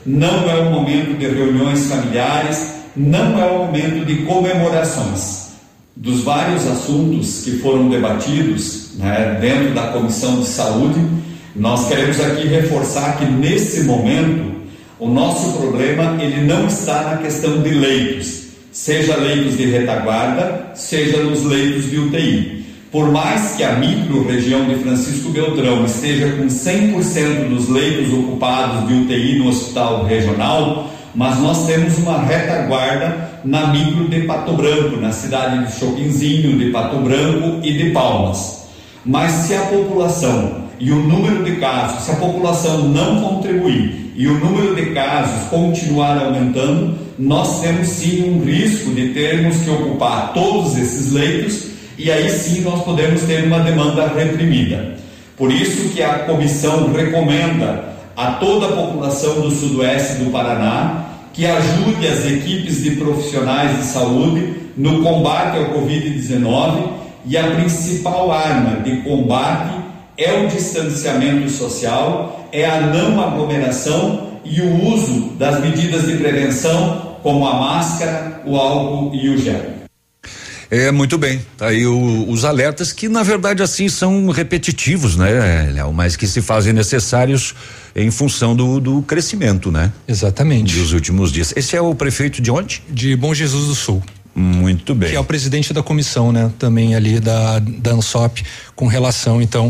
não é o momento de reuniões familiares, não é o momento de comemorações. Dos vários assuntos que foram debatidos, né, dentro da Comissão de Saúde, nós queremos aqui reforçar que nesse momento o nosso problema ele não está na questão de leitos, seja leitos de retaguarda, seja nos leitos de U T I. Por mais que a micro-região de Francisco Beltrão esteja com cem por cento dos leitos ocupados de U T I no hospital regional, mas nós temos uma retaguarda na micro de Pato Branco, na cidade de Chopinzinho, de Pato Branco e de Palmas. Mas se a população e o número de casos, se a população não contribuir e o número de casos continuar aumentando, nós temos sim um risco de termos que ocupar todos esses leitos e aí sim nós podemos ter uma demanda reprimida. Por isso que a comissão recomenda a toda a população do sudoeste do Paraná que ajude as equipes de profissionais de saúde no combate ao covid dezenove, e a principal arma de combate é o distanciamento social, é a não aglomeração e o uso das medidas de prevenção como a máscara, o álcool e o gel. É, muito bem, tá aí o, os alertas que na verdade assim são repetitivos, né, Léo, mas que se fazem necessários em função do, do crescimento, né? Exatamente. Dos últimos dias. Esse é o prefeito de onde? De Bom Jesus do Sul. Muito bem. Que é o presidente da comissão, né? Também ali da, da ANSOP, com relação então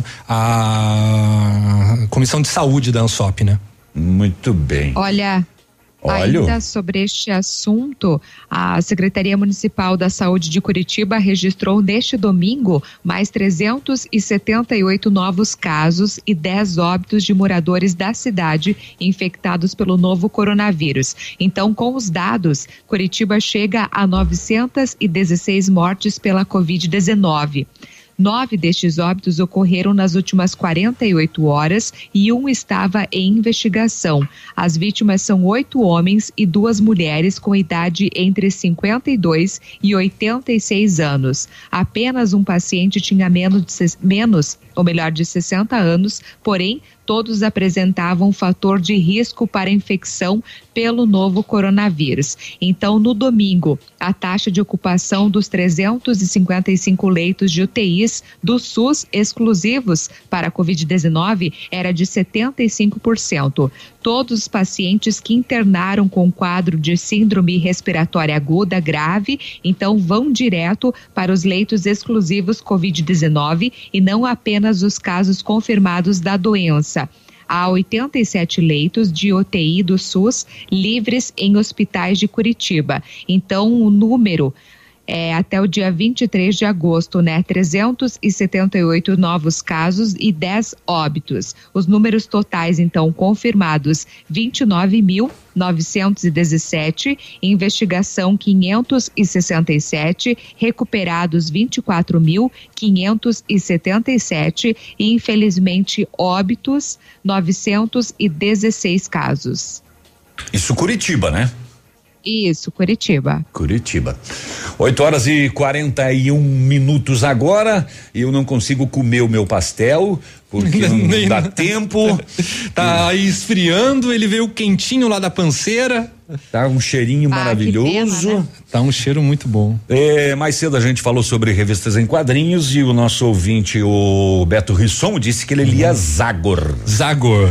à comissão de saúde da ANSOP, né? Muito bem. Olha, Olha. Ainda sobre este assunto, a Secretaria Municipal da Saúde de Curitiba registrou neste domingo mais trezentos e setenta e oito novos casos e dez óbitos de moradores da cidade infectados pelo novo coronavírus. Então, com os dados, Curitiba chega a novecentas e dezesseis mortes pela covid dezenove. Nove destes óbitos ocorreram nas últimas quarenta e oito horas e um estava em investigação. As vítimas são oito homens e duas mulheres com idade entre cinquenta e dois e oitenta e seis anos. Apenas um paciente tinha menos, de, menos ou melhor, de sessenta anos, porém, todos apresentavam fator de risco para infecção pelo novo coronavírus. Então, no domingo, a taxa de ocupação dos trezentos e cinquenta e cinco leitos de U T Is do SUS exclusivos para a covid dezenove era de setenta e cinco por cento. Todos os pacientes que internaram com quadro de síndrome respiratória aguda grave, então vão direto para os leitos exclusivos covid dezenove e não apenas os casos confirmados da doença. Há oitenta e sete leitos de U T I do SUS livres em hospitais de Curitiba. Então, o número é até o dia vinte e três de agosto, né? trezentos e setenta e oito novos casos e dez óbitos. Os números totais, então, confirmados, vinte e nove mil novecentos e dezessete, investigação quinhentos e sessenta e sete, recuperados vinte e quatro mil quinhentos e setenta e sete e, infelizmente, óbitos novecentos e dezesseis casos. Isso Curitiba, né? Isso, Curitiba. Curitiba. oito horas e quarenta e um minutos agora. Eu não consigo comer o meu pastel porque não dá tempo. Tá aí esfriando, ele veio quentinho lá da panceira. Tá um cheirinho Ah, maravilhoso. que pena, né? Tá um cheiro muito bom. É, mais cedo a gente falou sobre revistas em quadrinhos e o nosso ouvinte, o Beto Risson, disse que ele lia Zagor. Zagor.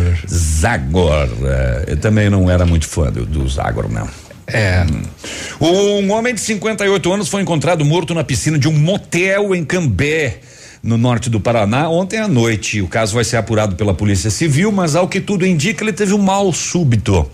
Zagor. É, eu também não era muito fã do, do Zagor, não. É. Um homem de cinquenta e oito anos foi encontrado morto na piscina de um motel em Cambé, no norte do Paraná, ontem à noite. O caso vai ser apurado pela Polícia Civil, mas ao que tudo indica, ele teve um mal súbito.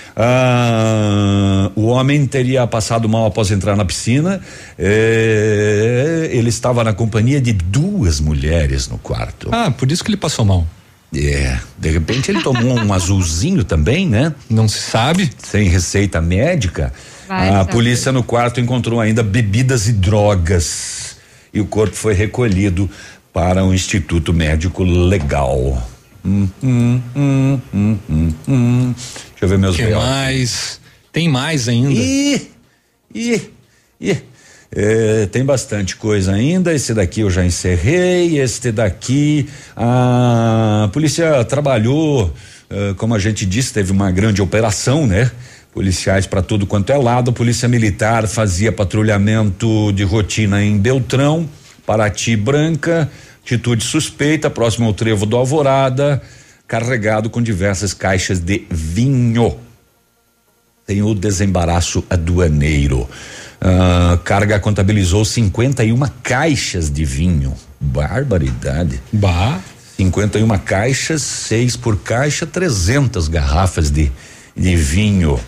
Ah, o homem teria passado mal após entrar na piscina. É, ele estava na companhia de duas mulheres no quarto. Ah, por isso que ele passou mal. É, de repente ele tomou um azulzinho também, né? Não se sabe. Sem receita médica. Vai a saber. polícia no quarto encontrou ainda bebidas e drogas e o corpo foi recolhido para um instituto médico legal. Hum, hum, hum, hum, hum, hum. Deixa eu ver meus que B O. mais? Tem mais ainda. Ih, ih, ih. É, tem bastante coisa ainda. Esse daqui eu já encerrei. Este daqui, a polícia trabalhou Uh, como a gente disse, teve uma grande operação, né? Policiais para tudo quanto é lado. A Polícia Militar fazia patrulhamento de rotina em Beltrão, Paraty Branca, atitude suspeita, próximo ao trevo do Alvorada, carregado com diversas caixas de vinho. Tem o desembaraço aduaneiro. Uh, carga contabilizou cinquenta e uma caixas de vinho. Barbaridade. Bah. cinquenta e uma caixas, seis por caixa, trezentas garrafas de, de vinho.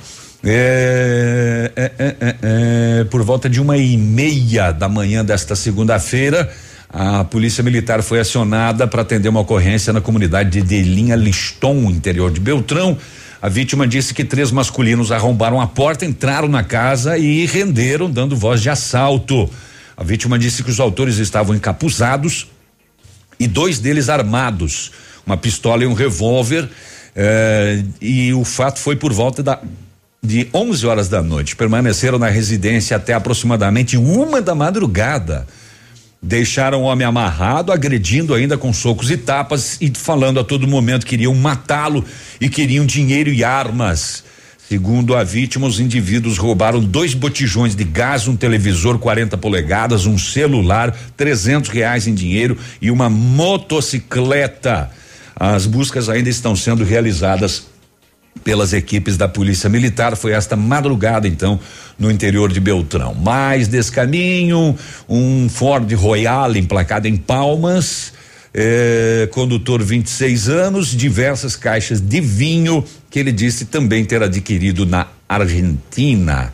É, é, é, é, é, por volta de uma e meia da manhã desta segunda-feira, a Polícia Militar foi acionada para atender uma ocorrência na comunidade de Delinha Liston, interior de Beltrão. A vítima disse que três masculinos arrombaram a porta, entraram na casa e renderam, dando voz de assalto. A vítima disse que os autores estavam encapuzados e dois deles armados, uma pistola e um revólver, eh, e o fato foi por volta da de onze horas da noite. Permaneceram na residência até aproximadamente uma da madrugada. Deixaram o homem amarrado, agredindo ainda com socos e tapas e falando a todo momento que queriam matá-lo e queriam dinheiro e armas. Segundo a vítima, os indivíduos roubaram dois botijões de gás, um televisor quarenta polegadas, um celular, trezentos reais em dinheiro e uma motocicleta. As buscas ainda estão sendo realizadas pelas equipes da Polícia Militar. Foi esta madrugada, então, no interior de Beltrão. Mais desse caminho, um Ford Royale emplacado em Palmas, eh, condutor vinte e seis anos, diversas caixas de vinho que ele disse também ter adquirido na Argentina.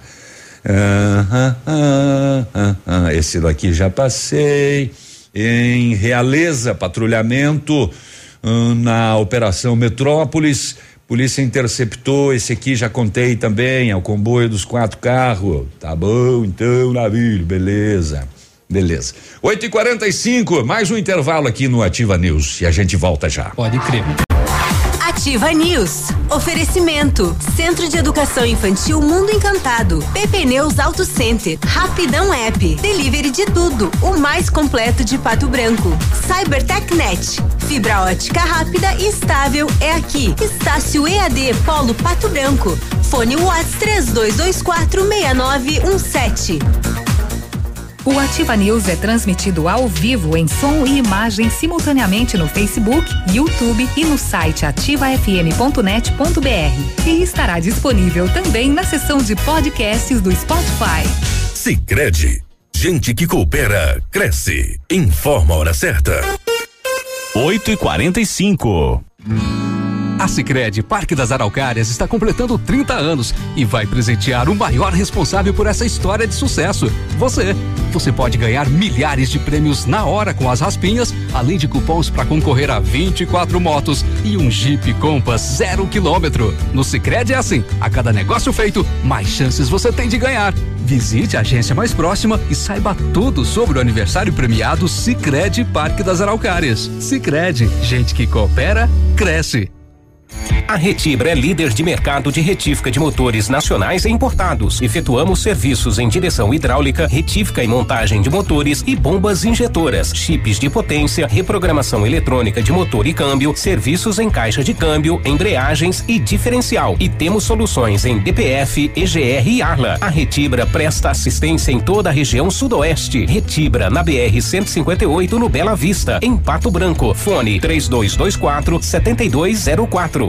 Ah, ah, ah, ah, esse daqui já passei. Em Realeza, patrulhamento ah, na Operação Metrópolis. Polícia interceptou, esse aqui já contei também, é o comboio dos quatro carros. Tá bom, então, navio, beleza. Beleza. oito e quarenta e cinco, mais um intervalo aqui no Ativa News e a gente volta já. Pode crer. Ativa News. Oferecimento. Centro de Educação Infantil Mundo Encantado. Pepe Neus Auto Center. Rapidão App. Delivery de tudo. O mais completo de Pato Branco. CyberTechNet. Fibra ótica rápida e estável é aqui. Estácio E A D Polo Pato Branco. Fone WhatsApp três dois dois quatro seis nove um sete. O Ativa News é transmitido ao vivo em som e imagem simultaneamente no Facebook, YouTube e no site ativa f m ponto net ponto b r. E estará disponível também na seção de podcasts do Spotify. Sicredi, gente que coopera, cresce. Informa a hora certa. oito e quarenta e cinco. A Sicredi Parque das Araucárias está completando trinta anos e vai presentear o maior responsável por essa história de sucesso, você. Você pode ganhar milhares de prêmios na hora com as raspinhas, além de cupons para concorrer a vinte e quatro motos e um Jeep Compass zero quilômetro. No Sicredi é assim, a cada negócio feito, mais chances você tem de ganhar. Visite a agência mais próxima e saiba tudo sobre o aniversário premiado Sicredi Parque das Araucárias. Sicredi, gente que coopera, cresce. A Retibra é líder de mercado de retífica de motores nacionais e importados. Efetuamos serviços em direção hidráulica, retífica e montagem de motores e bombas injetoras, chips de potência, reprogramação eletrônica de motor e câmbio, serviços em caixa de câmbio, embreagens e diferencial. E temos soluções em D P F, E G R e Arla. A Retibra presta assistência em toda a região sudoeste. Retibra na B R cento e cinquenta e oito no Bela Vista, em Pato Branco. Fone três dois dois quatro sete dois zero quatro.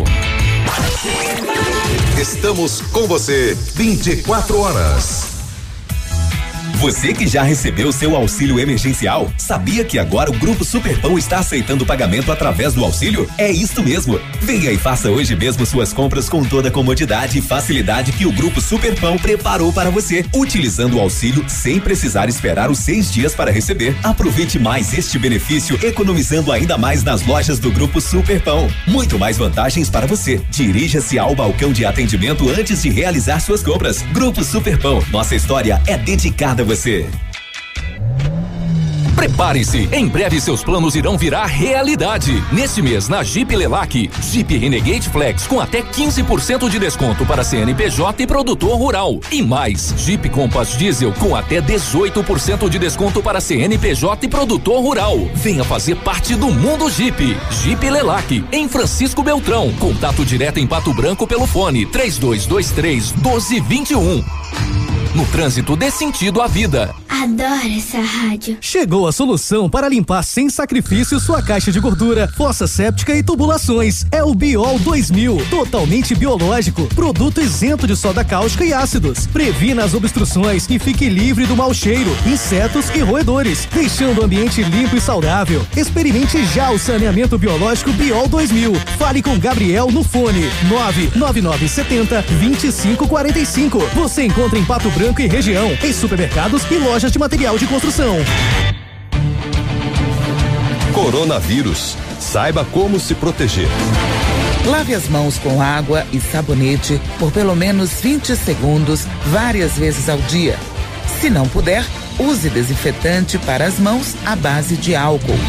Estamos com você vinte e quatro horas. Você que já recebeu seu auxílio emergencial, sabia que agora o Grupo Superpão está aceitando pagamento através do auxílio? É isso mesmo. Venha e faça hoje mesmo suas compras com toda a comodidade e facilidade que o Grupo Superpão preparou para você, utilizando o auxílio sem precisar esperar os seis dias para receber. Aproveite mais este benefício, economizando ainda mais nas lojas do Grupo Superpão. Muito mais vantagens para você. Dirija-se ao balcão de atendimento antes de realizar suas compras. Grupo Superpão, nossa história é dedicada a você. Prepare-se, em breve seus planos irão virar realidade. Neste mês, na Jeep Lelac, Jeep Renegade Flex com até quinze por cento de desconto para C N P J e produtor rural. E mais, Jeep Compass Diesel com até dezoito por cento de desconto para C N P J e produtor rural. Venha fazer parte do mundo Jeep. Jeep Lelac, em Francisco Beltrão. Contato direto em Pato Branco pelo fone três dois dois três, um dois dois um. No trânsito, dê sentido à vida. Adoro essa rádio. Chegou a solução para limpar sem sacrifício sua caixa de gordura, fossa séptica e tubulações. É o Biol dois mil, totalmente biológico, produto isento de soda cáustica e ácidos. Previna as obstruções e fique livre do mau cheiro, insetos e roedores, deixando o ambiente limpo e saudável. Experimente já o saneamento biológico Biol dois mil. Fale com Gabriel no fone nove nove nove sete zero, dois cinco quatro cinco. Você encontra em Pato Branco e região, em supermercados e lojas de material de construção. Coronavírus. Saiba como se proteger. Lave as mãos com água e sabonete por pelo menos vinte segundos, várias vezes ao dia. Se não puder, use desinfetante para as mãos à base de álcool.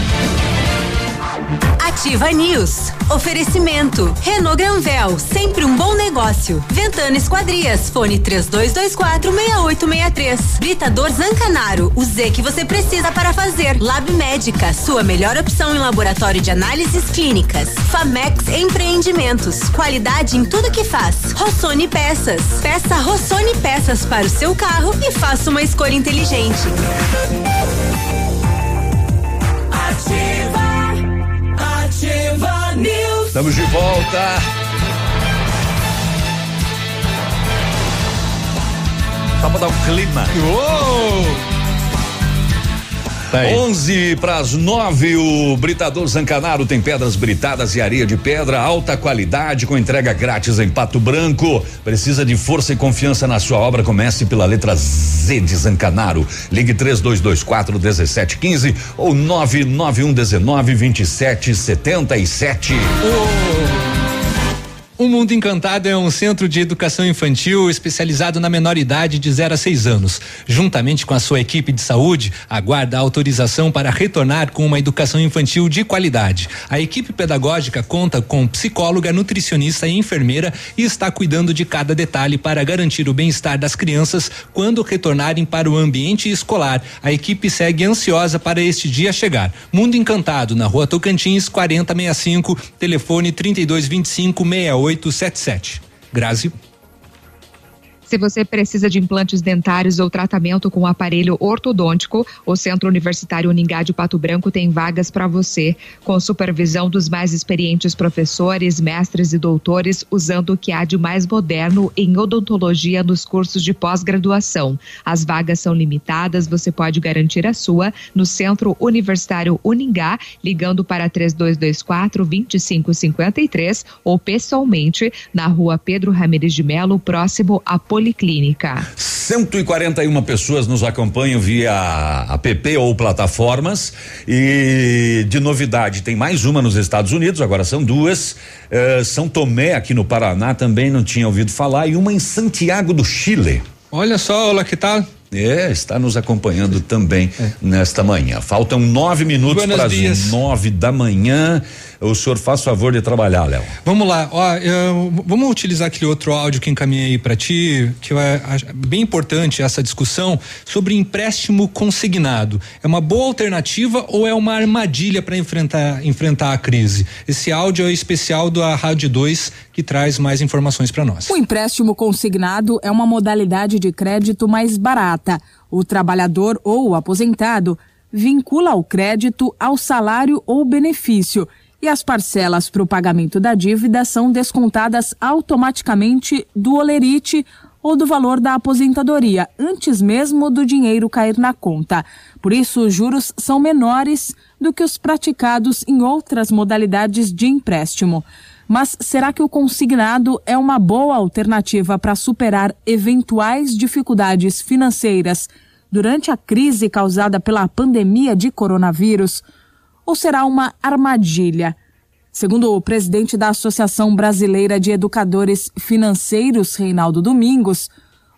Ativa News. Oferecimento. Renault Granvel, sempre um bom negócio. Ventana Esquadrias, fone três dois dois quatro, seis oito seis três. Britador Zancanaro, o Z que você precisa para fazer. Lab Médica, sua melhor opção em laboratório de análises clínicas. Famex Empreendimentos, qualidade em tudo que faz. Rossoni Peças, peça Rossoni Peças para o seu carro e faça uma escolha inteligente. Ativa. Ativa News. Estamos de volta. Só pra dar um clima. Uou! Tá onze para as nove, o Britador Zancanaro tem pedras britadas e areia de pedra, alta qualidade com entrega grátis em Pato Branco. Precisa de força e confiança na sua obra? Comece pela letra Z de Zancanaro. Ligue três dois dois quatro, um sete um cinco ou nove nove um um nove, dois sete sete sete. Oh. O Mundo Encantado é um centro de educação infantil especializado na menor idade de zero a seis anos. Juntamente com a sua equipe de saúde, aguarda a autorização para retornar com uma educação infantil de qualidade. A equipe pedagógica conta com psicóloga, nutricionista e enfermeira e está cuidando de cada detalhe para garantir o bem-estar das crianças quando retornarem para o ambiente escolar. A equipe segue ansiosa para este dia chegar. Mundo Encantado, na Rua Tocantins, quarenta sessenta e cinco, telefone trinta e dois vinte e cinco, sessenta e oito setenta e sete. Grazi. Se você precisa de implantes dentários ou tratamento com aparelho ortodôntico, o Centro Universitário Uningá de Pato Branco tem vagas para você, com supervisão dos mais experientes professores, mestres e doutores, usando o que há de mais moderno em odontologia nos cursos de pós-graduação. As vagas são limitadas, você pode garantir a sua no Centro Universitário Uningá, ligando para três dois dois quatro, dois cinco cinco três ou pessoalmente na Rua Pedro Ramirez de Melo, próximo a Policlínica. cento e quarenta e uma pessoas nos acompanham via app ou plataformas, e de novidade tem mais uma nos Estados Unidos, agora são duas. Uh, São Tomé, aqui no Paraná, também não tinha ouvido falar, e uma em Santiago do Chile. Olha só, olha que tal? É, está nos acompanhando também é. nesta manhã. Faltam nove minutos para as nove da manhã. O senhor faz favor de trabalhar, Léo. Vamos lá, ó, eu, vamos utilizar aquele outro áudio que encaminhei para ti, que é bem importante essa discussão sobre empréstimo consignado. É uma boa alternativa ou é uma armadilha para enfrentar enfrentar a crise? Esse áudio é especial da Rádio dois, que traz mais informações para nós. O empréstimo consignado é uma modalidade de crédito mais barata. O trabalhador ou o aposentado vincula o crédito ao salário ou benefício, e as parcelas para o pagamento da dívida são descontadas automaticamente do holerite ou do valor da aposentadoria, antes mesmo do dinheiro cair na conta. Por isso, os juros são menores do que os praticados em outras modalidades de empréstimo. Mas será que o consignado é uma boa alternativa para superar eventuais dificuldades financeiras durante a crise causada pela pandemia de coronavírus? Ou será uma armadilha? Segundo o presidente da Associação Brasileira de Educadores Financeiros, Reinaldo Domingos,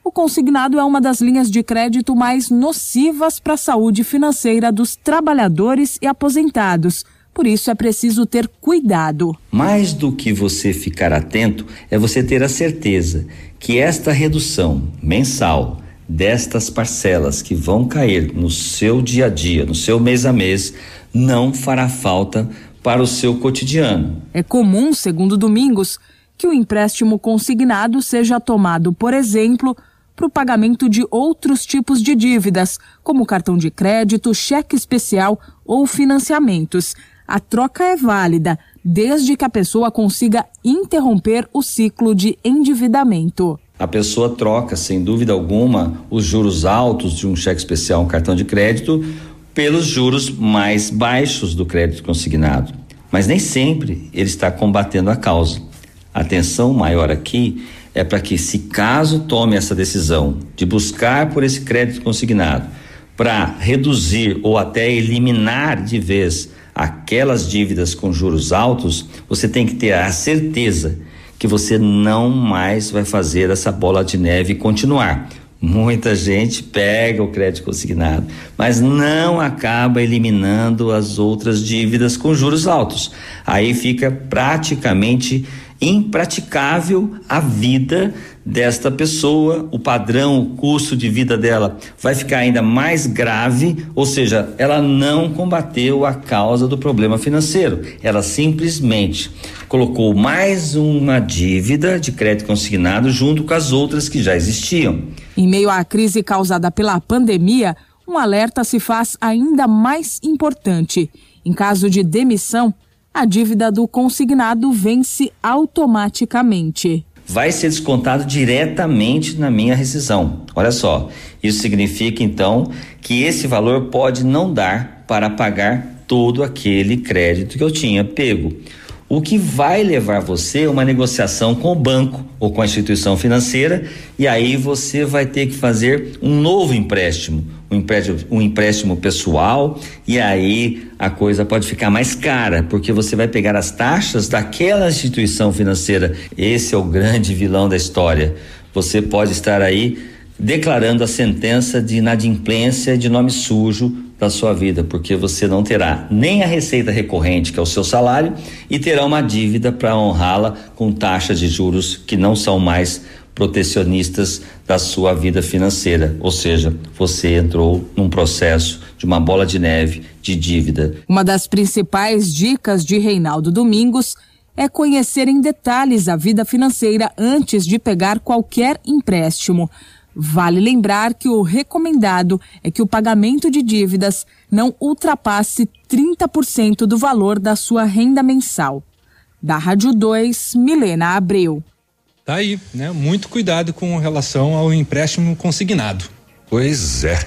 O consignado é uma das linhas de crédito mais nocivas para a saúde financeira dos trabalhadores e aposentados. Por isso é preciso ter cuidado. Mais do que você ficar atento, é você ter a certeza que esta redução mensal destas parcelas que vão cair no seu dia a dia, no seu mês a mês, não fará falta para o seu cotidiano. É comum, segundo Domingos, que o empréstimo consignado seja tomado, por exemplo, para o pagamento de outros tipos de dívidas, como cartão de crédito, cheque especial ou financiamentos. A troca é válida, desde que a pessoa consiga interromper o ciclo de endividamento. A pessoa troca, sem dúvida alguma, os juros altos de um cheque especial, um cartão de crédito, pelos juros mais baixos do crédito consignado. Mas nem sempre ele está combatendo a causa. A atenção maior aqui é para que, se caso tome essa decisão de buscar por esse crédito consignado para reduzir ou até eliminar de vez aquelas dívidas com juros altos, você tem que ter a certeza que você não mais vai fazer essa bola de neve continuar. Muita gente pega o crédito consignado, mas não acaba eliminando as outras dívidas com juros altos. Aí fica praticamente impraticável a vida desta pessoa, o padrão, o custo de vida dela vai ficar ainda mais grave, ou seja, ela não combateu a causa do problema financeiro, ela simplesmente colocou mais uma dívida de crédito consignado junto com as outras que já existiam. Em meio à crise causada pela pandemia, um alerta se faz ainda mais importante. Em caso de demissão, a dívida do consignado vence automaticamente. Vai ser descontado diretamente na minha rescisão. Olha só, isso significa então que esse valor pode não dar para pagar todo aquele crédito que eu tinha pego. O que vai levar você a uma negociação com o banco ou com a instituição financeira, e aí você vai ter que fazer um novo empréstimo, um empréstimo, um empréstimo pessoal, e aí a coisa pode ficar mais cara, porque você vai pegar as taxas daquela instituição financeira. Esse é o grande vilão da história. Você pode estar aí declarando a sentença de inadimplência de nome sujo da sua vida, porque você não terá nem a receita recorrente, que é o seu salário, e terá uma dívida para honrá-la com taxas de juros que não são mais protecionistas da sua vida financeira, ou seja, você entrou num processo de uma bola de neve de dívida. Uma das principais dicas de Reinaldo Domingos é conhecer em detalhes a vida financeira antes de pegar qualquer empréstimo. Vale lembrar que o recomendado é que o pagamento de dívidas não ultrapasse trinta por cento do valor da sua renda mensal. Da Rádio dois, Milena Abreu. Tá aí, né? Muito cuidado com relação ao empréstimo consignado. Pois é.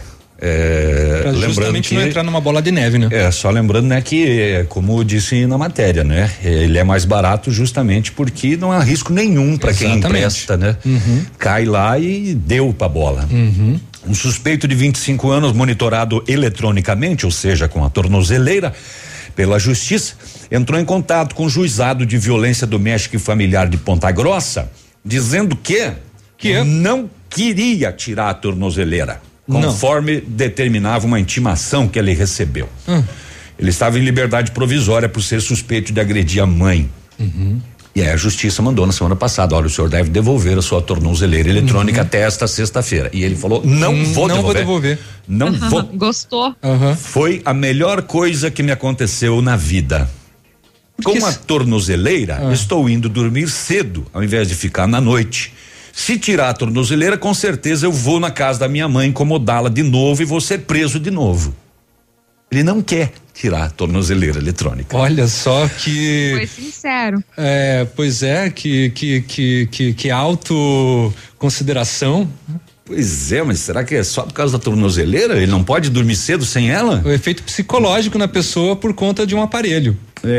É, pra lembrando justamente que não entrar numa bola de neve, né? É, só lembrando, né, que, como eu disse na matéria, né, ele é mais barato justamente porque não há risco nenhum para quem empresta, né? Uhum. Cai lá e deu pra bola. Uhum. Um suspeito de vinte e cinco anos, monitorado eletronicamente, ou seja, com a tornozeleira, pela justiça, entrou em contato com o juizado de violência doméstica e familiar de Ponta Grossa, dizendo que, que não queria tirar a tornozeleira, conforme não. determinava uma intimação que ele recebeu. Hum. Ele estava em liberdade provisória por ser suspeito de agredir a mãe. Uhum. E aí a justiça mandou na semana passada: olha, o senhor deve devolver a sua tornozeleira eletrônica uhum. até esta sexta-feira. E ele falou: não hum, vou não devolver. Vou devolver. Não uhum. vou. Gostou? Uhum. Foi a melhor coisa que me aconteceu na vida. Porque com a tornozeleira, ah. estou indo dormir cedo, ao invés de ficar na noite. Se tirar a tornozeleira, com certeza eu vou na casa da minha mãe incomodá-la de novo e vou ser preso de novo. Ele não quer tirar a tornozeleira eletrônica. Olha só que... Foi sincero. É, pois é, que, que, que, que, que autoconsideração. Pois é, mas será que é só por causa da tornozeleira? Ele não pode dormir cedo sem ela? O efeito psicológico na pessoa por conta de um aparelho.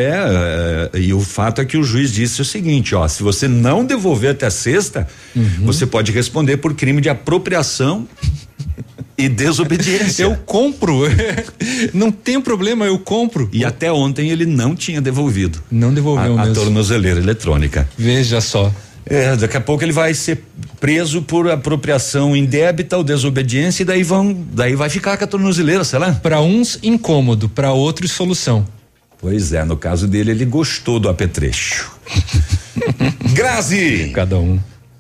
É, é, e o fato é que o juiz disse o seguinte, ó, se você não devolver até sexta, uhum. você pode responder por crime de apropriação e desobediência. Eu compro, não tem problema, eu compro. E até ontem ele não tinha devolvido. Não devolveu a, mesmo. A tornozeleira eletrônica. Veja só. É, daqui a pouco ele vai ser preso por apropriação indébita ou desobediência e daí vão, daí vai ficar com a tornozeleira, sei lá. Para uns incômodo, para outros solução. Pois é, no caso dele ele gostou do apetrecho. Grazi! Cada um.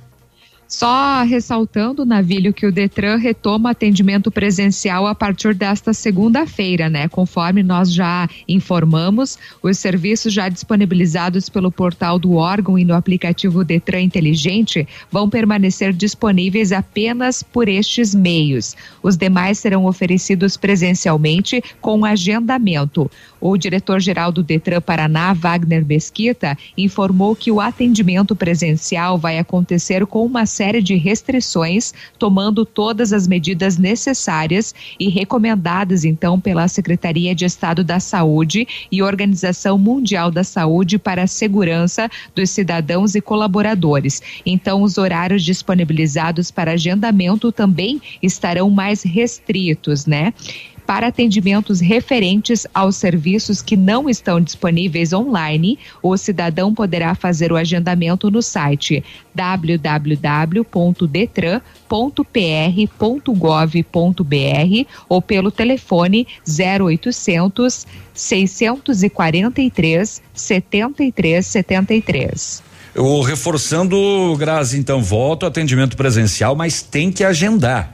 Só ressaltando, Navilho, que o Detran retoma atendimento presencial a partir desta segunda-feira, né? Conforme nós já informamos, os serviços já disponibilizados pelo portal do órgão e no aplicativo Detran Inteligente vão permanecer disponíveis apenas por estes meios. Os demais serão oferecidos presencialmente com agendamento. O diretor-geral do Detran Paraná, Wagner Mesquita, informou que o atendimento presencial vai acontecer com uma série de restrições, tomando todas as medidas necessárias e recomendadas, então, pela Secretaria de Estado da Saúde e Organização Mundial da Saúde para a segurança dos cidadãos e colaboradores. Então, os horários disponibilizados para agendamento também estarão mais restritos, né? Para atendimentos referentes aos serviços que não estão disponíveis online, o cidadão poderá fazer o agendamento no site w w w ponto detran ponto p r ponto gov ponto b r ou pelo telefone zero oitocentos, seiscentos e quarenta e três, setenta e três setenta e três. Eu reforçando, Grazi, então volta o atendimento presencial, mas tem que agendar.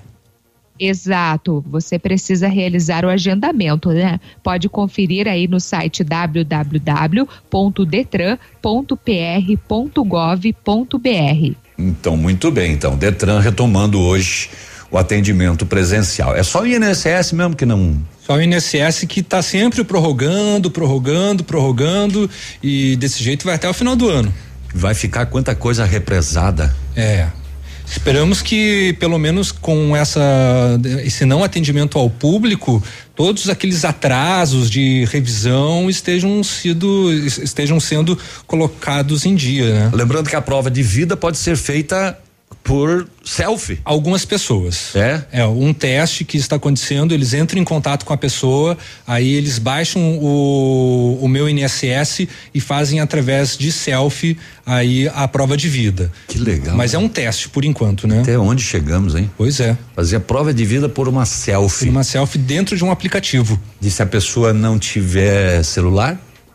Exato, você precisa realizar o agendamento, né? Pode conferir aí no site w w w ponto detran ponto p r ponto gov ponto b r. Então, muito bem, então, Detran retomando hoje o atendimento presencial. É só o I N S S mesmo que não... Só o I N S S que está sempre prorrogando, prorrogando, prorrogando e desse jeito vai até o final do ano. Vai ficar quanta coisa represada. É. Esperamos que, pelo menos com essa, esse não atendimento ao público, todos aqueles atrasos de revisão estejam, sido, estejam sendo colocados em dia, né? Lembrando que a prova de vida pode ser feita por selfie. Algumas pessoas. É? É, um teste que está acontecendo, eles entram em contato com a pessoa, aí eles baixam o, o meu I N S S e fazem através de selfie aí a prova de vida. Que legal. Mas é um teste por enquanto, né? Até onde chegamos, hein? Pois é. Fazer a prova de vida por uma selfie. Por uma selfie dentro de um aplicativo. E se a pessoa não tiver celular?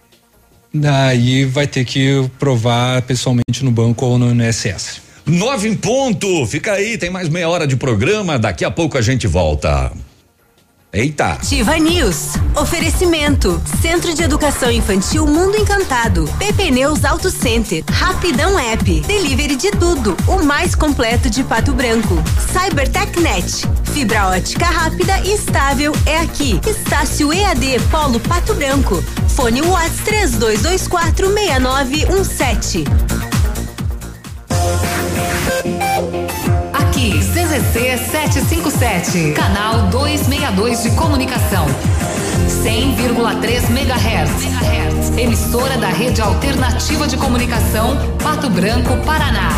Daí vai ter que provar pessoalmente no banco ou no I N S S. Nove em ponto, fica aí, tem mais meia hora de programa, daqui a pouco a gente volta. Eita! Ativa News. Oferecimento. Centro de Educação Infantil Mundo Encantado. Pepe Neus Auto Center. Rapidão App. Delivery de tudo. O mais completo de Pato Branco. CyberTechNet. Fibra ótica rápida e estável é aqui. Estácio E A D Polo Pato Branco. Fone WhatsApp três dois dois quatro seis nove um sete. Aqui, C Z C setecentos e cinquenta e sete, canal duzentos e sessenta e dois de comunicação. cem vírgula três megahertz. Emissora da Rede Alternativa de Comunicação, Pato Branco, Paraná.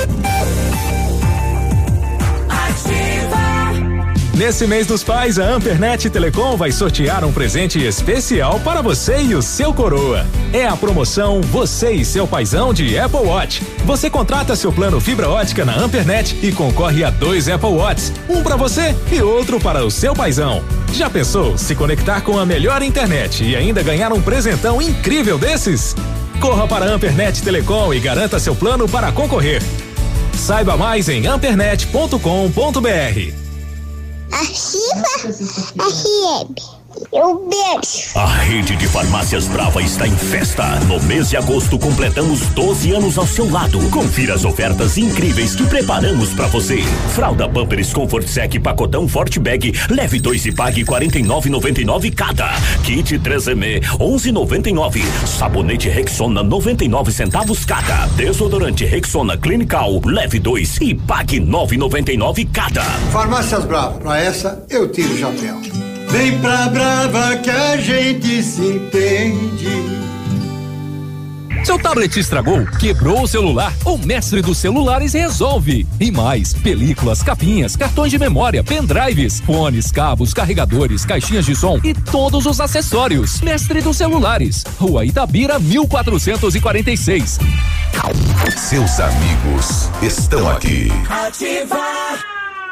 Nesse mês dos pais, a Ampernet Telecom vai sortear um presente especial para você e o seu coroa. É a promoção Você e Seu Paizão de Apple Watch. Você contrata seu plano fibra ótica na Ampernet e concorre a dois Apple Watches, um para você e outro para o seu paizão. Já pensou se conectar com a melhor internet e ainda ganhar um presentão incrível desses? Corra para a Ampernet Telecom e garanta seu plano para concorrer. Saiba mais em ampernet ponto com ponto b r. Ativa F M. Eu beijo. A rede de farmácias Brava está em festa. No mês de agosto completamos doze anos ao seu lado. Confira as ofertas incríveis que preparamos para você. Fralda Pampers Comfort Sec pacotão Forte Bag, leve dois e pague quarenta e nove reais e noventa e nove cada. Kit três M onze reais e noventa e nove. Sabonete Rexona noventa e nove centavos cada. Desodorante Rexona Clinical, leve dois e pague nove reais e noventa e nove cada. Farmácias Brava, pra essa eu tiro o chapéu. Vem pra Brava que a gente se entende. Seu tablet estragou, quebrou o celular, o Mestre dos Celulares resolve. E mais, películas, capinhas, cartões de memória, pendrives, fones, cabos, carregadores, caixinhas de som e todos os acessórios. Mestre dos Celulares, Rua Itabira, mil quatrocentos e quarenta e seis. Seus amigos estão aqui. Ativar.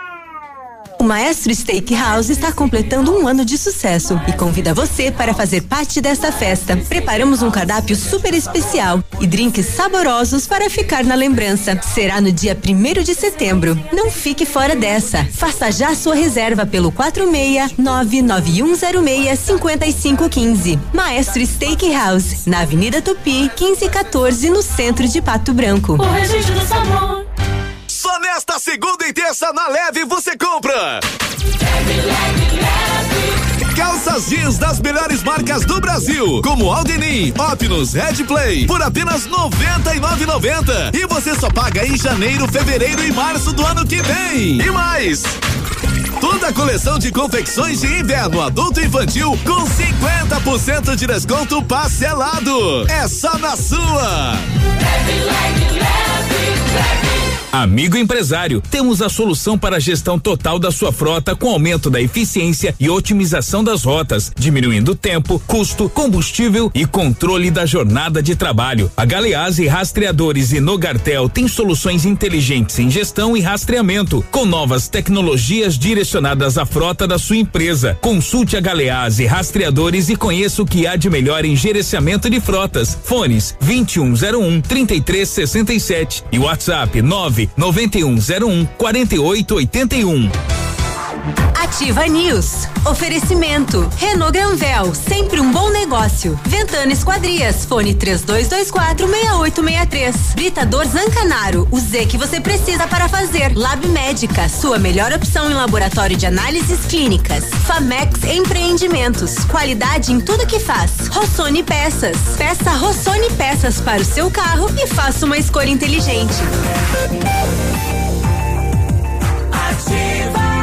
O Maestro Steakhouse está completando um ano de sucesso e convida você para fazer parte desta festa. Preparamos um cardápio super especial e drinks saborosos para ficar na lembrança. Será no dia primeiro de setembro. Não fique fora dessa. Faça já sua reserva pelo quatro seis nove nove um zero seis cinco cinco um cinco. Maestro Steakhouse, na Avenida Tupi, quinze quatorze, no centro de Pato Branco. O registro do sabor. Só nesta segunda e terça na Leve você compra. Leve, leve, leve. Calças jeans das melhores marcas do Brasil, como Aldenim, Opnus, Red Play, por apenas noventa e nove reais e noventa centavos. E você só paga em janeiro, fevereiro e março do ano que vem. E mais, toda a coleção de confecções de inverno adulto e infantil com cinquenta por cento de desconto parcelado. É só na sua. Leve, leve, leve, leve. Amigo empresário, temos a solução para a gestão total da sua frota com aumento da eficiência e otimização das rotas, diminuindo tempo, custo, combustível e controle da jornada de trabalho. A Galeazzi Rastreadores e Nogartel tem soluções inteligentes em gestão e rastreamento, com novas tecnologias direcionadas à frota da sua empresa. Consulte a Galeazzi Rastreadores e conheça o que há de melhor em gerenciamento de frotas. Fones vinte e um zero um, trinta e três sessenta e sete e WhatsApp nove noventa e um zero um, quarenta e oito oitenta e um. Ativa News. Oferecimento. Renault Granvel, sempre um bom negócio. Ventana Esquadrias, fone três dois dois quatro, seis oito seis três. Britador Zancanaro, o Z que você precisa para fazer. Lab Médica, sua melhor opção em laboratório de análises clínicas. Famex Empreendimentos, qualidade em tudo que faz. Rossoni Peças, peça Rossoni Peças para o seu carro e faça uma escolha inteligente. Ativa.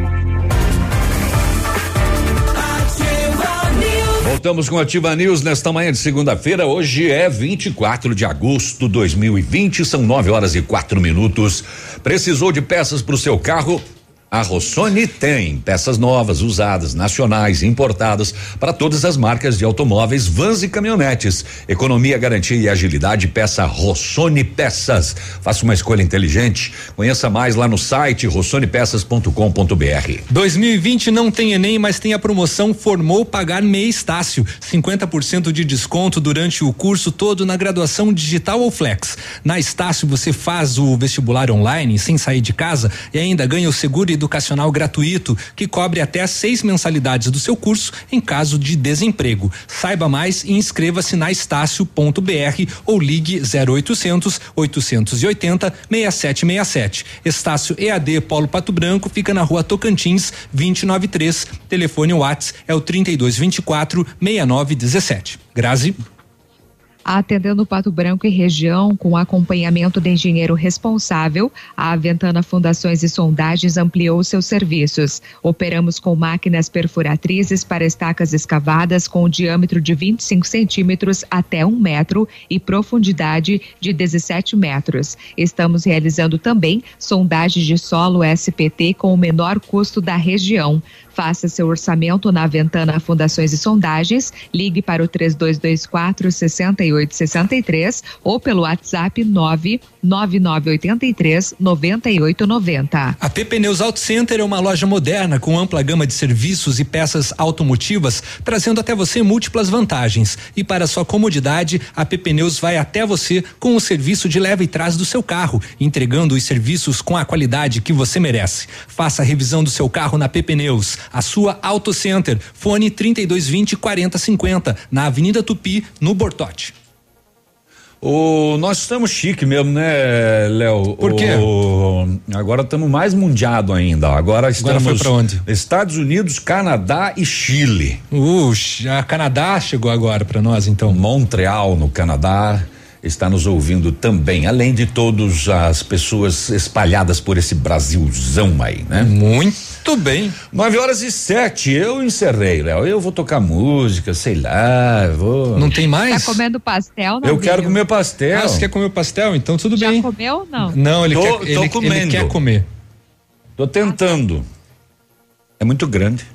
Voltamos com a Ativa News nesta manhã de segunda-feira. Hoje é vinte e quatro de agosto de dois mil e vinte, são nove horas e quatro minutos. Precisou de peças para o seu carro? A Rossoni tem peças novas, usadas, nacionais, importadas para todas as marcas de automóveis, vans e caminhonetes. Economia, garantia e agilidade. Peça Rossoni Peças. Faça uma escolha inteligente. Conheça mais lá no site rossoni peças ponto com ponto br. dois mil e vinte não tem Enem, mas tem a promoção Formou Pagar Meia Estácio. cinquenta por cento de desconto durante o curso todo na graduação digital ou flex. Na Estácio você faz o vestibular online sem sair de casa e ainda ganha o seguro e educacional gratuito, que cobre até seis mensalidades do seu curso em caso de desemprego. Saiba mais e inscreva-se na estácio ponto br ou ligue zero oitocentos, oitocentos e oitenta, sessenta e sete sessenta e sete. Estácio E A D Polo Pato Branco fica na rua Tocantins, vinte e nove três. Telefone WhatsApp é o trinta e dois vinte e quatro, sessenta e nove dezessete. Grazi. Atendendo Pato Branco e região, com acompanhamento de engenheiro responsável, a Ventana Fundações e Sondagens ampliou seus serviços. Operamos com máquinas perfuratrizes para estacas escavadas com diâmetro de vinte e cinco centímetros até um metro e profundidade de dezessete metros. Estamos realizando também sondagens de solo S P T com o menor custo da região. Faça seu orçamento na Ventana Fundações e Sondagens, ligue para o três dois dois quatro, seis oito seis três ou pelo WhatsApp nove nove nove oito três, nove oito nove zero. A P Pneus Auto Center é uma loja moderna com ampla gama de serviços e peças automotivas, trazendo até você múltiplas vantagens. E para sua comodidade, a P Pneus vai até você com o serviço de leva e trás do seu carro, entregando os serviços com a qualidade que você merece. Faça a revisão do seu carro na P Pneus, a sua Auto Center, fone trinta e dois vinte, quarenta cinquenta, na Avenida Tupi, no Bortote. O, nós estamos chique mesmo, né, Léo? Por quê? O, agora estamos mais mundiado ainda. Agora estamos. Agora foi pra onde? Estados Unidos, Canadá e Chile. Uh, a Canadá chegou agora para nós, então. Montreal, no Canadá, está nos ouvindo também, além de todas as pessoas espalhadas por esse Brasilzão aí, né? Muito. Tudo bem. Nove horas e sete, eu encerrei, Léo. Eu vou tocar música, sei lá, vou. Não tem mais? Tá comendo pastel, não? Eu quero comer pastel. Ah, você quer comer pastel? Então tudo Já bem. Já comeu ou não? Não, ele, tô, quer, tô ele, comendo. ele quer comer. Tô tentando. É muito grande.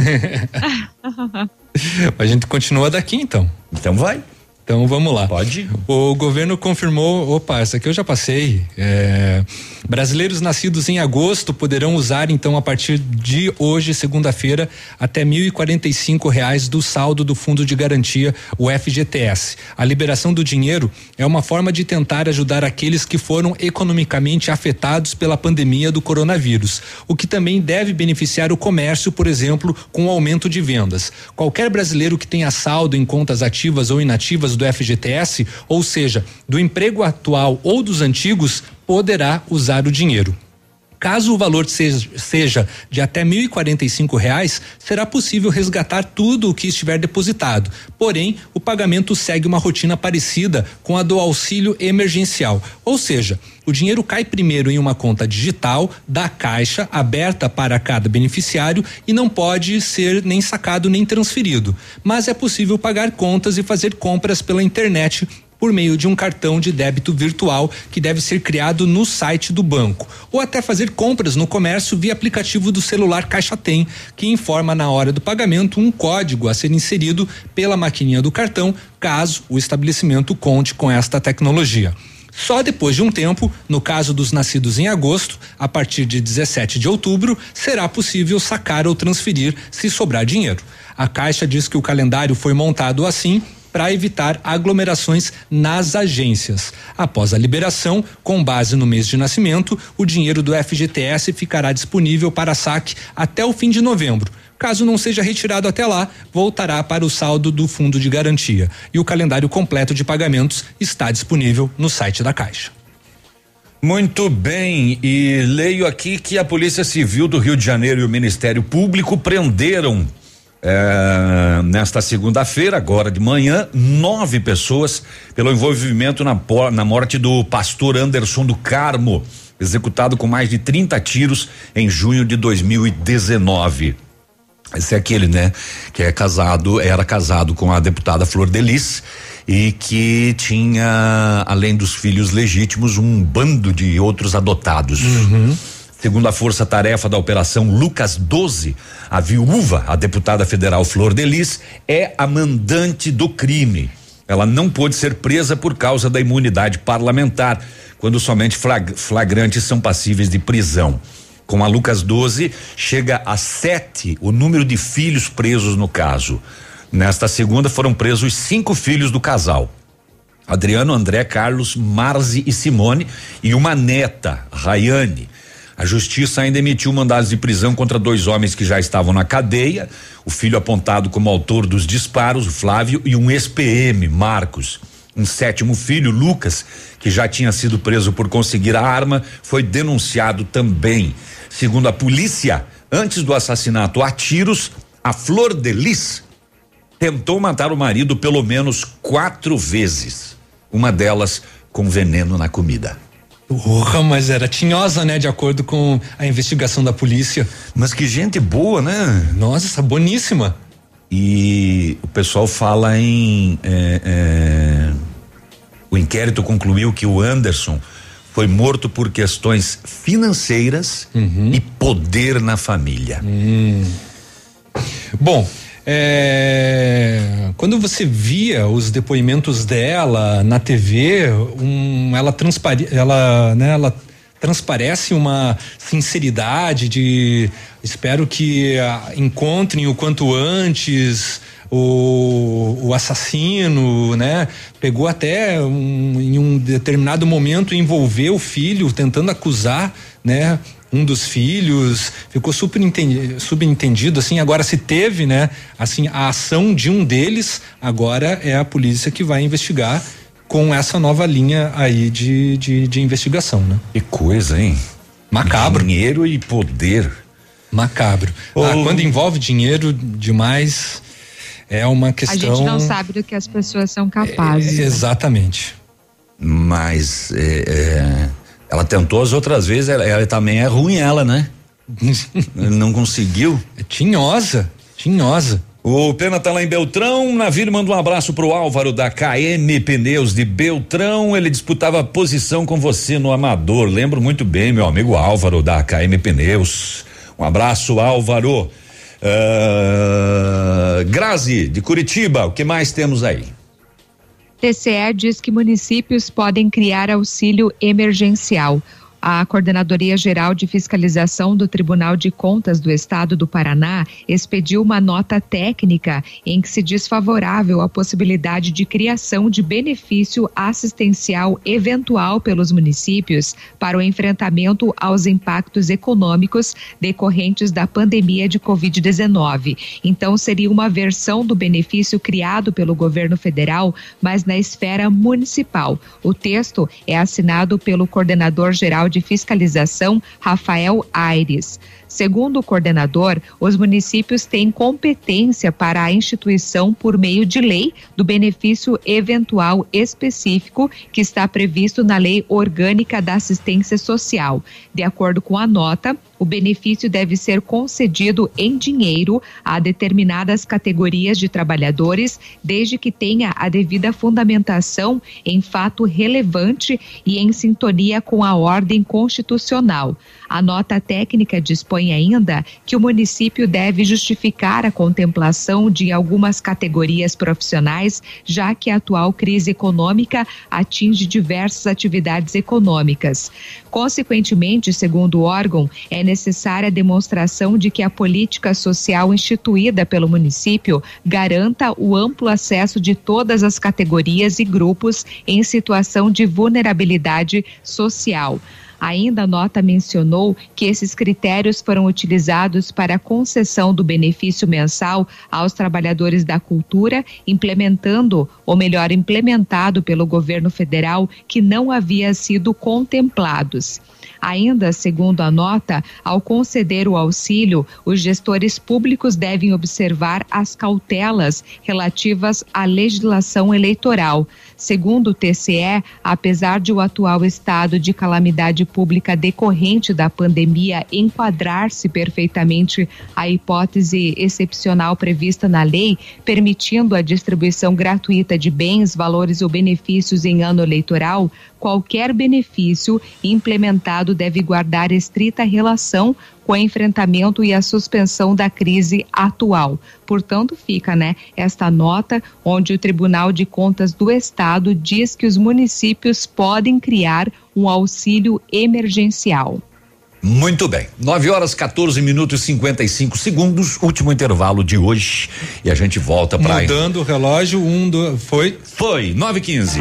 A gente continua daqui então. Então vai. Então vamos lá. Pode. O governo confirmou, opa, essa aqui eu já passei. É, brasileiros nascidos em agosto poderão usar então a partir de hoje, segunda-feira, até mil e quarenta e cinco reais do saldo do Fundo de Garantia, o F G T S. A liberação do dinheiro é uma forma de tentar ajudar aqueles que foram economicamente afetados pela pandemia do coronavírus, o que também deve beneficiar o comércio, por exemplo, com o aumento de vendas. Qualquer brasileiro que tenha saldo em contas ativas ou inativas do F G T S, ou seja, do emprego atual ou dos antigos, poderá usar o dinheiro. Caso o valor seja, seja de até mil e quarenta e cinco reais, será possível resgatar tudo o que estiver depositado. Porém, o pagamento segue uma rotina parecida com a do auxílio emergencial. Ou seja, o dinheiro cai primeiro em uma conta digital da Caixa, aberta para cada beneficiário, e não pode ser nem sacado nem transferido. Mas é possível pagar contas e fazer compras pela internet por meio de um cartão de débito virtual que deve ser criado no site do banco, ou até fazer compras no comércio via aplicativo do celular Caixa Tem, que informa na hora do pagamento um código a ser inserido pela maquininha do cartão, caso o estabelecimento conte com esta tecnologia. Só depois de um tempo, no caso dos nascidos em agosto, a partir de dezessete de outubro, será possível sacar ou transferir se sobrar dinheiro. A Caixa diz que o calendário foi montado assim para evitar aglomerações nas agências. Após a liberação, com base no mês de nascimento, o dinheiro do F G T S ficará disponível para saque até o fim de novembro. Caso não seja retirado até lá, voltará para o saldo do Fundo de Garantia. E o calendário completo de pagamentos está disponível no site da Caixa. Muito bem, e leio aqui que a Polícia Civil do Rio de Janeiro e o Ministério Público prenderam É, nesta segunda-feira, agora de manhã, nove pessoas pelo envolvimento na, na morte do pastor Anderson do Carmo, executado com mais de trinta tiros em junho de dois mil e dezenove. Esse é aquele, né, que é casado, era casado com a deputada Flor de Lis e que tinha, além dos filhos legítimos, um bando de outros adotados. Uhum. Segundo a força-tarefa da Operação Lucas doze, a viúva, a deputada federal Flor de Lis, é a mandante do crime. Ela não pôde ser presa por causa da imunidade parlamentar, quando somente flag, flagrantes são passíveis de prisão. Com a Lucas doze, chega a sete o número de filhos presos no caso. Nesta segunda foram presos cinco filhos do casal: Adriano, André, Carlos, Marzi e Simone, e uma neta, Rayane. A justiça ainda emitiu mandados de prisão contra dois homens que já estavam na cadeia, o filho apontado como autor dos disparos, o Flávio, e um ex-P M, Marcos. Um sétimo filho, Lucas, que já tinha sido preso por conseguir a arma, foi denunciado também. Segundo a polícia, antes do assassinato a tiros, a Flor de Lis tentou matar o marido pelo menos quatro vezes, uma delas com veneno na comida. Porra, mas era tinhosa, né? De acordo com a investigação da polícia. Mas que gente boa, né? Nossa, boníssima. E o pessoal fala em é, é, o inquérito concluiu que o Anderson foi morto por questões financeiras uhum. e poder na família. Hum. Bom, É, quando você via os depoimentos dela na T V, um, ela, transpare, ela, né, ela transparece uma sinceridade de espero que a, encontrem o quanto antes o, o assassino, né? Pegou até um, em um determinado momento envolver o filho, tentando acusar, né? Um dos filhos, ficou super entendi, subentendido, assim, agora se teve, né, assim, a ação de um deles, agora é a polícia que vai investigar com essa nova linha aí de, de, de investigação, né? Que coisa, hein? Macabro. Dinheiro e poder. Macabro. Oh. Ah, quando envolve dinheiro demais, é uma questão. A gente não sabe do que as pessoas são capazes. É, exatamente. Mas, é, é... ela tentou as outras vezes, ela, ela também é ruim, ela, né? Ele não conseguiu? É tinhosa, tinhosa. O Pena tá lá em Beltrão, Navírio manda um abraço pro Álvaro da K M Pneus de Beltrão, ele disputava posição com você no Amador, lembro muito bem, meu amigo Álvaro da K M Pneus, um abraço, Álvaro. Uh, Grazi, de Curitiba, o que mais temos aí? T C E diz que municípios podem criar auxílio emergencial. A Coordenadoria Geral de Fiscalização do Tribunal de Contas do Estado do Paraná expediu uma nota técnica em que se diz favorável à possibilidade de criação de benefício assistencial eventual pelos municípios para o enfrentamento aos impactos econômicos decorrentes da pandemia de covid dezenove. Então, seria uma versão do benefício criado pelo governo federal, mas na esfera municipal. O texto é assinado pelo Coordenador Geral de de Fiscalização, Rafael Aires. Segundo o coordenador, os municípios têm competência para a instituição, por meio de lei, do benefício eventual específico que está previsto na Lei Orgânica da Assistência Social. De acordo com a nota, o benefício deve ser concedido em dinheiro a determinadas categorias de trabalhadores, desde que tenha a devida fundamentação em fato relevante e em sintonia com a ordem constitucional. A nota técnica dispõe ainda que o município deve justificar a contemplação de algumas categorias profissionais, já que a atual crise econômica atinge diversas atividades econômicas. Consequentemente, segundo o órgão, é necessária a demonstração de que a política social instituída pelo município garanta o amplo acesso de todas as categorias e grupos em situação de vulnerabilidade social. Ainda a nota mencionou que esses critérios foram utilizados para a concessão do benefício mensal aos trabalhadores da cultura, implementando, ou melhor, implementado pelo governo federal, que não havia sido contemplados. Ainda, segundo a nota, ao conceder o auxílio, os gestores públicos devem observar as cautelas relativas à legislação eleitoral. Segundo o T C E, apesar de o atual estado de calamidade pública decorrente da pandemia enquadrar-se perfeitamente à hipótese excepcional prevista na lei, permitindo a distribuição gratuita de bens, valores ou benefícios em ano eleitoral, qualquer benefício implementado deve guardar estrita relação com o enfrentamento e a suspensão da crise atual. Portanto, fica, né, esta nota onde o Tribunal de Contas do Estado diz que os municípios podem criar um auxílio emergencial. Muito bem, nove horas, quatorze minutos e cinquenta e cinco segundos, último intervalo de hoje, e a gente volta para mudando o relógio, um do, foi? Foi, nove e quinze.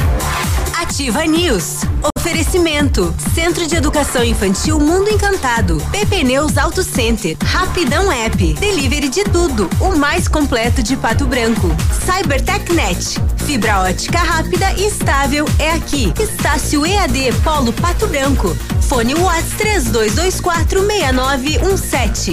Ativa News. Oferecimento. Centro de Educação Infantil Mundo Encantado. Pepe Neus Auto Center. Rapidão App. Delivery de tudo. O mais completo de Pato Branco. CyberTechNet. Fibra ótica rápida e estável é aqui. Estácio E A D Polo Pato Branco. Fone WhatsApp três dois dois quatro seis nove um sete.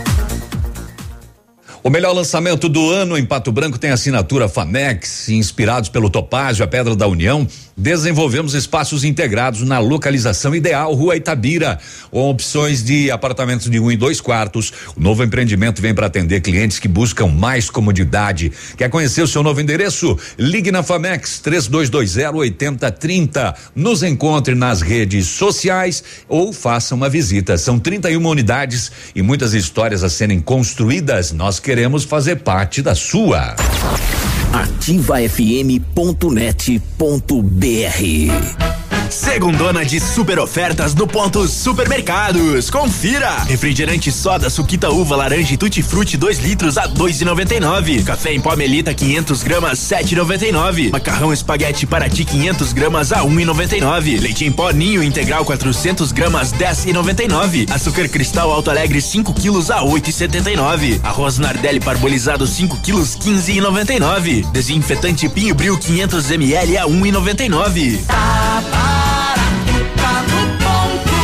O melhor lançamento do ano em Pato Branco tem assinatura Famex, inspirados pelo Topázio, a Pedra da União. Desenvolvemos espaços integrados na localização ideal, Rua Itabira, com opções de apartamentos de um e dois quartos. O novo empreendimento vem para atender clientes que buscam mais comodidade. Quer conhecer o seu novo endereço? Ligue na Famex três dois dois zero oito zero três zero. Nos encontre nas redes sociais ou faça uma visita. São trinta e uma unidades e muitas histórias a serem construídas. Nós queremos fazer parte da sua. ativa f m ponto net ponto b r. Segundona de super ofertas no Pontos Supermercados. Confira! Refrigerante soda Suquita Uva Laranja e Tutti Frutti dois litros a dois e noventa e nove. Café em pó Melita quinhentos gramas sete e noventa e nove. Macarrão espaguete Paraty quinhentos gramas a um e noventa e nove. Leite em pó Ninho integral quatrocentos gramas dez e noventa e nove. Açúcar Cristal Alto Alegre cinco quilos a oito e setenta e nove. Arroz Nardelli parbolizado cinco quilos quinze e noventa e nove. Desinfetante Pinho Bril quinhentos mililitros a um e noventa e nove. Tá barato, tá no ponto.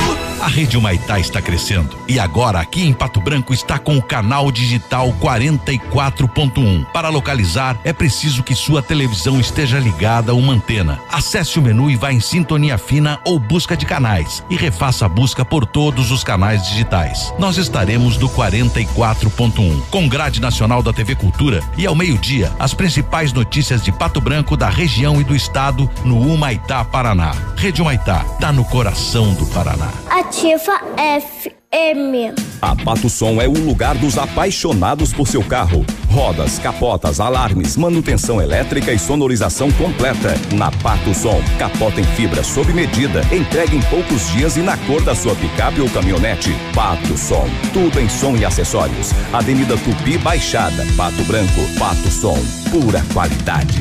A Rede Humaitá está crescendo e agora aqui em Pato Branco está com o canal digital quarenta e quatro ponto um. Para localizar é preciso que sua televisão esteja ligada a uma antena. Acesse o menu e vá em sintonia fina ou busca de canais e refaça a busca por todos os canais digitais. Nós estaremos no quarenta e quatro ponto um, com grade nacional da T V Cultura e ao meio-dia as principais notícias de Pato Branco, da região e do estado no Humaitá, Paraná. Rede Humaitá, tá no coração do Paraná. Ativa F M. A Pato Som é o lugar dos apaixonados por seu carro. Rodas, capotas, alarmes, manutenção elétrica e sonorização completa. Na Pato Som, capota em fibra sob medida, entregue em poucos dias e na cor da sua picape ou caminhonete. Pato Som, tudo em som e acessórios. Avenida Tupi Baixada, Pato Branco. Pato Som, pura qualidade.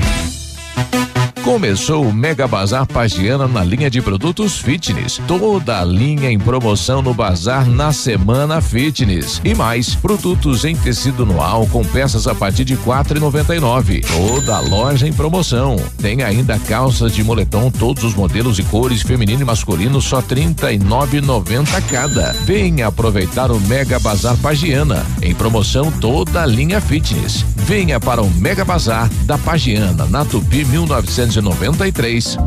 Começou o Mega Bazar Pagiana na linha de produtos fitness. Toda a linha em promoção no bazar na Semana Fitness. E mais, produtos em tecido noal com peças a partir de quatro e noventa e nove. Toda a loja em promoção. Tem ainda calças de moletom, todos os modelos e cores, feminino e masculino, só trinta e nove e noventa cada. Venha aproveitar o Mega Bazar Pagiana. Em promoção toda a linha fitness. Venha para o Mega Bazar da Pagiana, na Tupi mil novecentos e noventa e três.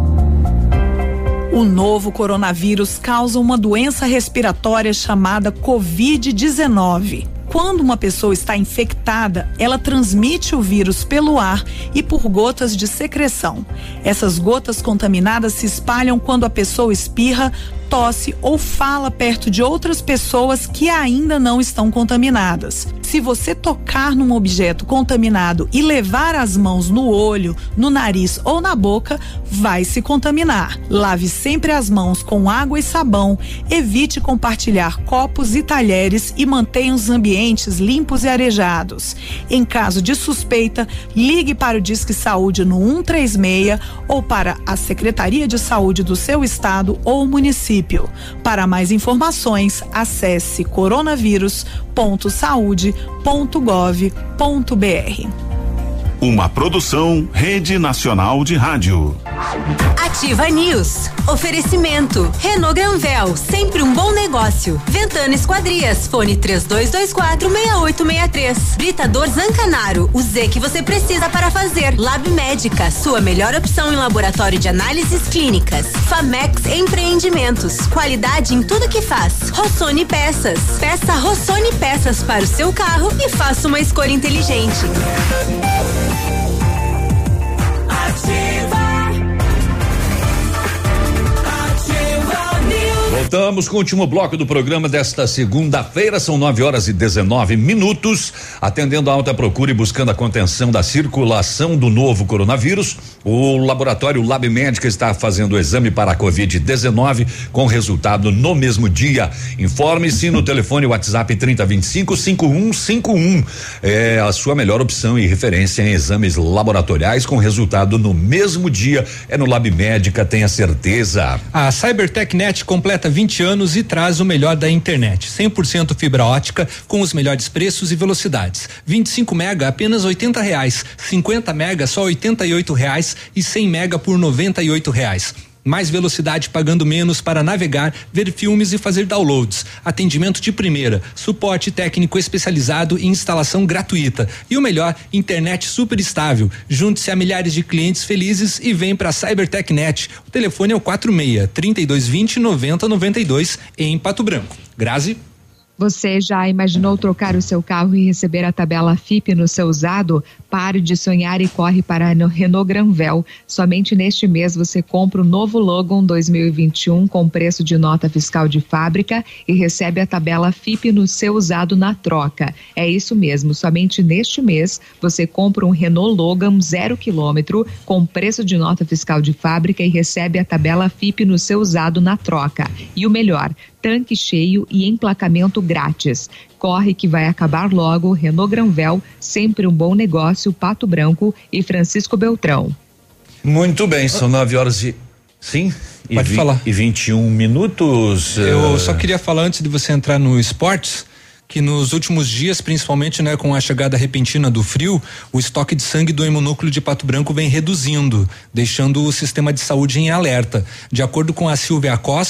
O novo coronavírus causa uma doença respiratória chamada covid dezenove. Quando uma pessoa está infectada, ela transmite o vírus pelo ar e por gotas de secreção. Essas gotas contaminadas se espalham quando a pessoa espirra, tosse ou fala perto de outras pessoas que ainda não estão contaminadas. Se você tocar num objeto contaminado e levar as mãos no olho, no nariz ou na boca, vai se contaminar. Lave sempre as mãos com água e sabão, evite compartilhar copos e talheres e mantenha os ambientes limpos e arejados. Em caso de suspeita, ligue para o Disque Saúde no um três seis ou para a Secretaria de Saúde do seu estado ou município. Para mais informações, acesse coronavírus ponto saúde ponto gov ponto br. Uma produção Rede Nacional de Rádio. Ativa News. Oferecimento. Renault Granvel, sempre um bom negócio. Ventana Esquadrias, fone três dois dois quatro, seis oito seis três. Britador Zancanaro, o Z que você precisa para fazer. Lab Médica, sua melhor opção em laboratório de análises clínicas. Famex Empreendimentos, qualidade em tudo que faz. Rossoni Peças, peça Rossoni Peças para o seu carro e faça uma escolha inteligente. Voltamos com o último bloco do programa desta segunda-feira, são nove horas e dezenove minutos. Atendendo a alta procura e buscando a contenção da circulação do novo coronavírus, o laboratório Lab Médica está fazendo o exame para a covid dezenove com resultado no mesmo dia. Informe-se no telefone WhatsApp trinta vinte e cinco, cinquenta e um cinquenta e um. É a sua melhor opção e referência em exames laboratoriais com resultado no mesmo dia. É no Lab Médica, tenha certeza. A CyberTechNet completa vinte anos e traz o melhor da internet. cem por cento fibra ótica com os melhores preços e velocidades. vinte e cinco mega apenas oitenta reais, cinquenta mega só oitenta e oito reais e cem mega por noventa e oito reais. Mais velocidade pagando menos para navegar, ver filmes e fazer downloads. Atendimento de primeira, suporte técnico especializado e instalação gratuita. E o melhor, internet super estável. Junte-se a milhares de clientes felizes e vem para CyberTechNet. O telefone é o quatro seis, trinta e dois vinte, noventa noventa e dois em Pato Branco. Grazi? Você já imaginou trocar o seu carro e receber a tabela F I P no seu usado? Pare de sonhar e corre para a Renault Granvel. Somente neste mês você compra o novo Logan dois mil e vinte e um com preço de nota fiscal de fábrica e recebe a tabela F I P no seu usado na troca. É isso mesmo, somente neste mês você compra um Renault Logan zero quilômetro com preço de nota fiscal de fábrica e recebe a tabela F I P no seu usado na troca. E o melhor, tanque cheio e emplacamento grátis. Corre que vai acabar logo. Renault Granvel, sempre um bom negócio. Pato Branco e Francisco Beltrão. Muito bem, são nove horas e sim. Pode e falar. E vinte e um minutos. Eu uh... só queria falar antes de você entrar no esportes, que nos últimos dias, principalmente, né, com a chegada repentina do frio, o estoque de sangue do hemonúcleo de Pato Branco vem reduzindo, deixando o sistema de saúde em alerta. De acordo com a Silvia Costa,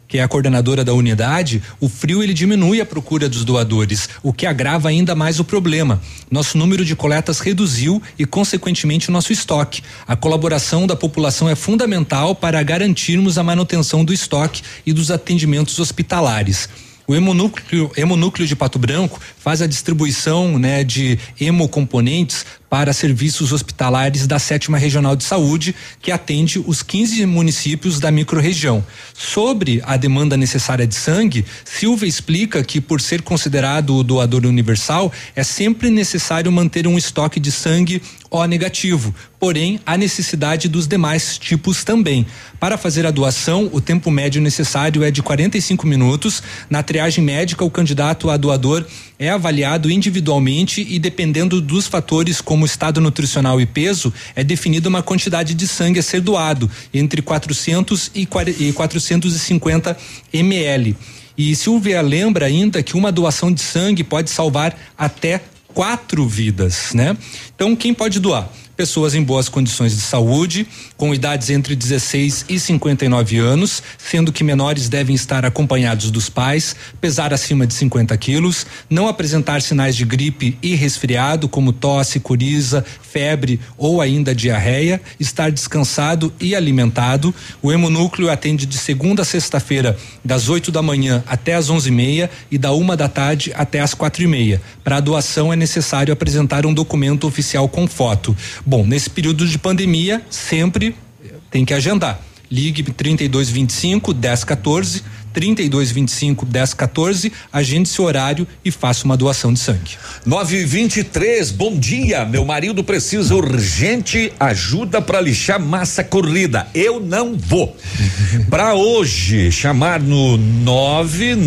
que é a coordenadora da unidade, o frio ele diminui a procura dos doadores, o que agrava ainda mais o problema. Nosso número de coletas reduziu e, consequentemente, o nosso estoque. A colaboração da população é fundamental para garantirmos a manutenção do estoque e dos atendimentos hospitalares. O hemonúcleo, hemonúcleo de Pato Branco faz a distribuição, né, de hemocomponentes para serviços hospitalares da sétima Regional de Saúde, que atende os quinze municípios da microrregião. Sobre a demanda necessária de sangue, Silva explica que, por ser considerado o doador universal, é sempre necessário manter um estoque de sangue O negativo, porém há necessidade dos demais tipos também. Para fazer a doação, o tempo médio necessário é de quarenta e cinco minutos. Na triagem médica, o candidato a doador é avaliado individualmente e, dependendo dos fatores como estado nutricional e peso, é definida uma quantidade de sangue a ser doado, entre quatrocentos e quatrocentos e cinquenta mililitros. E Silvia lembra ainda que uma doação de sangue pode salvar até quatro vidas, né? Então, quem pode doar? Pessoas em boas condições de saúde, com idades entre dezesseis e cinquenta e nove anos, sendo que menores devem estar acompanhados dos pais, pesar acima de cinquenta quilos, não apresentar sinais de gripe e resfriado, como tosse, coriza, febre ou ainda diarreia, estar descansado e alimentado. O hemonúcleo atende de segunda a sexta-feira, das oito da manhã até as onze e meia e da uma da tarde até as quatro e meia. Para a doação é necessário apresentar um documento oficial com foto. Bom, nesse período de pandemia, sempre tem que agendar. Ligue trinta e dois vinte e cinco, dez quatorze, trinta e dois vinte e cinco, dez quatorze, agende seu horário e faça uma doação de sangue. nove e vinte e três, bom dia. Meu marido precisa urgente ajuda para lixar massa corrida. Eu não vou. Para hoje, chamar no nove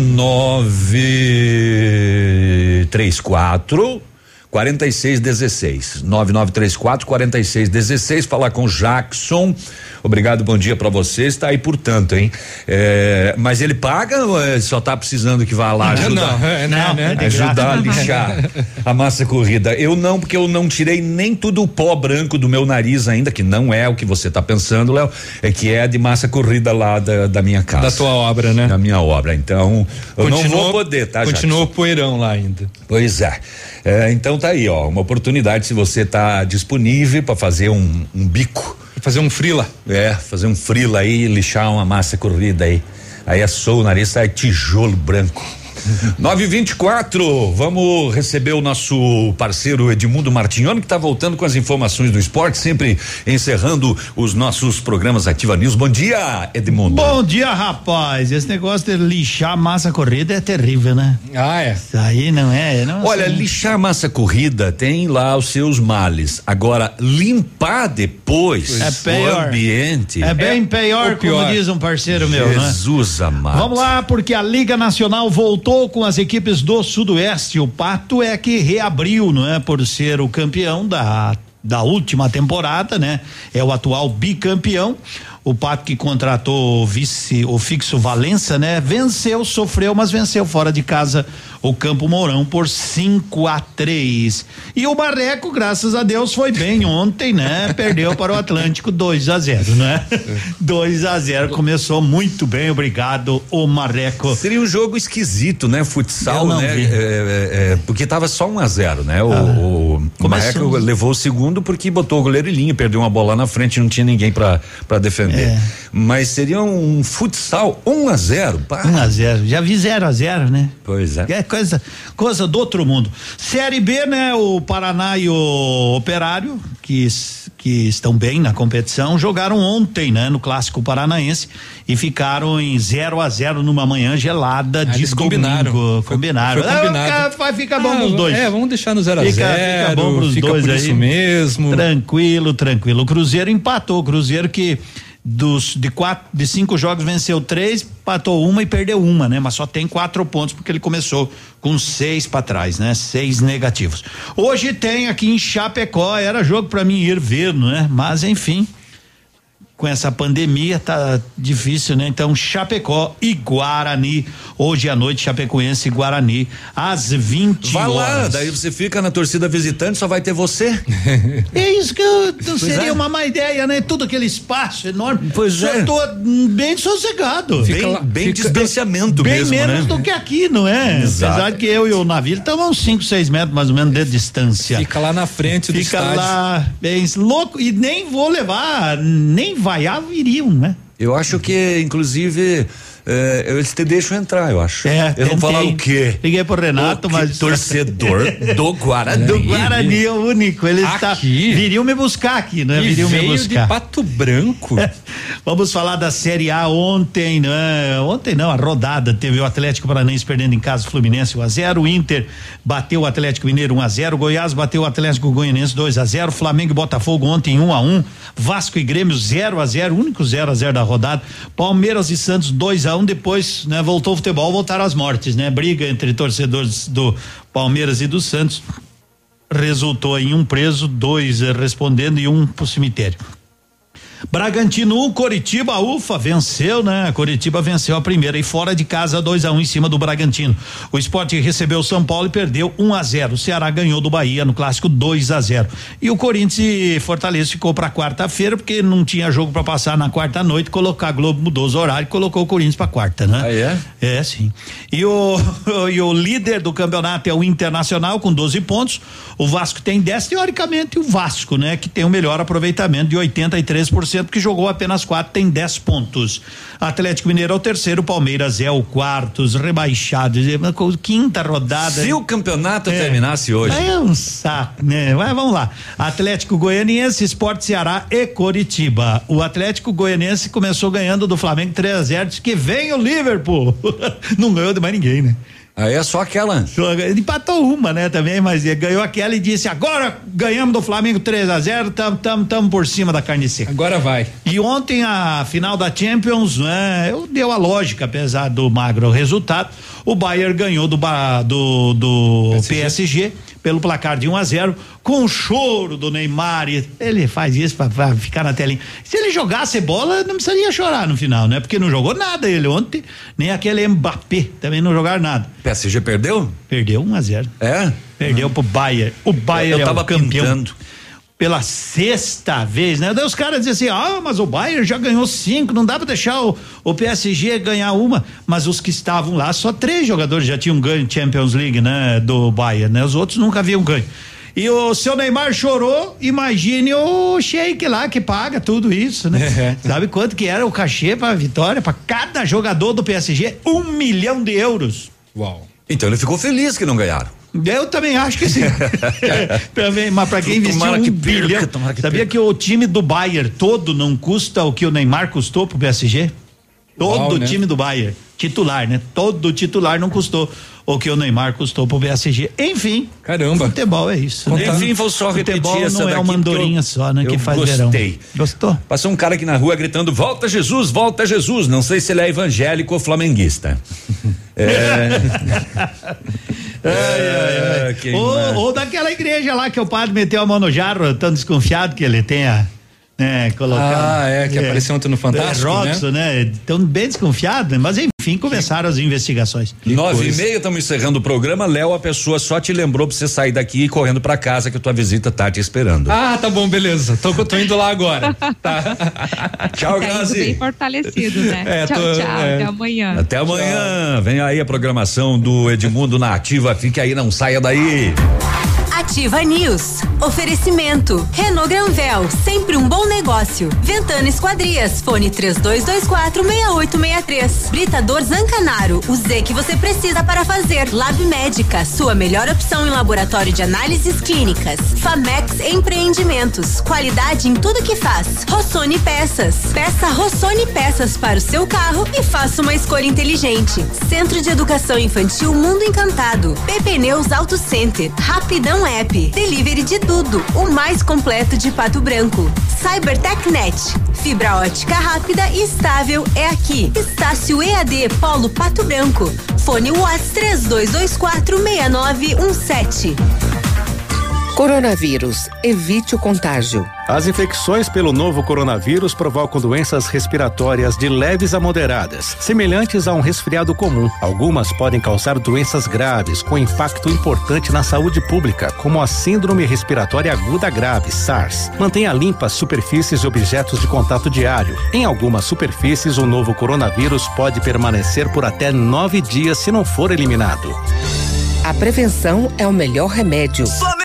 nove três quatro quarenta e seis dezesseis, nove nove três quatro quarenta e seis dezesseis, falar com Jackson. Obrigado, bom dia pra você. Está aí, portanto, hein? É, mas ele paga ou é, só tá precisando que vá lá ajudar? Não, é, não, né? Ajudar a lixar a massa corrida. Eu não, porque eu não tirei nem tudo o pó branco do meu nariz ainda, que não é o que você tá pensando, Léo, é que é de massa corrida lá da, da minha casa. Da tua obra, né? Da minha obra. Então, eu Continuou, não vou poder, tá, Continua o poeirão lá ainda. Pois é. É, então tá aí, ó, uma oportunidade se você tá disponível para fazer um, um bico. Fazer um frila. É, fazer um frila aí, lixar uma massa corrida aí. Aí assou o nariz, sai tijolo branco. nove e vinte e quatro, vamos receber o nosso parceiro Edmundo Martignoni, que está voltando com as informações do esporte, sempre encerrando os nossos programas Ativa News. Bom dia, Edmundo. Bom dia, rapaz. Esse negócio de lixar massa corrida é terrível, né? Ah, é. Isso aí não é. Não Olha, sei. lixar massa corrida tem lá os seus males. Agora, limpar depois é pior. o ambiente. É bem pior, pior, como diz um parceiro meu, né? Jesus amado. Vamos lá, porque a Liga Nacional voltou com as equipes do Sudoeste. O Pato é que reabriu, não é? Por ser o campeão da da última temporada, né? É o atual bicampeão. O Pato, que contratou o vice, o fixo Valença, né? Venceu, sofreu, mas venceu fora de casa o Campo Mourão por cinco a três. E o Marreco, graças a Deus, foi bem ontem, né? Perdeu para o Atlântico dois a zero, né? dois a zero, começou muito bem, obrigado, o Marreco. Seria um jogo esquisito, né? Futsal, né? vi. É, é, é, porque tava só um a zero, né? O, Ah, o, o Marreco levou o segundo porque botou o goleiro em linha, perdeu uma bola na frente e não tinha ninguém pra, pra defender. É. Mas seria um futsal um a zero. um a zero, já vi zero a zero, né? Pois é. É coisa, coisa do outro mundo. Série B, né? O Paraná e o Operário, que, que estão bem na competição, jogaram ontem, né? No Clássico Paranaense e ficaram em zero a zero numa manhã gelada Ah, de eles domingo. combinaram. Foi- Combinaram. foi combinado. Ah, vai ficar bom Ah, pros dois. é, vamos deixar no zero a Fica, zero, fica bom pros fica dois por aí. isso mesmo. Tranquilo, tranquilo. O Cruzeiro empatou. O Cruzeiro que dos de quatro, de cinco jogos venceu três, empatou uma e perdeu uma, né? Mas só tem quatro pontos porque ele começou com seis para trás, né? Seis negativos. Hoje tem aqui em Chapecó, era jogo para mim ir ver, né? Mas enfim, com essa pandemia tá difícil, né? Então Chapecó e Guarani, hoje à noite Chapecoense e Guarani às vinte Vai horas. lá, daí você fica na torcida visitante, só vai ter você. É isso que eu, não Pois seria é. uma má ideia, né? Tudo aquele espaço enorme. Pois é. Eu tô bem sossegado. Fica bem, lá, bem distanciamento bem mesmo, menos né? do que aqui, não é? Exato. Apesar de que eu e o navio estamos a uns cinco, seis metros mais ou menos de distância. Fica lá na frente do Fica estádio. lá, bem louco, e nem vou levar, nem vaiar iriam, né? Eu acho que, inclusive, eh, eles te deixam entrar, eu acho. É, Eles vão tentei. falar o quê? Liguei pro Renato, O que mas. torcedor do Guarani. Do Guarani é o único. Ele está. Viriam me buscar aqui, né? E Viriam me veio buscar. de Pato Branco. Vamos falar da Série A ontem, né? Ontem não, a rodada teve o Atlético Paranaense perdendo em casa o Fluminense um a zero, o Inter bateu o Atlético Mineiro um a zero, Goiás bateu o Atlético Goianiense dois a zero, Flamengo e Botafogo ontem um a um, Vasco e Grêmio zero a zero, único zero a zero da rodada, Palmeiras e Santos dois a um, depois, né, voltou o futebol, voltaram as mortes, né? Briga entre torcedores do Palmeiras e do Santos resultou em um preso, dois eh, respondendo e um pro cemitério. Bragantino um, Coritiba, ufa, venceu, né? Coritiba venceu a primeira e fora de casa dois a um em cima do Bragantino. O Sport recebeu o São Paulo e perdeu um a zero. O Ceará ganhou do Bahia no clássico dois a zero. E o Corinthians e Fortaleza ficou para quarta-feira porque não tinha jogo para passar na quarta noite, colocar a Globo mudou os horários e colocou o Corinthians para quarta, né? Ah, é? É, sim. E o e o líder do campeonato é o Internacional com doze pontos. O Vasco tem dez, teoricamente o Vasco, né, que tem o melhor aproveitamento de oitenta e três por cento, que jogou apenas quatro, tem dez pontos. Atlético Mineiro é o terceiro, Palmeiras é o quarto, os rebaixados, quinta rodada. Se o campeonato é. terminasse hoje. É um saco, né? Mas vamos lá. Atlético Goianiense, Sport Ceará e Coritiba. O Atlético Goianiense começou ganhando do Flamengo três a zero, diz que vem o Liverpool. Não ganhou de mais ninguém, né? Aí é só aquela. Ele empatou uma, né, também, mas ganhou aquela e disse: agora ganhamos do Flamengo três a zero, tamo, tamo, tamo por cima da carne seca. Agora vai. E ontem a final da Champions, né, eu deu a lógica, apesar do magro resultado. O Bayern ganhou do, do, do P S G. P S G pelo placar de um a zero, com o choro do Neymar. Ele faz isso pra, pra ficar na telinha. Se ele jogasse bola, não precisaria chorar no final, né? Porque não jogou nada ele ontem, nem aquele Mbappé também não jogaram nada. P S G perdeu? Perdeu um a zero. É? Perdeu uhum. pro Bayern. O Bayern eu, eu tava é o campeão. pintando. Pela sexta vez, né? Daí os caras dizem assim: ah, mas o Bayern já ganhou cinco, não dá pra deixar o, o P S G ganhar uma. Mas os que estavam lá, só três jogadores já tinham ganho Champions League, né? Do Bayern, né? Os outros nunca haviam ganho. E o seu Neymar chorou, imagine o Sheik lá que paga tudo isso, né? É. Sabe quanto que era o cachê pra vitória, pra cada jogador do P S G? Um milhão de euros. Uau. Então ele ficou feliz que não ganharam. Eu também acho que sim. também, mas para quem investiu um que bilhão, perca, que sabia perca. que o time do Bayern todo não custa o que o Neymar custou pro P S G? Todo Uau, o né? time do Bayern, titular, né? Todo titular não custou o que o Neymar custou pro P S G. Enfim. Caramba. Futebol é isso. Né? Enfim, vou só repetir futebol essa não é daqui uma andorinha eu, só, né? Eu que faz gostei. verão. Gostou? Passou um cara aqui na rua gritando: volta Jesus, volta Jesus. Não sei se ele é evangélico ou flamenguista. é. Ai, ai, ai. Ou, ou daquela igreja lá que o padre meteu a mão no jarro, tão desconfiado que ele tenha, né, colocado. Ah, é, que é, apareceu ontem no Fantástico, é, Robson, né? né? Tão bem desconfiado, né? Mas enfim, começaram as investigações. Nove e meia, estamos encerrando o programa. Léo, a pessoa só te lembrou pra você sair daqui e correndo pra casa que a tua visita tá te esperando. Ah, tá bom, beleza. Tô, tô indo lá agora. Tá. Tchau, tá Grazi. Bem fortalecido, né? É, tchau, tô, tchau. É. Até amanhã. Até amanhã. Tchau. Vem aí a programação do Edmundo na Ativa. Fique aí, não saia daí. Ativa News. Oferecimento. Renault Granvel, sempre um bom negócio. Ventana Esquadrias, fone três dois dois quatro, seis oito seis três. Britador Zancanaro, o Z que você precisa para fazer. Lab Médica, sua melhor opção em laboratório de análises clínicas. Famex Empreendimentos, qualidade em tudo que faz. Rossoni Peças, peça Rossoni Peças para o seu carro e faça uma escolha inteligente. Centro de Educação Infantil Mundo Encantado. P Pneus Auto Center, Rapidão App, delivery de tudo, o mais completo de Pato Branco. CyberTechNet, fibra ótica rápida e estável é aqui. Estácio E A D Polo Pato Branco. Fone WhatsApp três dois dois quatro, seis nove um sete. Coronavírus, evite o contágio. As infecções pelo novo coronavírus provocam doenças respiratórias de leves a moderadas, semelhantes a um resfriado comum. Algumas podem causar doenças graves, com impacto importante na saúde pública, como a Síndrome Respiratória Aguda Grave, SARS. Mantenha limpas superfícies e objetos de contato diário. Em algumas superfícies, o novo coronavírus pode permanecer por até nove dias se não for eliminado. A prevenção é o melhor remédio.